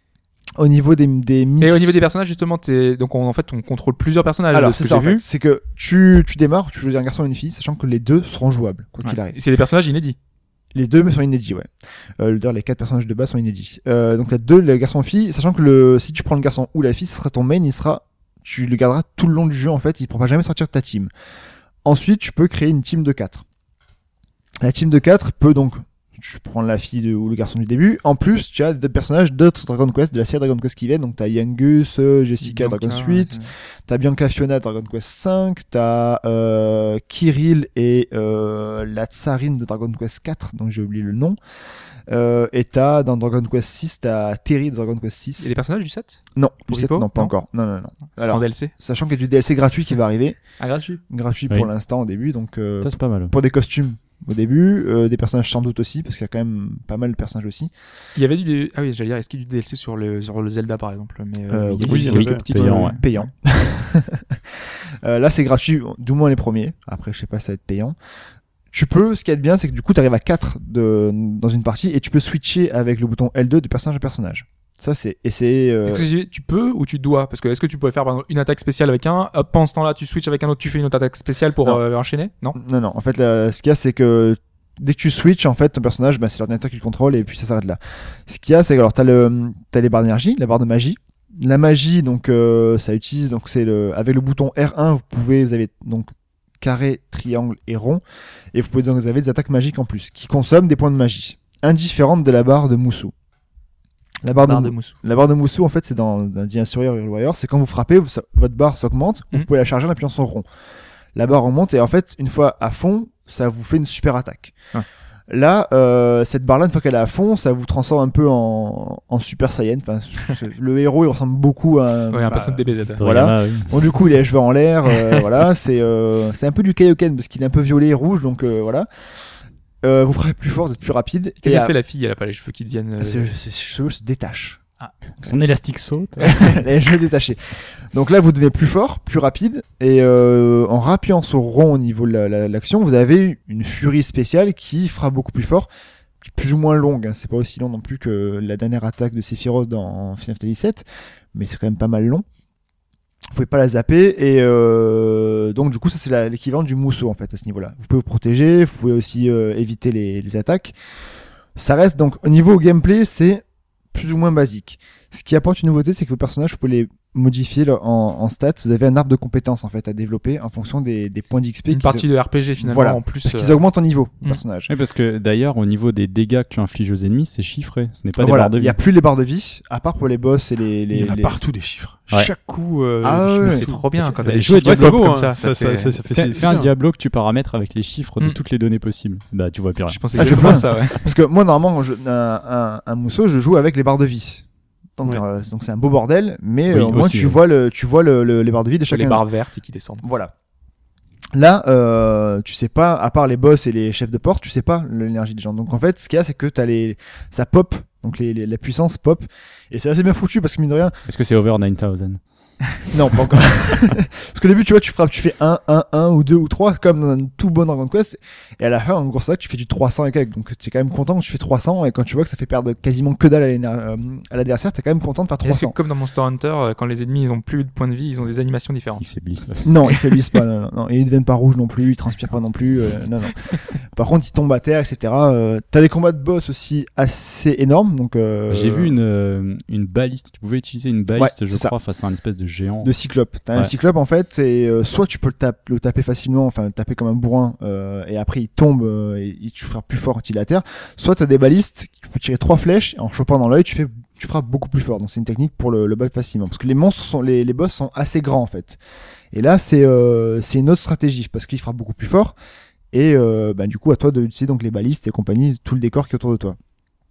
Au niveau des des missions. Et au niveau des personnages justement, t'es- donc on, en fait on contrôle plusieurs personnages. Alors de ce c'est que ça en j'ai fait, vu. c'est que tu tu démarres, tu choisis un garçon et une fille, sachant que les deux seront jouables quoi qu'il Ouais. arrive. Et c'est des personnages inédits. Les deux sont inédits, ouais. Euh, d'ailleurs, les quatre personnages de base sont inédits. Euh, donc, t'as deux, le garçon-fille, sachant que le, si tu prends le garçon ou la fille, ce sera ton main, il sera, tu le garderas tout le long du jeu, en fait, il ne pourra jamais sortir de ta team. Ensuite, tu peux créer une team de quatre. La team de quatre peut donc, tu prends la fille de, ou le garçon du début. En plus, tu as d'autres personnages d'autres Dragon Quest, de la série Dragon Quest qui viennent. Donc, t'as Yangus, euh, Jessica, Bianca, Dragon huit, t'as Bianca Fiona, Dragon Quest cinq, t'as euh, Kirill et euh, la tsarine de Dragon Quest quatre, donc j'ai oublié le nom. Euh, et t'as dans Dragon Quest six, t'as Terry de Dragon Quest six. Et les personnages du sept Non, pour du sept, Hippo non, pas Non encore. Non, non, non. C'est en Alors, D L C. sachant qu'il y a du D L C gratuit qui va arriver, Ah gratuit. gratuit Oui. pour l'instant au début, donc euh, ça, c'est pas mal. pour des costumes au début, euh, des personnages sans doute aussi, parce qu'il y a quand même pas mal de personnages aussi. Il y avait du ah oui j'allais dire est-ce qu'il y a du D L C sur le sur le Zelda par exemple, mais Euh, il y a oui, il y a oui, quelques petites payant, euh, ouais. Payant. Euh, là, c'est gratuit, du moins les premiers. Après, je sais pas, ça va être payant. Tu peux, ce qui est bien, c'est que du coup, tu arrives à quatre de, dans une partie et tu peux switcher avec le bouton L deux de personnage à personnage. Ça, c'est, et c'est, euh, Est-ce que tu peux ou tu dois parce que est-ce que tu pourrais faire par exemple une attaque spéciale avec un, hop, pendant ce temps-là tu switches avec un autre, tu fais une autre attaque spéciale pour Non. euh, enchaîner Non. non, non. En fait, là, ce qu'il y a, c'est que dès que tu switches, en fait, ton personnage, bah, c'est l'ordinateur qui le contrôle et puis ça s'arrête là. Ce qu'il y a, c'est que alors, t'as le, t'as les barres d'énergie, la barre de magie. La magie, donc, euh, ça utilise, donc, c'est le, avec le bouton R un, vous pouvez, vous avez, donc, carré, triangle et rond. Et vous pouvez donc, vous avez des attaques magiques en plus, qui consomment des points de magie. Indifférentes de la barre de Moussou. La barre, Barre de, de mousse. la barre de Moussou, en fait, c'est dans, dans The Interior Hyrule Warriors, c'est quand vous frappez, vous- ça- votre barre s'augmente, Mhm. vous pouvez la charger en appuyant sur rond. La barre remonte et en fait, une fois à fond, ça vous fait une super attaque. Ouais. Là, euh, cette barre-là, une fois qu'elle est à fond, ça vous transforme un peu en, en Super Saiyan. Enfin, c'est- le héros, il ressemble beaucoup à un, Ouais, un bah, personnage de D B Z. Voilà. Toriyama, oui. bon, du coup, il a les cheveux en l'air, euh, voilà, c'est euh, c'est un peu du Kaioken parce qu'il est un peu violet et rouge, donc euh, voilà. Euh, vous frappez plus fort, vous êtes plus rapide. Qu'est-ce Et qu'elle à- fait la fille? Elle a pas les cheveux qui deviennent. euh, ses ses cheveux se détachent. Son élastique saute. Les cheveux détachés. Donc là, vous devenez plus fort, plus rapide, et euh, en rappuyant sur rond au niveau de la- la- l'action, vous avez une furie spéciale qui fera beaucoup plus fort, qui est plus ou moins longue. Hein. C'est pas aussi long non plus que la dernière attaque de Sephiroth dans Final Fantasy sept, mais c'est quand même pas mal long. Vous pouvez pas la zapper, et euh, donc du coup, ça c'est la- l'équivalent du mousseau en fait à ce niveau-là. Vous pouvez vous protéger, vous pouvez aussi euh, éviter les, les attaques. Ça reste donc au niveau gameplay, c'est plus ou moins basique. Ce qui apporte une nouveauté, c'est que vos personnages, vous pouvez les modifier là, en, en stats. Vous avez un arbre de compétences en fait à développer en fonction des, des points d'X P. Une qui partie se- de R P G finalement Voilà. en plus. Parce euh, qu'ils augmentent en niveau, Mm. les personnages. Oui, parce que d'ailleurs, au niveau des dégâts que tu infliges aux ennemis, c'est chiffré. Ce n'est pas des Voilà, barres de il vie. n'y a plus les barres de vie, à part pour les boss et les. les Il y en a les- partout des chiffres. Ouais. Chaque coup. euh, Ah des ouais, chiffres. C'est trop bien quand t'as Ouais, des jouer chiffres à Diablo comme hein. ça. Ça, ça, ça, ça fait- Fais, c'est- fais un c'est- Diablo que tu paramètres avec les chiffres de Mm. toutes les données possibles. Bah, tu vois plus rien. Je pensais Ah, je exactement vois. ça, ouais. Parce que moi, normalement, je, un, un, un mousseau, je joue avec les barres de vie. Donc, Ouais. euh, donc c'est un beau bordel, mais Oui, euh, au moins aussi, tu ouais. vois le, tu vois le, le- les barres de vie de Sur chacun. les barres vertes et qui descendent. Voilà. Là, euh, tu sais pas, à part les boss et les chefs de porte, tu sais pas l'énergie des gens. Donc en fait, ce qu'il y a, c'est que t'as les, ça pop, donc les, les- la puissance pop, et c'est assez bien foutu parce que mine de rien, Est-ce que c'est over neuf mille? non, pas encore. Parce qu'au début, tu vois, tu frappes, tu fais un, un, un ou deux ou trois, comme dans un tout bon Dragon Quest. Et à la fin, en gros, ça, tu fais du trois cents et quelques. Donc, tu es quand même content que tu fais trois cents. Et quand tu vois que ça fait perdre quasiment que dalle à l'éner- euh, à l'adversaire, t'es quand même content de faire Est-ce que trois cents. comme dans Monster Hunter, euh, quand les ennemis ils ont plus de points de vie, ils ont des animations différentes? Ils faiblissent. Non, ils faiblissent pas. Non, non, non. Et ils deviennent pas rouges non plus. Ils transpirent pas non plus. euh, non, non. Par contre, ils tombent à terre, et cetera. Euh, t'as des combats de boss aussi assez énormes. Donc, euh, J'ai vu une, euh, une baliste. Tu pouvais utiliser une baliste, Ouais, je c'est crois, face à un espèce de géant. de cyclope. T'as un Ouais. cyclope en fait, et euh, soit tu peux le, tap- le taper facilement, enfin le taper comme un bourrin, euh, et après il tombe euh, et, et tu feras plus fort quand il est à terre. Soit t'as des balistes, tu peux tirer trois flèches, et en chopant dans l'œil, tu fais, tu feras beaucoup plus fort. Donc c'est une technique pour le, le battre facilement, parce que les monstres sont, les, les boss sont assez grands en fait. Et là c'est euh, c'est une autre stratégie, parce qu'il fera beaucoup plus fort, et euh, bah, du coup à toi d'utiliser donc les balistes et compagnie, tout le décor qui est autour de toi.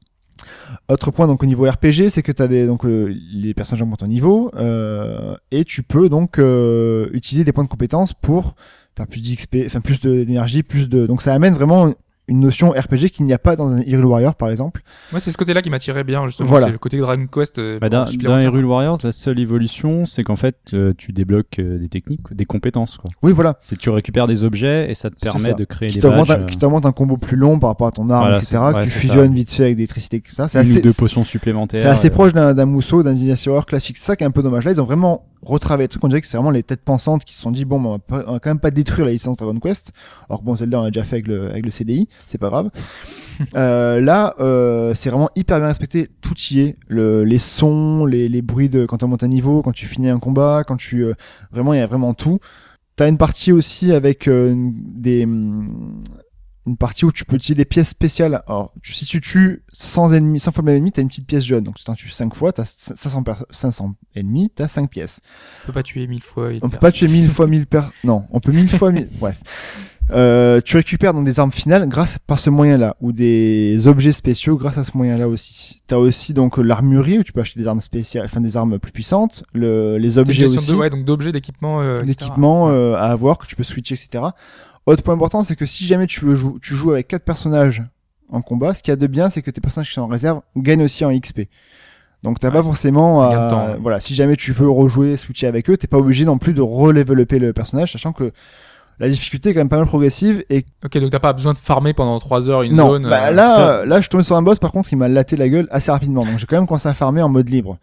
Autre point donc au niveau R P G, c'est que t'as des donc euh, les personnages augmentent en niveau euh, et tu peux donc euh, utiliser des points de compétence pour faire plus d'X P, enfin plus de- d'énergie, plus de donc ça amène vraiment une notion R P G qu'il n'y a pas dans un Hyrule Warrior par exemple. Moi, c'est ce côté-là qui m'attirait bien, justement. Voilà. C'est le côté Dragon Quest. euh, Bah, dans, dans supplémentaire. Hyrule Warriors, la seule évolution, c'est qu'en fait, euh, tu débloques euh, des techniques, des compétences. Quoi. Oui voilà, C'est que tu récupères des objets et ça te C'est permet ça. de créer qui des t'augmente badges. un, euh, qui t'augmente un combo plus long par rapport à ton arme, Voilà, et cetera. c'est- ouais, que tu c'est fusionnes vite fait avec des électricités que ça. C'est une ou assez, deux potions supplémentaires. c'est assez euh, proche d'un d'un Mousseau, d'un Dynasty Warrior classique. C'est ça qui est un peu dommage. Là, ils ont vraiment retravaillé le truc. On dirait que c'est vraiment les têtes pensantes qui se sont dit bon, bah, on, va pas- on va quand même pas détruire la licence Dragon Quest. Alors que bon, Zelda on a déjà fait avec le, avec le C D I, c'est pas grave. euh, là, euh, c'est vraiment hyper bien respecté. Tout y est. Le, les sons, les, les bruits de quand on monte un niveau, quand tu finis un combat, quand tu euh, vraiment il y a vraiment tout. T'as une partie aussi avec euh, une- des hum, une partie où tu peux utiliser des pièces spéciales. Alors, tu- si tu tues cent ennemis, cent fois le même ennemi, t'as une petite pièce jaune. Donc, si tu en tues cinq fois, t'as cinq cents, per- cinq cents ennemis, t'as cinq pièces. On peut pas tuer mille fois. On peut pas tuer mille fois mille per... Non, on peut mille fois mille... Bref. Euh, tu récupères donc des armes finales grâce par ce moyen-là, ou des objets spéciaux grâce à ce moyen-là aussi. T'as aussi donc l'armurerie où tu peux acheter des armes spéciales, enfin des armes plus puissantes, le, les C'est une objets gestion aussi, de, ouais, donc d'objets, d'équipements, euh, et cetera. d'équipements euh, à avoir que tu peux switcher, et cetera. Autre point important, c'est que si jamais tu veux jou- tu joues avec quatre personnages en combat, ce qu'il y a de bien, c'est que tes personnages qui sont en réserve gagnent aussi en X P. Donc t'as Ouais, pas c'est forcément un gain de à, temps, ouais. voilà, si jamais tu veux rejouer, switcher avec eux, t'es pas obligé non plus de re-leveloper le personnage, sachant que la difficulté est quand même pas mal progressive et Ok, donc t'as pas besoin de farmer pendant trois heures une non, zone. bah euh, là, ça- là je suis tombé sur un boss par contre, il m'a laté la gueule assez rapidement, donc j'ai quand même commencé à farmer en mode libre.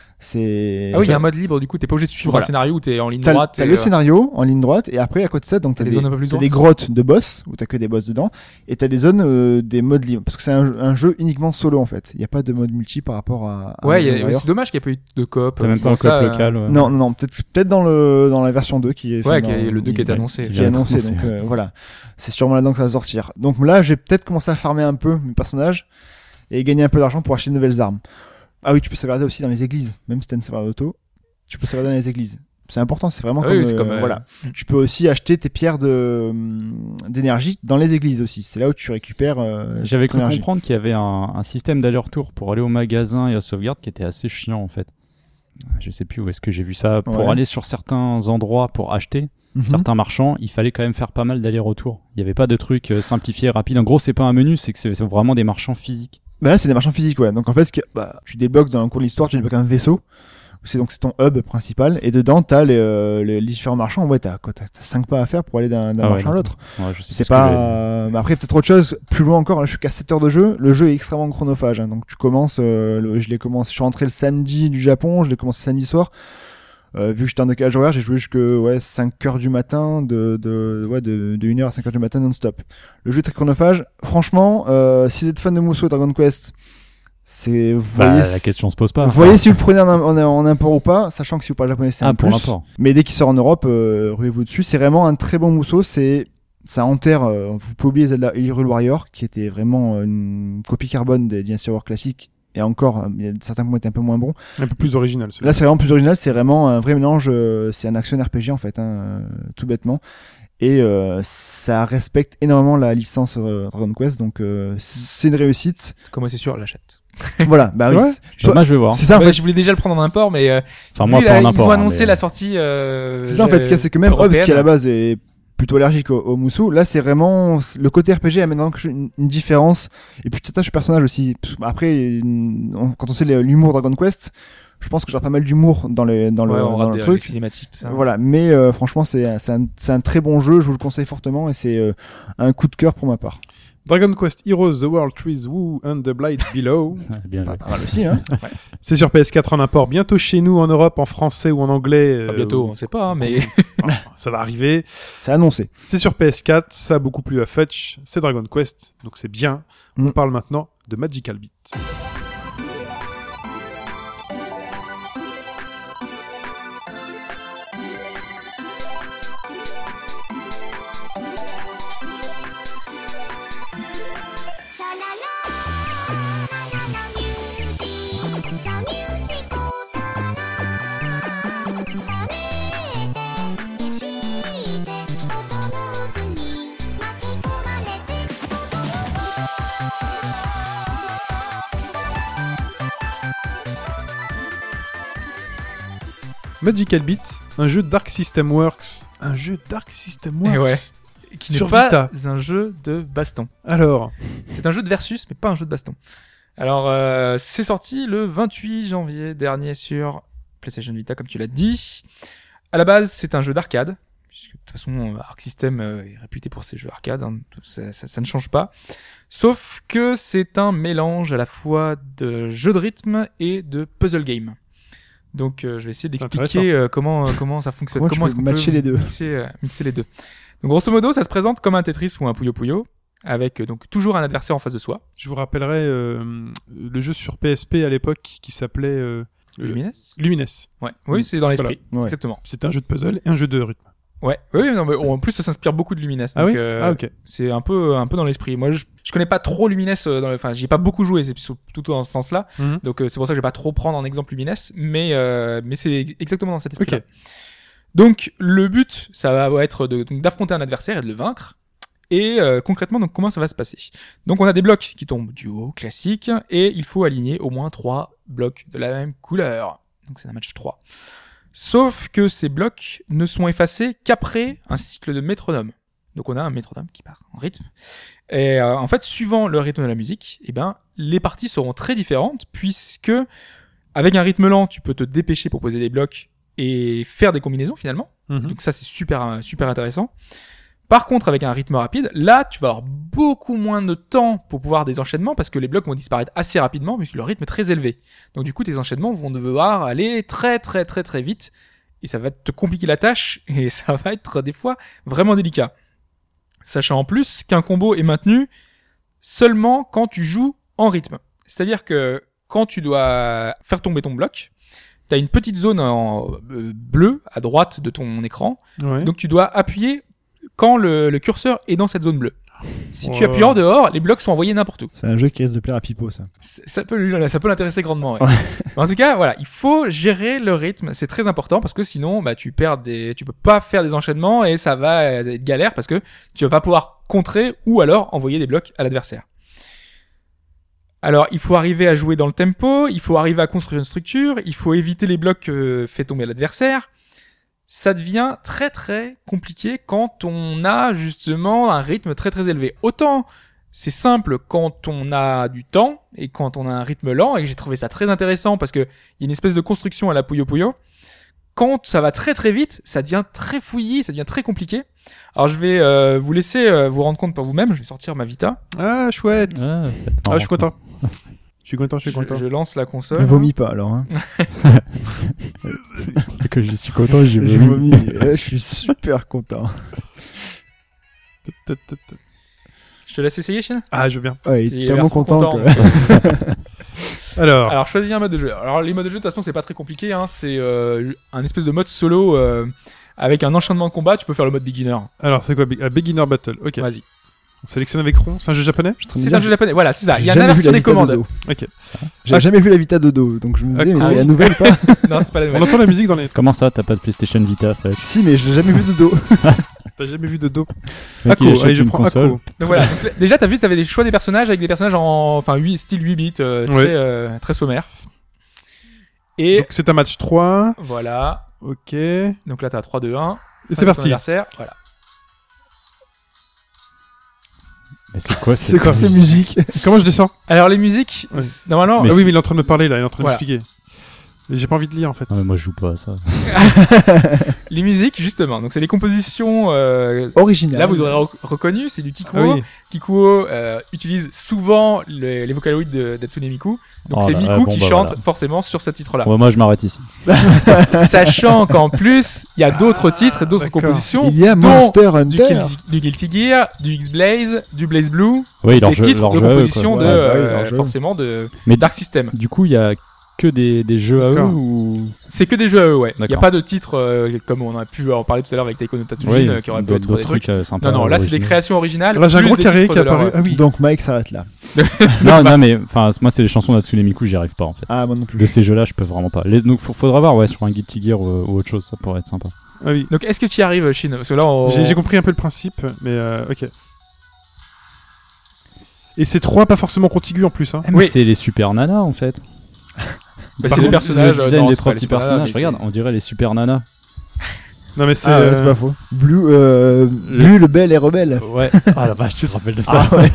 C'est Ah oui, il y a ça- un mode libre, du coup, t'es pas obligé de suivre Voilà. un scénario où t'es en ligne T'as, droite. t'as et, le euh, scénario en ligne droite et après à côté de ça donc t'as T'as des des, zones un peu plus t'as droites. des grottes de boss où t'as que des boss dedans et t'as des zones euh, des modes libres parce que c'est un, un jeu uniquement solo en fait. Il y a pas de mode multi par rapport à. à Ouais, un il y a- Hyrule Warrior. c'est dommage qu'il n'y ait pas eu de coop. T'as même pas Bon, un ça, coop euh, local. ouais. Non non non peut-être peut-être dans le dans la version deux qui est Ouais, dans- qui est le deux qui est ouais, annoncé. qui est vient d'être annoncé annoncé. donc euh, voilà c'est sûrement là-dedans que ça va sortir. Donc là j'ai peut-être commencé à farmer un peu mes personnages et gagner un peu d'argent pour acheter de nouvelles armes. Ah oui, tu peux sauvegarder aussi dans les églises, même si t'as une sauvegarde auto, tu peux sauvegarder dans les églises. C'est important, c'est vraiment Ah comme, oui, c'est euh, comme, euh, voilà. Tu peux aussi acheter tes pierres de d'énergie dans les églises aussi. C'est là où tu récupères. Euh, J'avais ton cru énergie. comprendre qu'il y avait un, un système d'aller-retour pour aller au magasin et à sauvegarde qui était assez chiant en fait. Je sais plus où est-ce que j'ai vu ça. Pour Ouais. aller sur certains endroits pour acheter, Mhm. certains marchands, il fallait quand même faire pas mal d'allers-retours. Il n'y avait pas de truc euh, simplifié, rapide. En gros, c'est pas un menu, c'est que c'est c'est vraiment des marchands physiques. Bah là, c'est des marchands physiques, ouais. Donc en fait, ce qui... bah, tu débloques dans le cours de l'histoire, tu débloques un vaisseau. C'est donc c'est ton hub principal et dedans t'as les, euh, les différents marchands. Ouais, t'as quoi, t'as cinq pas à faire pour aller d'un, d'un Ah ouais, marchand à l'autre. Ouais, je sais C'est ce que pas. j'ai- euh, Mais après peut-être autre chose. Plus loin encore. Là, je suis qu'à sept heures de jeu. Le jeu est extrêmement chronophage. Hein. Donc tu commences. Euh, le... Je l'ai commencé. Je suis rentré le samedi du Japon. Je l'ai commencé samedi soir. Euh, vu que j'étais en décalage horaire, j'ai joué jusque ouais cinq heures du matin, de de ouais de, de une heure à cinq heures du matin non-stop. Le jeu est très chronophage. Franchement, euh, si vous êtes fan de Musou et Dragon Quest, c'est vous Bah, voyez. la question se pose pas. Vous voyez si vous le prenez en, en, en import ou pas, sachant que si vous parlez japonais, c'est Ah, un pour plus. l'import. Mais dès qu'il sort en Europe, euh, ruez-vous dessus. C'est vraiment un très bon mousseau. C'est ça enterre. Euh, vous pouvez oublier Zelda Hyrule Warrior, qui était vraiment une copie carbone des Dynasty Warriors classiques. Et encore, euh, il y a certains points étaient un peu moins bons. Un peu plus original. celui-là. Là, c'est vraiment plus original. C'est vraiment un vrai mélange. euh, c'est un action R P G en fait, hein, euh, tout bêtement. Et euh, ça respecte énormément la licence euh, Dragon Quest. Donc, euh, c'est une réussite. Comme moi, c'est sûr, j'achète. Voilà. Bah C'est oui. vrai Toi- Moi, je vais voir. C'est ça en Ouais, fait. je voulais déjà le prendre en import, mais euh, Enfin, moi, vu pas la- en import. ils ont hein, annoncé mais- la sortie. Euh, C'est ça en fait, ce qu'il y a, c'est que même Hobbs qui à la européenne. base est plutôt allergique au, au Musou, là c'est vraiment le côté R P G amène donc une, une différence et puis tu t'attaches au personnage aussi. Après, une- on- quand on sait l'humour Dragon Quest, je pense que j'ai pas mal d'humour dans, les, dans, Ouais, le, on dans rate le des- les truc. cinématiques, tout ça. Voilà, mais euh, franchement c'est c'est un, c'est un très bon jeu, je vous le conseille fortement et c'est euh, un coup de cœur pour ma part. Dragon Quest Heroes, The World Trees, Woo and the Blight Below. Ouais, bien joué. Pas mal aussi, hein. C'est sur P S quatre en import, bientôt chez nous en Europe, en français ou en anglais. Pas euh, bientôt, ou- on sait pas, hein, mais Enfin, ça va arriver. C'est annoncé. C'est sur P S quatre, ça a beaucoup plu à Fetch, c'est Dragon Quest, donc c'est bien. On Mm. parle maintenant de Magical Beat. Magical Beat, un jeu Dark System Works. Un jeu Dark System Works Et ouais. qui n'est Sur pas Vita. un jeu de baston. Alors, C'est un jeu de versus, mais pas un jeu de baston. Alors, euh, c'est sorti le vingt-huit janvier dernier sur PlayStation Vita, comme tu l'as dit. À la base, c'est un jeu d'arcade, puisque de toute façon, Arc System euh, est réputé pour ses jeux arcade, hein, ça, ça, ça ne change pas. Sauf que c'est un mélange à la fois de jeu de rythme et de puzzle game. Donc, euh, je vais essayer d'expliquer euh, comment euh, comment ça fonctionne, Comment tu comment peux est-ce qu'on matcher peut les deux. mixer, euh, mixer les deux. Donc, grosso modo, ça se présente comme un Tetris ou un Puyo Puyo, avec euh, donc toujours un adversaire en face de soi. je vous rappellerai euh, le jeu sur P S P à l'époque qui s'appelait euh, euh, Lumines. Lumines. Ouais. Oui, c'est dans l'esprit. Ouais. Exactement. C'était un jeu de puzzle et un jeu de rythme. Ouais. Oui, oui, non, mais en plus ça s'inspire beaucoup de Lumines. Ah donc, oui euh, Ah ok. C'est un peu un peu dans l'esprit. Moi, je, je connais pas trop Lumines. euh, Dans le, enfin, j'y ai pas beaucoup joué. C'est plutôt dans ce sens-là. Mhm. Donc euh, c'est pour ça que je vais pas trop prendre en exemple Lumines, mais euh, mais c'est exactement dans cet esprit. Ok. Donc le but, ça va être de donc, d'affronter un adversaire et de le vaincre. Et euh, concrètement, donc comment ça va se passer? Donc on a des blocs qui tombent du haut, classique, et il faut aligner au moins trois blocs de la même couleur. Donc c'est un match trois. Sauf que ces blocs ne sont effacés qu'après un cycle de métronome. Donc on a un métronome qui part en rythme. Et euh, en fait, suivant le rythme de la musique, eh ben les parties seront très différentes puisque avec un rythme lent, tu peux te dépêcher pour poser des blocs et faire des combinaisons finalement. Mhm. Donc ça c'est super super intéressant. Par contre, avec un rythme rapide, là, tu vas avoir beaucoup moins de temps pour pouvoir des enchaînements parce que les blocs vont disparaître assez rapidement puisque le rythme est très élevé. Donc du coup, tes enchaînements vont devoir aller très très très très vite et ça va te compliquer la tâche et ça va être des fois vraiment délicat. Sachant en plus qu'un combo est maintenu seulement quand tu joues en rythme. C'est-à-dire que quand tu dois faire tomber ton bloc, t'as une petite zone en euh, bleu à droite de ton écran. Ouais. Donc tu dois appuyer quand le, le curseur est dans cette zone bleue. Si Ouais. tu appuies en dehors, les blocs sont envoyés n'importe où. C'est un jeu qui risque de plaire à Pipo, ça. C- Ça peut, lui- ça peut l'intéresser grandement. Ouais. Mais en tout cas, voilà, il faut gérer le rythme. C'est très important parce que sinon, bah, tu perds des, tu peux pas faire des enchaînements et ça va être galère parce que tu vas pas pouvoir contrer ou alors envoyer des blocs à l'adversaire. Alors, il faut arriver à jouer dans le tempo, il faut arriver à construire une structure, il faut éviter les blocs que fait tomber l'adversaire. Ça devient très très compliqué quand on a justement un rythme très très élevé. Autant c'est simple quand on a du temps et quand on a un rythme lent, et j'ai trouvé ça très intéressant parce que il y a une espèce de construction à la Puyo Puyo. Quand ça va très très vite, ça devient très fouillis, ça devient très compliqué. Alors je vais euh, vous laisser euh, vous rendre compte par vous-même, je vais sortir ma Vita. Ah, chouette. Ah, c'est Ah, je suis content. Je suis content, je suis Je, content. je lance la Ne console. vomis pas, alors. Hein. que je suis content, j'ai J'ai vomi. vomi. Ouais, je suis super content. Je te laisse essayer, Chine. Ah, je veux bien. Ouais, il Il est a tellement l'air trop content. content. que- Alors, Alors choisis un mode de jeu. Alors les modes de jeu de toute façon c'est pas très compliqué, hein. C'est euh, un espèce de mode solo euh, avec un enchaînement de combat. Tu peux faire le mode beginner. alors c'est quoi? Be- ah, Beginner Battle. Ok. Vas-y. On sélectionne avec rond. C'est un jeu japonais? C'est un jeu japonais. Voilà, c'est ça. Il y a J'ai une jamais vu inversion la des Vita commandes. Dodo. Ok. J'ai Ah. jamais vu la Vita Dodo, donc je me disais, Ah, mais ah c'est oui. la nouvelle ou pas? Non, c'est pas la On nouvelle. entend la musique dans les. Comment ça, t'as pas de PlayStation Vita, fait Si, mais je l'ai jamais vu Dodo. T'as jamais vu de dos. Mec, Akko, il achète allez, je une prends console. Akko. Donc voilà. Donc, là, déjà t'as vu, t'avais des choix des personnages avec des personnages en, enfin huit style huit bits, euh, très Ouais. euh, très sommaire. Et Donc c'est un match trois. voilà. Ok. Et Donc là t'as trois, deux, un. c'est ton parti. adversaire. Voilà. Mais c'est quoi C'est quoi ces musique musiques? Comment je descends? Alors les musiques, Ouais. c'est- normalement. Mais Ah oui, c'est- mais il est en train de me parler là, il est en train Voilà. d'expliquer. Mais j'ai pas envie de lire en fait. Ah, mais moi je joue pas à ça. Les musiques justement. Donc c'est les compositions. Euh, Original. Là, vous aurez rec- reconnu, c'est du Kikuo. Ah oui. Kikuo euh, utilise souvent les, les vocaloïdes de d'Hatsune Miku. Donc Oh c'est là, Miku ah, bon, qui bah, chante voilà. forcément sur ce titre-là. Ouais, moi je m'arrête ici. Sachant qu'en plus, il y a d'autres titres et d'autres d'accord. compositions. Il y a dont Monster du, Hunter. Guilty, du Guilty Gear, du X-Blaze, du Blaze Blue. Oui, leur les jeu, titres leur de jeu, composition quoi. de, Ouais, bah oui, euh, leur jeu. forcément de Mais Dark System. du coup, il y a que des, des jeux à eux D'accord. ou C'est que des jeux à eux, ouais. Il n'y a D'accord. pas de titres euh, comme on a pu en parler tout à l'heure avec Taiko no Tatsujin Oui, euh, qui aurait pu d'autres être d'autres des trucs. trucs euh, sympas. Non, non, là c'est des originaux. créations originales. Là j'ai un plus gros des carré titres qui de leur- apparaît. Ah oui. Donc Mike s'arrête là. Non, non, mais enfin, moi c'est les chansons d'Hatsune Miku, j'y arrive pas en fait. Ah, moi non plus. De ces jeux-là, je peux vraiment pas. Les, donc, faut- faudra voir, ouais, sur un Guilty Gear ou, ou autre chose, ça pourrait être sympa. Ah oui. Donc est-ce que tu y arrives, Shin? Parce que là, on... J'ai j'ai compris un peu le principe, mais euh, ok. Et c'est trois pas forcément contigus en plus. Hein. Ah, mais Oui. c'est les Super Nanas en fait. Bah, Par c'est les contre, personnages. Le euh, design non, des c'est trois pas les petits Super Nanas, personnages, mais regarde, on dirait les Super Nanas. Non mais c'est. Ah ouais, euh, c'est pas faux. Blue, euh, Blue, le bel et rebelle. Ouais. Ah la vache, tu te rappelles de ça. Ah ouais.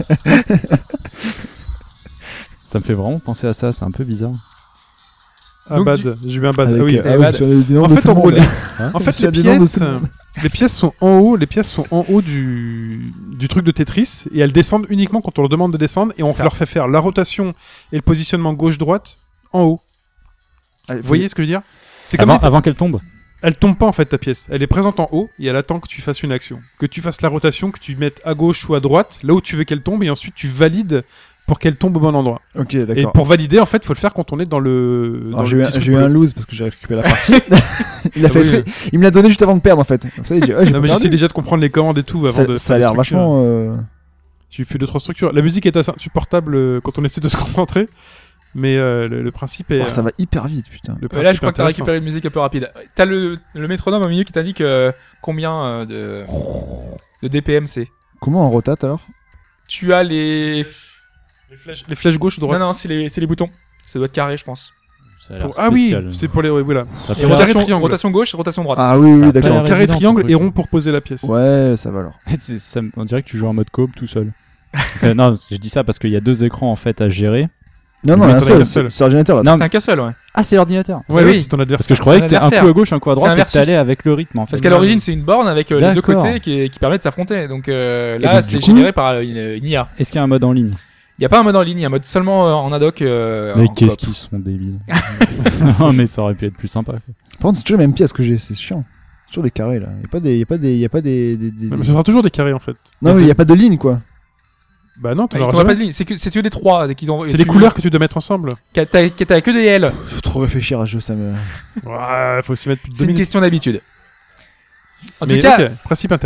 Ça me fait vraiment penser à ça, c'est un peu bizarre. Ah, Donc, bad. J'ai eu un bad. Avec, Ah oui. euh, t'es ah oui, bad. tu as des noms En de fait, tout en le gros, monde. les, Hein en fait, Tu les as des noms de pièces, tout le monde. les pièces sont en haut. Les pièces sont en haut du du truc de Tetris et elles descendent uniquement quand on leur demande de descendre et on C'est ça. leur fait faire la rotation et le positionnement gauche-droite en haut. Vous voyez ce que je veux dire? C'est comme Avant, si t- avant qu'elle tombe. elle tombe pas en fait ta pièce. Elle est présente en haut et elle attend que tu fasses une action, que tu fasses la rotation, que tu mettes à gauche ou à droite, là où tu veux qu'elle tombe et ensuite tu valides pour qu'elle tombe au bon endroit. Ok, Et d'accord. pour valider, en fait, faut le faire quand on est dans le. Alors, dans j'ai le eu, un- petit j'ai truc eu un bleu. lose parce que j'ai récupéré la partie. il a Ah fait oui. exprès. Il me l'a donné juste avant de perdre en fait. Comme ça, il dit, ah, j'ai Non pas mais perdu. j'essaie déjà de comprendre les commandes et tout avant ça, de. ça faire a des l'air structures. vachement. euh, J'ai fait deux trois structures. La musique est assez insupportable euh, quand on essaie de se concentrer, mais euh, le, le principe est. oh, ça va hyper vite, putain. le Euh, principe là, je crois est que t'as intéressant. récupéré une musique un peu rapide. T'as le, le métronome au milieu qui t'indique euh, combien euh, de, de D P M c'est. Comment on rotate alors? Tu as les. Les flèches, les flèches gauche ou droite. Non, non, c'est les, c'est les boutons. Ça doit être carré, je pense. Ça a l'air Pour- Ah oui, spécial. c'est pour les. ouais, voilà. Ça Et peut- rotation- rotation, triangle. rotation gauche, rotation droite. Ah oui, Ça oui, a pas d'accord. l'air Carré, évident, triangle ton et truc. rond pour poser la pièce. Ouais, ça va alors. C'est- ça me- on dirait que tu joues en mode coop tout seul. C'est- non, je dis ça parce qu'il y a deux écrans en fait à gérer. Non, non, Oui, un t'en as seul. qu'un C'est seul. c'est ordinateur là. Non, T'as un qu'un seul, ouais. ah c'est l'ordinateur. Ouais, Oui. oui, c'est ton adversaire. Parce que je croyais que c'est un t'es un adversaire. coup à gauche, un coup à C'est droite un et que t'allais versus. avec le rythme en fait. Parce qu'à l'origine, c'est une borne avec euh, les deux D'accord. côtés qui, qui permet de s'affronter. Donc euh, Et là, donc, c'est du coup- généré par une, une I A. Est-ce qu'il y a un mode en ligne? Il n'y a pas un mode en ligne, il y a un mode seulement euh, en ad hoc. Euh, Mais en qu'est-ce coop. qu'ils sont débiles. Non mais ça aurait pu être plus sympa. quoi. Par contre, c'est toujours les mêmes pièces que j'ai, c'est chiant. C'est toujours des carrés là. Y a pas des. Y a pas des. Y a pas des. des- des- Ouais, mais ce sera toujours des carrés en fait. Non, mais y a pas de ligne quoi. Bah non, t'en Ouais, auras t'auras jamais. pas de ligne. C'est que c'est que les trois qu'ils ont. C'est tu- les couleurs que tu dois mettre ensemble. T'as t'as- t'as que des L. Faut trop réfléchir à ce jeu, ça me. Ouais, faut s'y mettre plus de C'est deux une minutes. question d'habitude. En Mais tout cas, ok, principe intéressant.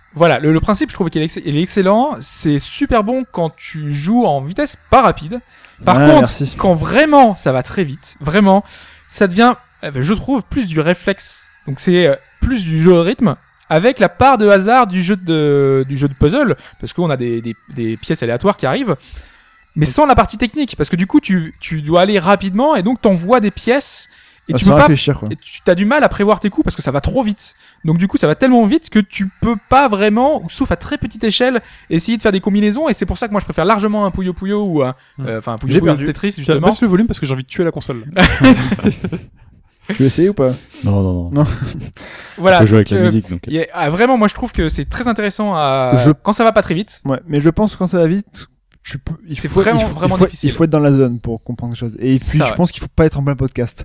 Voilà, le, le principe, je trouve qu'il est, ex- il est excellent. C'est super bon quand tu joues en vitesse pas rapide. Par Ah, contre, merci. quand vraiment ça va très vite, vraiment, ça devient, euh, je trouve, plus du réflexe. Donc c'est euh, plus du jeu au rythme, avec la part de hasard du jeu de, du jeu de puzzle, parce qu'on a des, des, des pièces aléatoires qui arrivent, mais sans la partie technique, parce que du coup, tu, tu dois aller rapidement, et donc t'envoies des pièces, et Ah, tu sans peux pas, réfléchir, quoi. et tu as du mal à prévoir tes coups parce que ça va trop vite. Donc du coup, ça va tellement vite que tu peux pas vraiment, ou sauf à très petite échelle, essayer de faire des combinaisons. Et c'est pour ça que moi, je préfère largement un Puyo Puyo ou un, euh, enfin un Puyo J'ai Puyo perdu. Tetris Tiens, justement. baisse le volume parce que j'ai envie de tuer la console. Tu veux essayer ou pas? Non, non, non. Non. Voilà. Faut jouer avec donc, la euh, musique, donc. il y a- ah, vraiment, moi, je trouve que c'est très intéressant à Je- quand ça va pas très vite. Ouais, mais je pense que quand ça va vite, tu peux. il C'est faut- vraiment- il faut- vraiment il faut, difficile. Il faut être dans la zone pour comprendre les choses. Et puis, Ça, je ouais. pense qu'il faut pas être en plein podcast.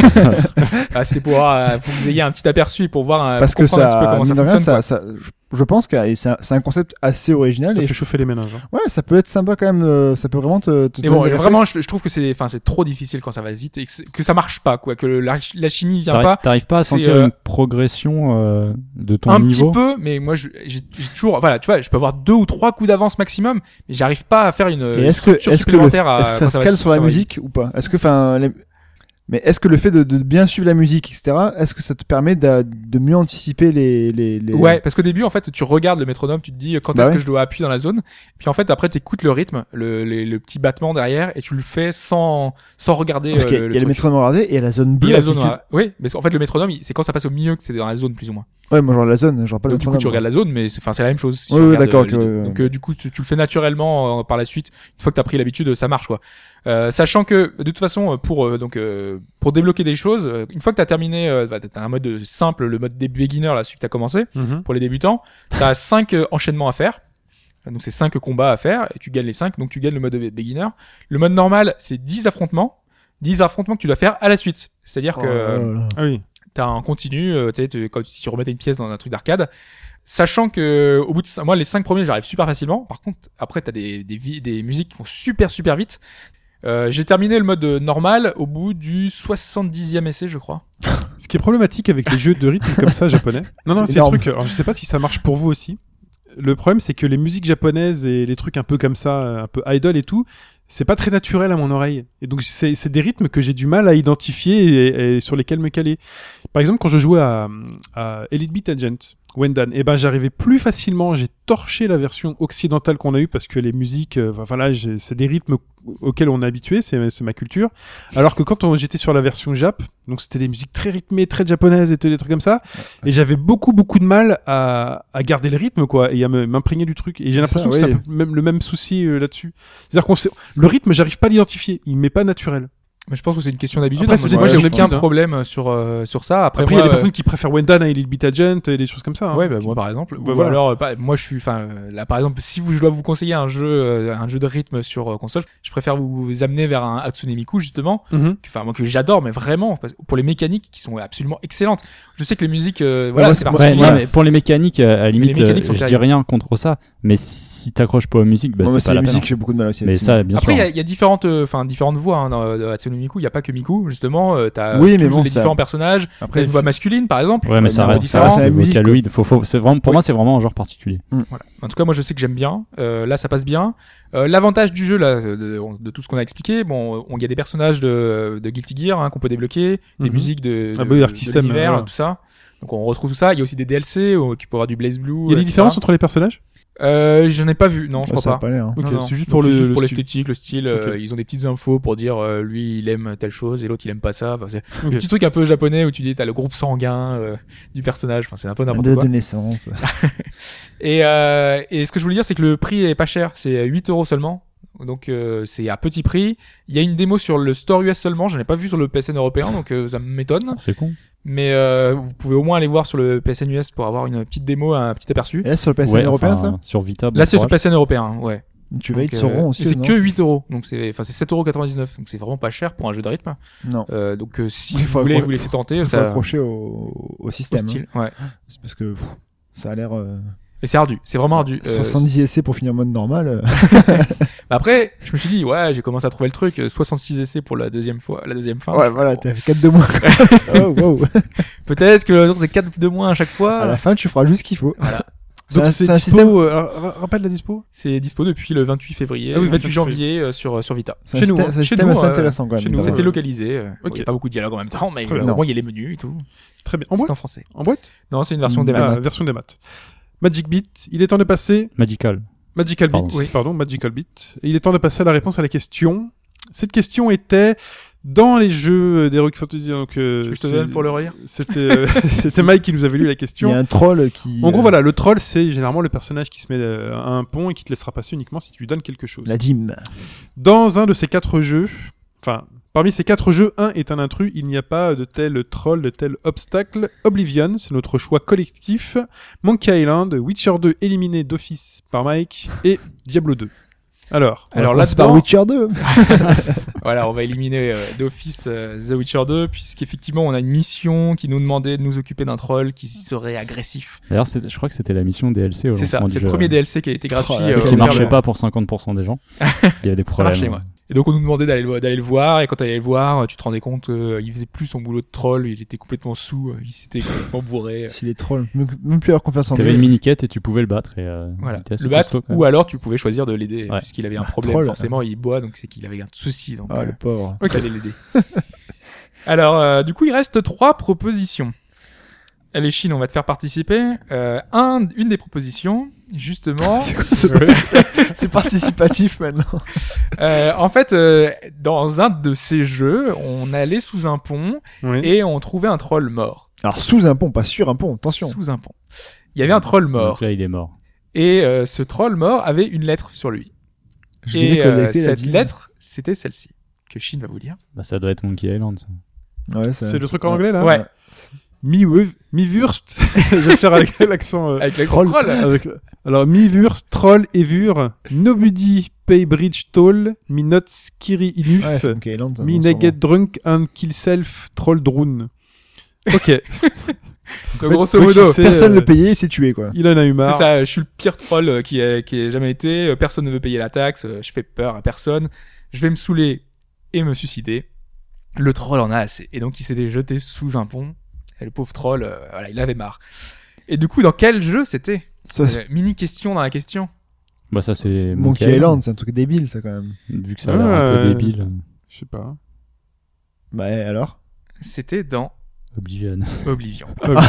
Ah, c'était pour voir, euh, faut que vous ayez un petit aperçu et pour voir, euh, Parce pour que comprendre un petit peu ça, comment ça mine de rien, fonctionne. ça, quoi. ça, je, je pense que et c'est un, c'est un concept assez original. Ça et fait chauffer les ménages. hein. ouais, ça peut être sympa quand même. euh, ça peut vraiment te. te Mais donner bon, des vraiment, réflexes. je, je trouve que c'est, enfin, c'est trop difficile quand ça va vite et que, c'est- que ça marche pas, quoi, que la, la chimie vient T'arrives pas. t'arrives pas à c'est, sentir euh, une progression euh, de ton un niveau. petit peu, mais moi, je- j'ai j'ai toujours, voilà, tu vois, je peux avoir deux ou trois coups d'avance maximum, mais j'arrive pas à faire une, Et une est-ce que, structure est-ce que, le- supplémentaire à, est-ce que ça quand se va- cale sur la ça va musique vite. ou pas? Est-ce que, enfin, les- mais est-ce que le fait de, de bien suivre la musique, et cetera, est-ce que ça te permet de, de mieux anticiper les, les, les... Ouais, parce qu'au début, en fait, tu regardes le métronome, tu te dis quand Bah est-ce ouais. que je dois appuyer dans la zone, puis en fait, après, t'écoutes le rythme, le, le, le petit battement derrière, et tu le fais sans, sans regarder Parce euh, qu'il y a, le, il y a le truc. métronome à regarder et il y a la zone Et bleue. la à zone, cliquer. ouais. Oui, mais en fait, le métronome, il- c'est quand ça passe au milieu que c'est dans la zone, plus ou moins. Ouais, moi, genre la zone, genre pas le Donc, du coup, métronome. tu regardes la zone, mais c'est, enfin, c'est la même chose. Si Ouais, tu ouais, regardes, d'accord, euh, les ok, deux. ouais, Donc, ouais. euh, du coup, tu, tu le fais naturellement euh, par la suite. Une fois que t'as pris l'habitude, ça marche, quoi. Euh, sachant que, de toute façon, euh, pour euh, donc euh, pour débloquer des choses, euh, une fois que t'as terminé, euh, bah, t'as un mode simple, le mode des beginner, là, celui que t'as commencé, Mhm. pour les débutants, t'as cinq euh, enchaînements à faire. Donc c'est cinq combats à faire et tu gagnes les cinq, donc tu gagnes le mode beginner. Le mode normal, c'est dix affrontements. dix affrontements que tu dois faire à la suite. C'est-à-dire Oh que là euh, là. Ah oui. t'as un continu, euh, tu sais, tu- comme si tu remettais une pièce dans un truc d'arcade. Sachant que au bout de cinq- moi les cinq premiers j'arrive super facilement. Par contre après t'as des des, vi- des musiques qui vont super super vite. Euh, j'ai terminé le mode normal au bout du soixante-dixième essai je crois. Ce qui est problématique avec les jeux de rythme comme ça japonais. Non, non, C'est c'est le énorme. truc. Alors, je sais pas si ça marche pour vous aussi. Le problème, c'est que les musiques japonaises et les trucs un peu comme ça, un peu idol et tout, c'est pas très naturel à mon oreille. Et donc, c'est, c'est des rythmes que j'ai du mal à identifier et, et sur lesquels me caler. Par exemple, quand je jouais à, à Elite Beat Agent, Wendan, et ben, j'arrivais plus facilement. J'ai torché la version occidentale qu'on a eue parce que les musiques, euh, enfin, voilà, j'ai- c'est des rythmes auxquels on est habitué, c'est, c'est ma culture. Alors que quand on, j'étais sur la version Jap, donc c'était des musiques très rythmées, très japonaises et des trucs comme ça, et j'avais beaucoup beaucoup de mal à, à garder le rythme quoi et à me- m'imprégner du truc. Et j'ai l'impression Ça, que oui. c'est un peu même le même souci euh, là-dessus. C'est-à-dire qu'on sait, le rythme, j'arrive pas à l'identifier, il m'est pas naturel. Mais je pense que c'est une question d'habitude. Après, hein. c'est- Moi ouais, j'ai je aucun pense, hein. problème sur euh, sur ça. Après, Après, il moi, y a des euh, personnes qui préfèrent Wendan à Elite Beat Agent et des choses comme ça. hein. Ouais, bah, moi par exemple. Bah, Ou voilà. alors, euh, bah, moi je suis, enfin, euh, là par exemple, si vous, je dois vous conseiller un jeu, euh, un jeu de rythme sur euh, console, je préfère vous, vous amener vers un Hatsune Miku justement. Mhm. Enfin, moi que j'adore, mais vraiment, parce- pour les mécaniques qui sont absolument excellentes. Je sais que les musiques, euh, voilà, moi, c'est c'est- Ouais, particulier. non, mais pour les mécaniques, euh, à la limite, mécaniques sont euh, je dis terribles. rien contre ça. Mais si t'accroches pas aux musiques, bah, Moi, c'est c'est pas la la peine. musique, j'ai beaucoup de mal aussi. Mais avec ça, bien Après, il y sûr. a, il y a différentes, euh, enfin, différentes voix hein, dans, dans Hatsune Miku. Il y a pas que Miku, justement. Euh, t'as Oui, tous mais bon, les ça- différents personnages. T'as Après, une voix c'est- masculine, par exemple. Ouais, mais Ouais, ça mais reste, bon, ça ça reste reste la des musique, vocaloïdes. Faut, faut, c'est vraiment, pour Oui. moi, c'est vraiment un genre particulier. Voilà. En tout cas, moi, je sais que j'aime bien. Euh, là, ça passe bien. Euh, l'avantage du jeu, là, de, de tout ce qu'on a expliqué, bon, on- il y a des personnages de, de Guilty Gear hein, qu'on peut débloquer, des Mhm. musiques de, Ah de, bah oui, de- Arc de System, l'univers, voilà. tout ça. Donc on retrouve tout ça. Il y a aussi des D L C où tu peux avoir du Blaze Blue. Il y a des et différences cetera. entre les personnages. Euh, j'en ai pas vu. Non, je Ouais, crois ça a pas. pas l'air. hein. Ok, Non, non. c'est juste Donc, pour le- juste le pour style. l'esthétique, le style. euh, Ok. ils ont des petites infos pour dire euh, lui il aime telle chose et l'autre il aime pas ça. Enfin, c'est Ok. un petit truc un peu japonais où tu dis t'as le groupe sanguin euh, du personnage. Enfin c'est un peu n'importe De, quoi. de naissance. Et, euh, et ce que je voulais dire c'est que le prix est pas cher. C'est huit euros seulement. Donc euh, c'est à petit prix. Il y a une démo sur le store U S seulement. Je n'ai pas vu sur le P S N européen donc euh, ça m'étonne. C'est con. Mais euh, vous pouvez au moins aller voir sur le P S N U S pour avoir une petite démo, un petit aperçu. Et là, sur le P S N Ouais, européen, enfin, ça sur Vita. bon Là c'est sur le P courage. S N européen. Ouais. Tu vas, ils Donc, te seront euh, aussi. et c'est non que huit euros, donc c'est, enfin c'est sept euros quatre-vingt-dix-neuf, donc c'est vraiment pas cher pour un jeu de rythme. Non. Euh, donc euh, si Il vous faut voulez accro- vous laisser tenter, Il faut ça accrocher au, au au système. style, hein. ouais. C'est parce que pff, ça a l'air. Euh... Et c'est ardu, c'est vraiment ardu. Euh, soixante-dix essais pour finir en mode normal. euh. Après, je me suis dit ouais, j'ai commencé à trouver le truc, euh, soixante-six essais pour la deuxième fois, la deuxième fin. Ouais, voilà, Bon, t'as fait quatre de moins. oh, wow. peut-être que l'autre c'est quatre de moins à chaque fois. À la fin, tu feras juste ce qu'il faut. Voilà. C'est Donc un- c'est c'est un dispo, système- euh, alors, rappelle la dispo. C'est dispo depuis le vingt-huit février, Ah oui, vingt-huit vingt-huit janvier euh, sur sur Vita. C'est un Chez nous, système- hein. c'est un Chez système nous, assez euh, intéressant quand même. chez nous, d'avoir- C'était localisé. euh, Ok. Il n'y a pas beaucoup de dialogue en même temps, mais Très euh, bien. au moins il y a les menus et tout. Très bien. En C'est boîte en français. En boîte Non, c'est une version des Ah, maths. version des maths. Magic Beat, il est temps de passer... Magical. Magical Beat, Pardon. oui, pardon, Magical Beat. Et il est temps de passer à la réponse à la question. Cette question était... Dans les jeux d'Heroic Fantasy, donc... euh, Tu veux que je te c'est- donne pour le relire C'était euh, c'était Mike qui nous avait lu la Il question. y a un troll qui. En gros, euh, voilà, le troll, c'est généralement le personnage qui se met euh, à un pont et qui te laissera passer uniquement si tu lui donnes quelque chose. La dîme. Dans un de ces quatre jeux, enfin, parmi ces quatre jeux, un est un intrus, il n'y a pas de tel troll, de tel obstacle. Oblivion, c'est notre choix collectif. Monkey Island, Witcher deux éliminé d'office par Mike et Diablo deux. Alors, Alors là, c'est par là-dedans, Witcher deux. voilà, on va éliminer euh, d'office euh, The Witcher deux, puisqu'effectivement, on a une mission qui nous demandait de nous occuper d'un troll qui serait agressif. D'ailleurs, c'est- je crois que c'était la mission D L C au C'est ça, lancement c'est du le jeu. premier D L C qui a été gratuit. Oh là Le là, euh, truc qui offert marchait le- pas pour cinquante pour cent des gens. Il y a des Ça problèmes. marchait, ouais. Et donc on nous demandait d'aller le, d'aller le voir, et quand tu allais le voir, tu te rendais compte qu'il faisait plus son boulot de troll, il était complètement sous, il s'était complètement bourré. Si les trolls, même même plus avoir confiance en T'avais lui. une mini-quête et tu pouvais le battre. Et, euh, Voilà, il était assez le battre, costaud, quand ou même. alors tu pouvais choisir de l'aider, Ouais. puisqu'il avait un Ah, problème, troll. forcément il boit, donc c'est qu'il avait un souci, donc Ah, euh, le pauvre. il fallait l'aider. Alors, euh, du coup, il reste trois propositions. Allez, Chine, on va te faire participer. Euh, un, une des propositions, justement, C'est quoi ce C'est participatif maintenant. euh, en fait, euh, dans un de ces jeux, on allait sous un pont oui. et on trouvait un troll mort. Alors sous un pont, pas sur un pont, attention. Sous un pont. Il y avait un troll mort. Donc là, il est mort. Et euh, ce troll mort avait une lettre sur lui. Je devais Et euh, collecter la cette dîme. lettre, c'était celle-ci, que Chine va vous lire. Bah, ça doit être Monkey Island. Ça. Ouais, C'est le truc en anglais, là Ouais. Mi mi Wurst. Je vais le faire avec l'accent. euh, Avec l'accent Troll. troll. avec- Alors, mi Wurst, troll et vur. Nobody pay bridge toll. Mi not skiri inuf. Ouais, c'est Monkey Island, ça, mi non, naked sûrement. drunk and kill self troll drone. Ok. Donc, grosso oui, modo, je sais. Personne euh, le payait, il s'est tué quoi. Il en a eu marre. c'est ça, je suis le pire troll euh, qui ait, qui ait jamais été, euh, personne ne veut payer la taxe, euh, je fais peur à personne, je vais me saouler et me suicider. Le troll en a assez. Et donc il s'était jeté sous un pont, et le pauvre troll, euh, voilà, il avait marre. Et du coup, dans quel jeu c'était Ça, c'est Euh, Mini question dans la question. Bah, ça, c'est Monkey Island, c'est un truc débile ça quand même. Vu que ça a l'air un Ouais. peu débile. Je sais pas. Bah alors C'était dans Oblivion. Oblivion.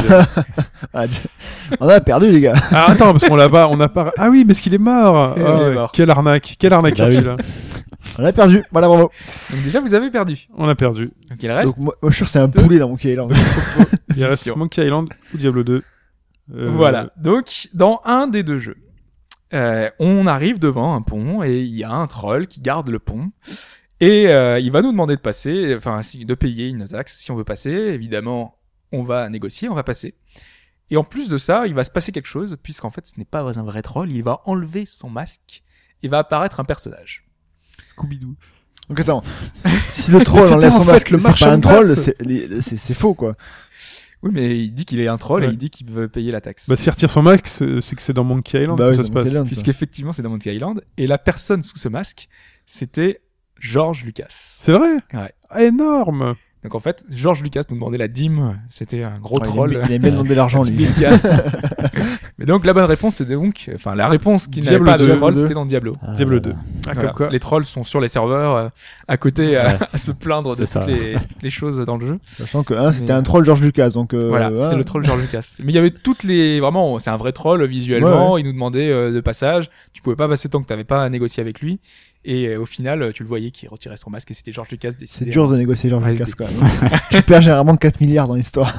ah, j- On a perdu les gars. Ah, attends, parce qu'on l'a pas, on a pas. Ah oui, mais est-ce qu'il est mort Il Ah est ouais, mort. Quelle arnaque, quelle arnaque Bah oui. celui-là. On a perdu. Voilà, bravo. Donc déjà, vous avez perdu. On a perdu. Donc il reste. Donc moi, moi, je suis sûr que c'est un poulet dans Monkey Island. Il C'est reste sûr. Monkey Island ou Diablo deux. Euh, Voilà. Donc, dans un des deux jeux, euh, on arrive devant un pont et il y a un troll qui garde le pont. Et euh, il va nous demander de passer, enfin, si- de payer une taxe si on veut passer. Évidemment, on va négocier, on va passer. Et en plus de ça, il va se passer quelque chose, puisqu'en fait, ce n'est pas un vrai troll. Il va enlever son masque et va apparaître un personnage. Scooby-Doo. Donc attends, si le troll c'était enlève en son fait masque, le c'est marchand pas un de troll, glace. c'est les- c'est c'est faux quoi. Oui, mais il dit qu'il est un troll et Ouais. il dit qu'il veut payer la taxe. Bah, s'il retire son max, c'est c'est que c'est dans Monkey Island Bah que oui, ça c'est se Monkey passe. Island. Puisqu'effectivement, c'est dans Monkey Island. Et la personne sous ce masque, c'était George Lucas. C'est vrai Ouais. Ah, énorme. Donc en fait, George Lucas nous demandait la dîme. C'était un gros Ouais, il troll. aime- Il aime bien demander de l'argent lui. Dédicace. Mais donc la bonne réponse c'est donc, enfin la réponse qui n'avait Diablo pas de deux. troll, Diablo c'était dans Diablo. Ah, Diablo deux. Ah, Voilà. comme quoi. Les trolls sont sur les serveurs euh, à côté à, Ouais. à se plaindre de C'est toutes ça. les, les choses dans le jeu. Sachant que hein, c'était Mais- un troll George Lucas donc euh, Voilà, ouais. c'était le troll George Lucas. Mais il y avait toutes les vraiment, c'est un vrai troll visuellement. Ouais, Il nous demandait euh, de passage. Tu pouvais pas passer tant que t'avais pas négocié avec lui. Et euh, au final, tu le voyais qui retirait son masque et c'était George Lucas décidé. C'est dur de négocier George Ouais, Lucas c'est- quand même. Tu perds généralement quatre milliards dans l'histoire.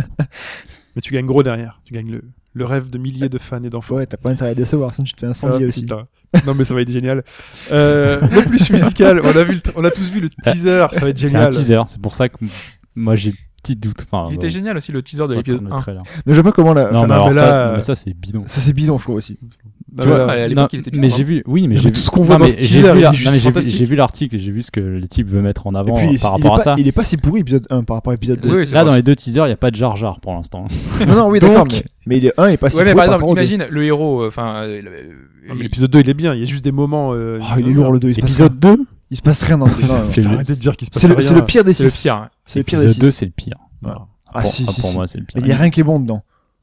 Mais tu gagnes gros derrière. Tu gagnes le, le rêve de milliers de fans et d'enfants. Ouais, t'as pas intérêt à décevoir, sinon tu te fais incendier Ah, aussi. putain. Non mais ça va être génial. Euh, le plus musical, on a vu, le tra- on a tous vu le teaser, ça va être C'est un génial. teaser, c'est pour ça que m- moi j'ai petit doute. Enfin, Il était bon, génial aussi le teaser de on va l'épisode attendre le un. trailer. Mais je vois pas comment la. Non, enfin, mais alors mais ça, là, non, mais ça c'est bidon. Ça c'est bidon je trouve aussi. Ah, Tu vois, voilà. à l'époque, non, il était bien, mais hein. j'ai vu, oui, mais Mais j'ai tout vu ce qu'on voit non, dans mais ce j'ai teaser, vu, il est la- juste non, mais j'ai vu, fantastique. j'ai vu l'article et j'ai vu ce que le type veut mettre en Et avant puis euh, par il, est rapport à pas, ça. il est pas si pourri épisode un par rapport à épisode deux. Oui, c'est Là, vrai. dans les deux teasers, il n'y a pas de Jar Jar pour l'instant. Non non oui Donc- d'accord mais, mais il est un et pas si Ouais, mais pourri par par exemple, rapport aux deux. imagine le héros, euh, enfin, euh, le- Ah, mais l'épisode deux il est bien, il y a juste des moments. Euh, Oh, il est lourd le deux. Il se passe Épisode deux, rien. Il se passe rien dans le non, non. c'est Putain, le- arrêtez de dire qu'il se passe C'est le, rien. c'est le pire des c'est le six. pire. hein. C'est le pire des épisode deux, six. c'est le pire. Non. Ah Pour, si ah, si pour si. moi, c'est le pire. Il y a rien qui est bon dedans.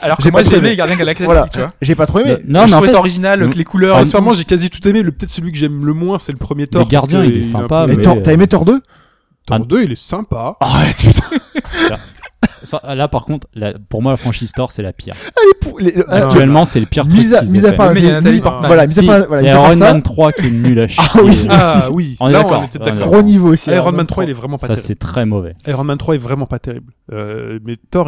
Alors que J'ai moi pas j'ai trop aimé aimé. les Gardiens de la Galaxie, Voilà. tu vois. J'ai pas trop aimé. Mais- non, je mais en trouvais fait, ça original, Mm. que les couleurs. Ah, et sincèrement, tout. j'ai quasi tout aimé. Le peut-être celui que j'aime le moins, c'est le premier Thor. Les Gardiens, parce il que est a un sympa, peu- Mais mais- Thor- T'as aimé Thor deux? Thor Ah. deux, il est sympa. Arrête, putain. Ça, là, par contre, la- pour moi, la franchise Thor, c'est la pire. Pour- les- le- Actuellement, c'est le pire truc Mise à, qu'ils mise aient à fait. part, Mais il y a Nathalie mis- Portman. voilà, mise à Si, part, voilà, il y mise a à part Iron ça, Man trois qui est nul à chier. Ah oui, Ah oui. On est Là, d'accord. on était On est d'accord. gros niveau aussi. Iron Man trois, il est vraiment pas Ça, terrible. c'est très mauvais. Iron Man trois est vraiment pas terrible. Euh, mais Thor est un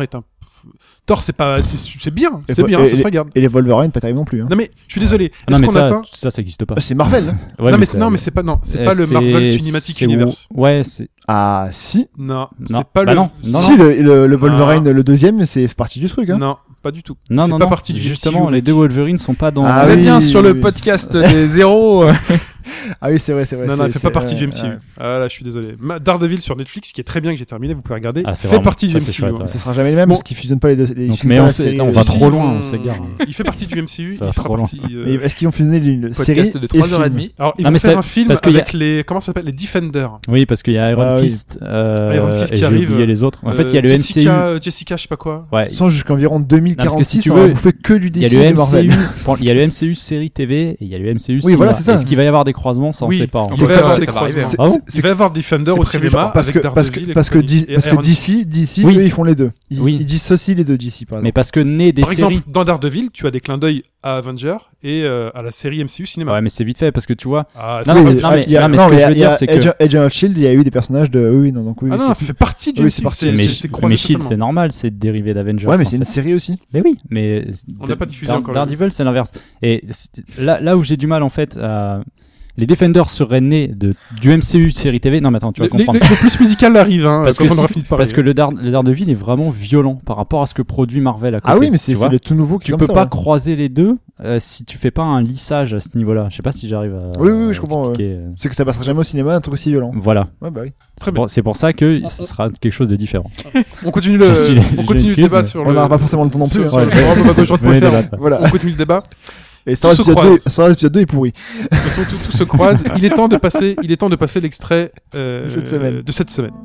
Thor, c'est pas, c'est, c'est bien, Et c'est vo- bien, et- ça se regarde. Et les Wolverine, pas terrible non plus. Hein. Non mais je suis désolé. Ah non, Est-ce mais qu'on ça, atteint ça, ça existe pas. Ah, c'est Marvel. hein. Ouais, Non mais ça- non mais c'est pas non, c'est euh, pas le Marvel c'est- Cinematic c'est- Universe. Ouais, c'est. Ah, si. Non, Non. c'est pas Bah le. non, non, si, le, le, le Wolverine, le deuxième, c'est fait partie du truc. Hein. Non, pas du tout. Non, C'est non, pas non. partie du Justement, M C U, les mec. deux Wolverine sont pas dans. Ah Très oui, bien sur le oui. podcast des zéros. Ah oui, c'est vrai, c'est vrai. Non, c'est- non, il fait c'est- pas partie du euh, M C U. ouais. Ah là, je suis désolé. Ma- Daredevil sur Netflix, qui est très bien, que j'ai terminé, vous pouvez regarder, Ah, c'est fait vraiment- partie du ça, M c'est C U. chouette, hein. ouais. Ce sera jamais les mêmes Bon. parce qu'ils fusionnent pas les deux. Les Donc, films mais pas on la sait- série, on euh, va Si, trop ils loin, vont- on s'égare. Il fait partie du M C U, Ça il va fera trop loin. partie. euh, Mais est-ce qu'ils vont fusionner les séries Podcast de et trois heures films trente. Alors, ils Non, vont mais faire ça- un film parce qu'il y a- avec les. Comment ça s'appelle? Les Defenders. Oui, parce qu'il y a Iron Ah oui. Fist. euh, Iron Fist et qui j'ai arrive, oublié les autres. En fait, il y a Euh, le M C U. Jessica, Jessica, je sais pas quoi. Ouais. Sans jusqu'environ deux mille quarante-six, si tu on va veux, bouffer que du Il D y a C le et M C Marvel. U. pour- Il y a le M C U série T V et il y a le M C U. Oui, cinéma. voilà, c'est ça. Est-ce qu'il va y avoir des croisements? Ça, on Oui. sait pas. en Il fait. va y avoir ça des va croisements. arriver. C'est- Ah bon c'est- Il va y avoir Defender c'est au prévu, cinéma parce que avec parce que Daredevil parce que et D- et parce que Iron Fist. D C D C Oui. eux ils font les deux. Ils, Oui. ils dissocient les deux D C par Mais exemple. parce que né des Par exemple, séries. dans Daredevil, tu as des clins d'œil à Avengers et euh, à la série M C U cinéma. Ouais, mais c'est vite fait parce que tu vois. Ah, Non, c'est- mais c'est- c'est- non, mais- il y a- non, mais non, ce que mais je il veux y a- dire, c'est Agent que- Agent of Shield, il y a eu des personnages de oui, oui, non, donc oui. Ah oui, non, c'est- ça fait partie du Oui, M C U. c'est parti. c'est- Mais, c'est- c'est croisé mais Shield, totalement. c'est normal, c'est dérivé d'Avengers. Ouais, mais en c'est une fait. série aussi. Mais oui, mais On n'a pas diffusé Dar- encore. Daredevil, c'est l'inverse. Et c'est- là, là où j'ai du mal en fait, à... les Defenders seraient nés de du M C U série T V. Non, mais attends, tu vas Le, comprendre. le- le plus musical arrive, hein, Parce quand que on aura si- fini de parler. Parce que le, Dar- le Daredevil est vraiment violent par rapport à ce que produit Marvel à côté. Ah oui, mais c'est tu vois. c'est le tout nouveau qui Tu est peux comme pas ça, ouais. croiser les deux euh, si tu fais pas un lissage à ce niveau-là. Je sais pas si j'arrive à. Oui, oui, oui, je comprends, expliquer, euh, C'est que ça passera jamais au cinéma un truc aussi violent. Voilà. Ouais, bah oui. Très C'est bien. pour, c'est pour ça que ce sera quelque chose de différent. On continue le, Je suis- on je continue le m'excuse, débat mais sur On le. n'aura pas forcément le temps non plus. sur- hein. sur Ouais. le programme à gauche, droite, Venez préfère. débattre. Voilà. On continue le débat. Et Star Wars Tout se épisode deux, croise. Star Wars épisode deux est pourri. De toute façon, tout, tout se croise. Il est temps de passer, il est temps de passer l'extrait euh, De cette semaine. de cette semaine.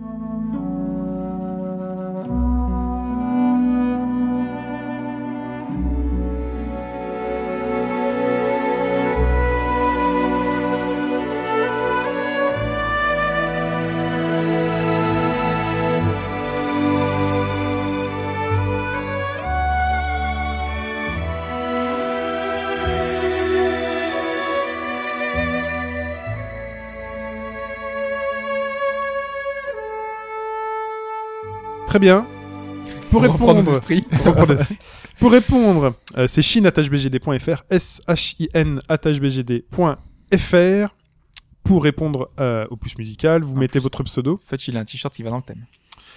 Très bien. Pour On reprend nos répondre, esprits. pour répondre, pour répondre, euh, c'est shin arobase b g d point f r, s h i n arobase b g d point f r. Pour répondre euh, au plus musical, vous En mettez plus. votre pseudo. En fait, il a un t-shirt qui va dans le thème.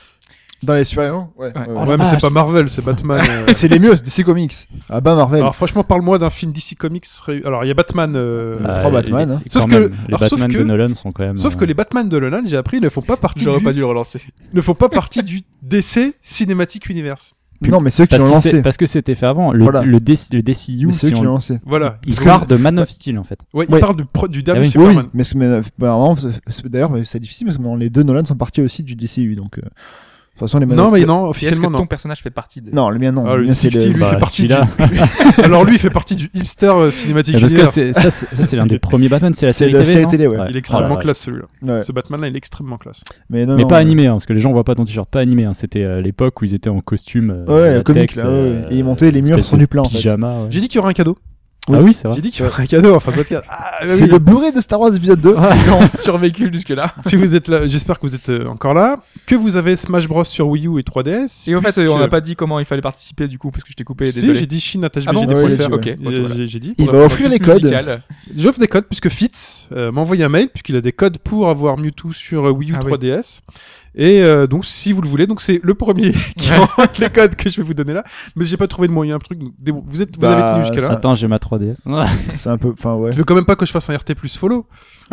Dans les super-héros Ouais. Ouais. ouais, Oh ouais. la ouais, mais c'est vache. pas Marvel, c'est Batman. euh. C'est les mieux, c'est D C Comics. Ah bah Marvel. Alors franchement, parle-moi d'un film D C Comics. ré- Alors il y a Batman. euh, Euh, trois Batman, les- hein. et Sauf quand que- même, les alors, sauf Batman que- de Nolan sont quand même. Sauf euh, que les Batman de Nolan, j'ai appris, ne font pas partie. J'aurais du... pas dû le relancer. ne font pas partie du D C Cinematic Universe. Non, mais ceux qui parce, l'ont que c'est- lancé. parce que c'était fait avant. Le, Voilà. le, D C, le D C U, Mais ceux si qui on- l'ont lancé. Voilà. il Ils ont- part de Man of Steel en fait. Ouais, il Ouais. parle du, pro- du dernier Ah oui. Oui, Superman. mais, c'est- mais, euh, bah, vraiment, c'est- c'est- d'ailleurs, mais c'est difficile parce que non, les deux Nolan sont partis aussi du D C U, donc. euh, De toute façon, les Non, Man- mais non, Et est-ce que officiellement ton non. personnage fait partie de. Non, le mien non. Ah, le le mien c'est sixty, le. lui, Bah, fait partie celui-là. Alors lui, il fait partie du hipster euh, Cinematic Parce que Universe. c'est- ça, c'est ça, c'est l'un des premiers Batman, c'est la C'est série la T V. série non télé, ouais. Il est extrêmement Oh la classe celui-là. Ouais. Ce Batman-là, il est extrêmement classe. Mais non, Mais non, pas euh, animé, hein, parce que les gens voient pas ton t-shirt, pas animé. Hein. C'était euh, l'époque où ils étaient en costume. euh, Ouais, latex, comique, là, ouais, euh, ouais. Et ils montaient les murs espèce sur de du plat, en fait. Pyjama. ouais. J'ai dit qu'il y aurait un cadeau. Ah oui, c'est vrai. J'ai dit qu'il y aurait un cadeau. Enfin, podcast. Ah, bah C'est oui. le Blu-ray de Star Wars épisode deux. On survécu jusque-là. Si vous êtes là, j'espère que vous êtes euh, encore là, que vous avez Smash Bros sur Wii U et trois D S. Et en fait, puisque- on n'a pas dit comment il fallait participer du coup, parce que je t'ai coupé. Si, Désolé. j'ai dit Chine attache Ah bon B G D Ouais, point il F a R. dit, Ok, ouais. bon, c'est voilà. J'ai j'ai dit. Il Pour va la- offrir les Plus codes. musical. J'offre des codes puisque Fitz euh, m'a envoyé un mail puisqu'il a des codes pour avoir Mewtwo sur euh, Wii U Ah oui. trois D S. Et euh, donc si vous le voulez, donc c'est le premier qui Ouais. envoie les codes que je vais vous donner là. Mais j'ai pas trouvé de moyen, un truc. donc, débrouille- Vous êtes, vous Bah, avez tenu jusqu'à là. Attends, j'ai ma trois D S. C'est un peu. Enfin, ouais. Tu veux quand même pas que je fasse un R T plus follow?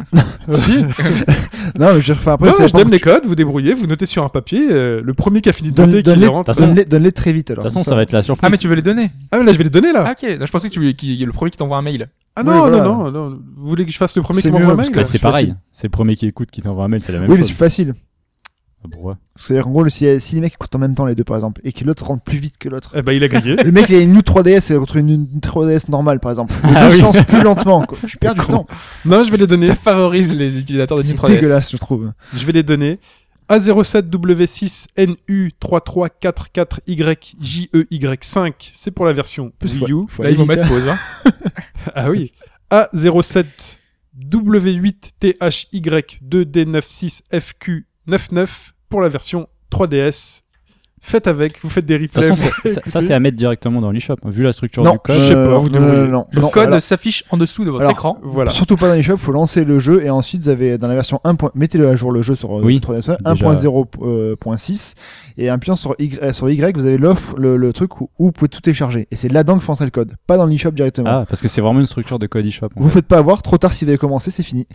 Non, mais je refais après. Non, ça mais je dépend donne que les codes, vous débrouillez, vous notez sur un papier. euh, le premier qui a fini de Donne- noter, qui donne-les- les rentre. De toute façon- Donne-les donne-les très vite De alors. toute façon, comme ça va être la surprise. Ah, mais tu veux les donner? Ah mais là je vais les donner là. Ah, ok. Je pensais que tu qu'il y ait le premier qui t'envoie un mail. Ah Oui, non, voilà. non, non, non. Vous voulez que je fasse le premier C'est qui m'envoie un mieux, mail parce Bah, que- c'est c'est pareil. facile. C'est le premier qui écoute qui t'envoie un mail, c'est la même Oui, mais chose. c'est facile. Ah, pourquoi C'est-à-dire qu'en gros, le- si, si les mecs écoutent en même temps les deux par exemple, et que l'autre rentre plus vite que l'autre. Eh ben il a gagné. Le mec il a une New trois D S contre une, une trois D S normale par exemple. Le Ah jeu oui. se lance plus lentement. Quoi. Je perds du temps. Non, je vais les donner. Ça favorise les utilisateurs de C'est Nitro D S. dégueulasse je trouve. Je vais les donner. A zéro sept W six N U trois trois quatre quatre Y J E Y cinq, c'est pour la version Plus, Wii U. Faut Là, aller ils vont vite, mettre hein. pause. Hein. Ah oui. A zéro sept W huit T H Y deux D neuf six F Q neuf neuf pour la version trois D S. Faites avec, vous faites des De toute replays. façon, vous c'est- ça, ça, écoutez. c'est à mettre directement dans l'eShop. Vu la structure Non, du code, je sais pas, euh, vous non, non, débrouillez. non, Le non, code alors- s'affiche en dessous de votre alors, écran. Voilà. Surtout pas dans l'eShop, faut lancer le jeu et ensuite vous avez dans la version un. Mettez-le à jour le jeu sur euh, Oui, trois D S, déjà. un point zéro point six et appuyant sur Y, euh, sur Y vous avez l'offre, le, le truc où, où vous pouvez tout télécharger. Et c'est là-dedans qu'il faut entrer le code, pas dans l'eShop directement. Ah, parce que c'est vraiment une structure de code eShop. en Vous fait. faites pas avoir, trop tard si vous avez commencé, c'est fini.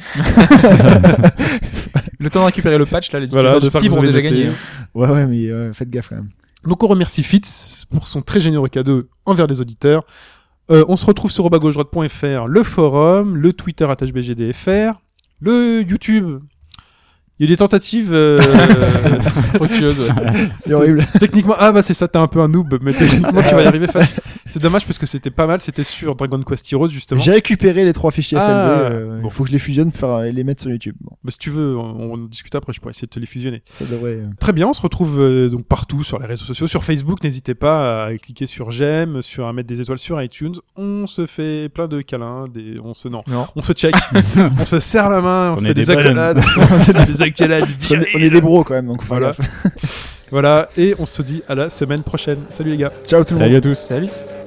Le temps de récupérer le patch, là, les Voilà, utilisateurs de j'espère que fibre vous ont avez déjà noté. gagné. Ouais, ouais, mais euh, faites gaffe quand même. Donc on remercie Fitz pour son très généreux cadeau envers les auditeurs. Euh, on se retrouve sur robagauche-droite point f r, le forum, le Twitter attache B G D F R, le YouTube. Il y a des tentatives euh, fructueuses. C'est horrible. Techniquement, ah bah c'est ça, t'es un peu un noob, mais techniquement tu vas y arriver. Fach. C'est dommage parce que c'était pas mal, c'était sur Dragon Quest Heroes justement. J'ai récupéré les trois fichiers Ah, F L V. euh, bon. Il faut que je les fusionne pour faire, et les mettre sur YouTube. Bon, Bah, si tu veux, on, on discute après, je pourrais essayer de te les fusionner. ça devrait. euh, Très bien, on se retrouve euh, donc partout sur les réseaux sociaux, sur Facebook, n'hésitez pas à cliquer sur j'aime, sur à mettre des étoiles sur iTunes. On se fait plein de câlins, des... on se non, Non. on se check, on se serre la main, on qu'on se est fait des, des bonhommes. accolades, on se fait des accolades. parce qu'on est- on est des bros quand même, donc faut faire Voilà. gaffe. Voilà, et on se dit à la semaine prochaine. Salut les gars. Ciao tout le monde. Salut à tous. Salut.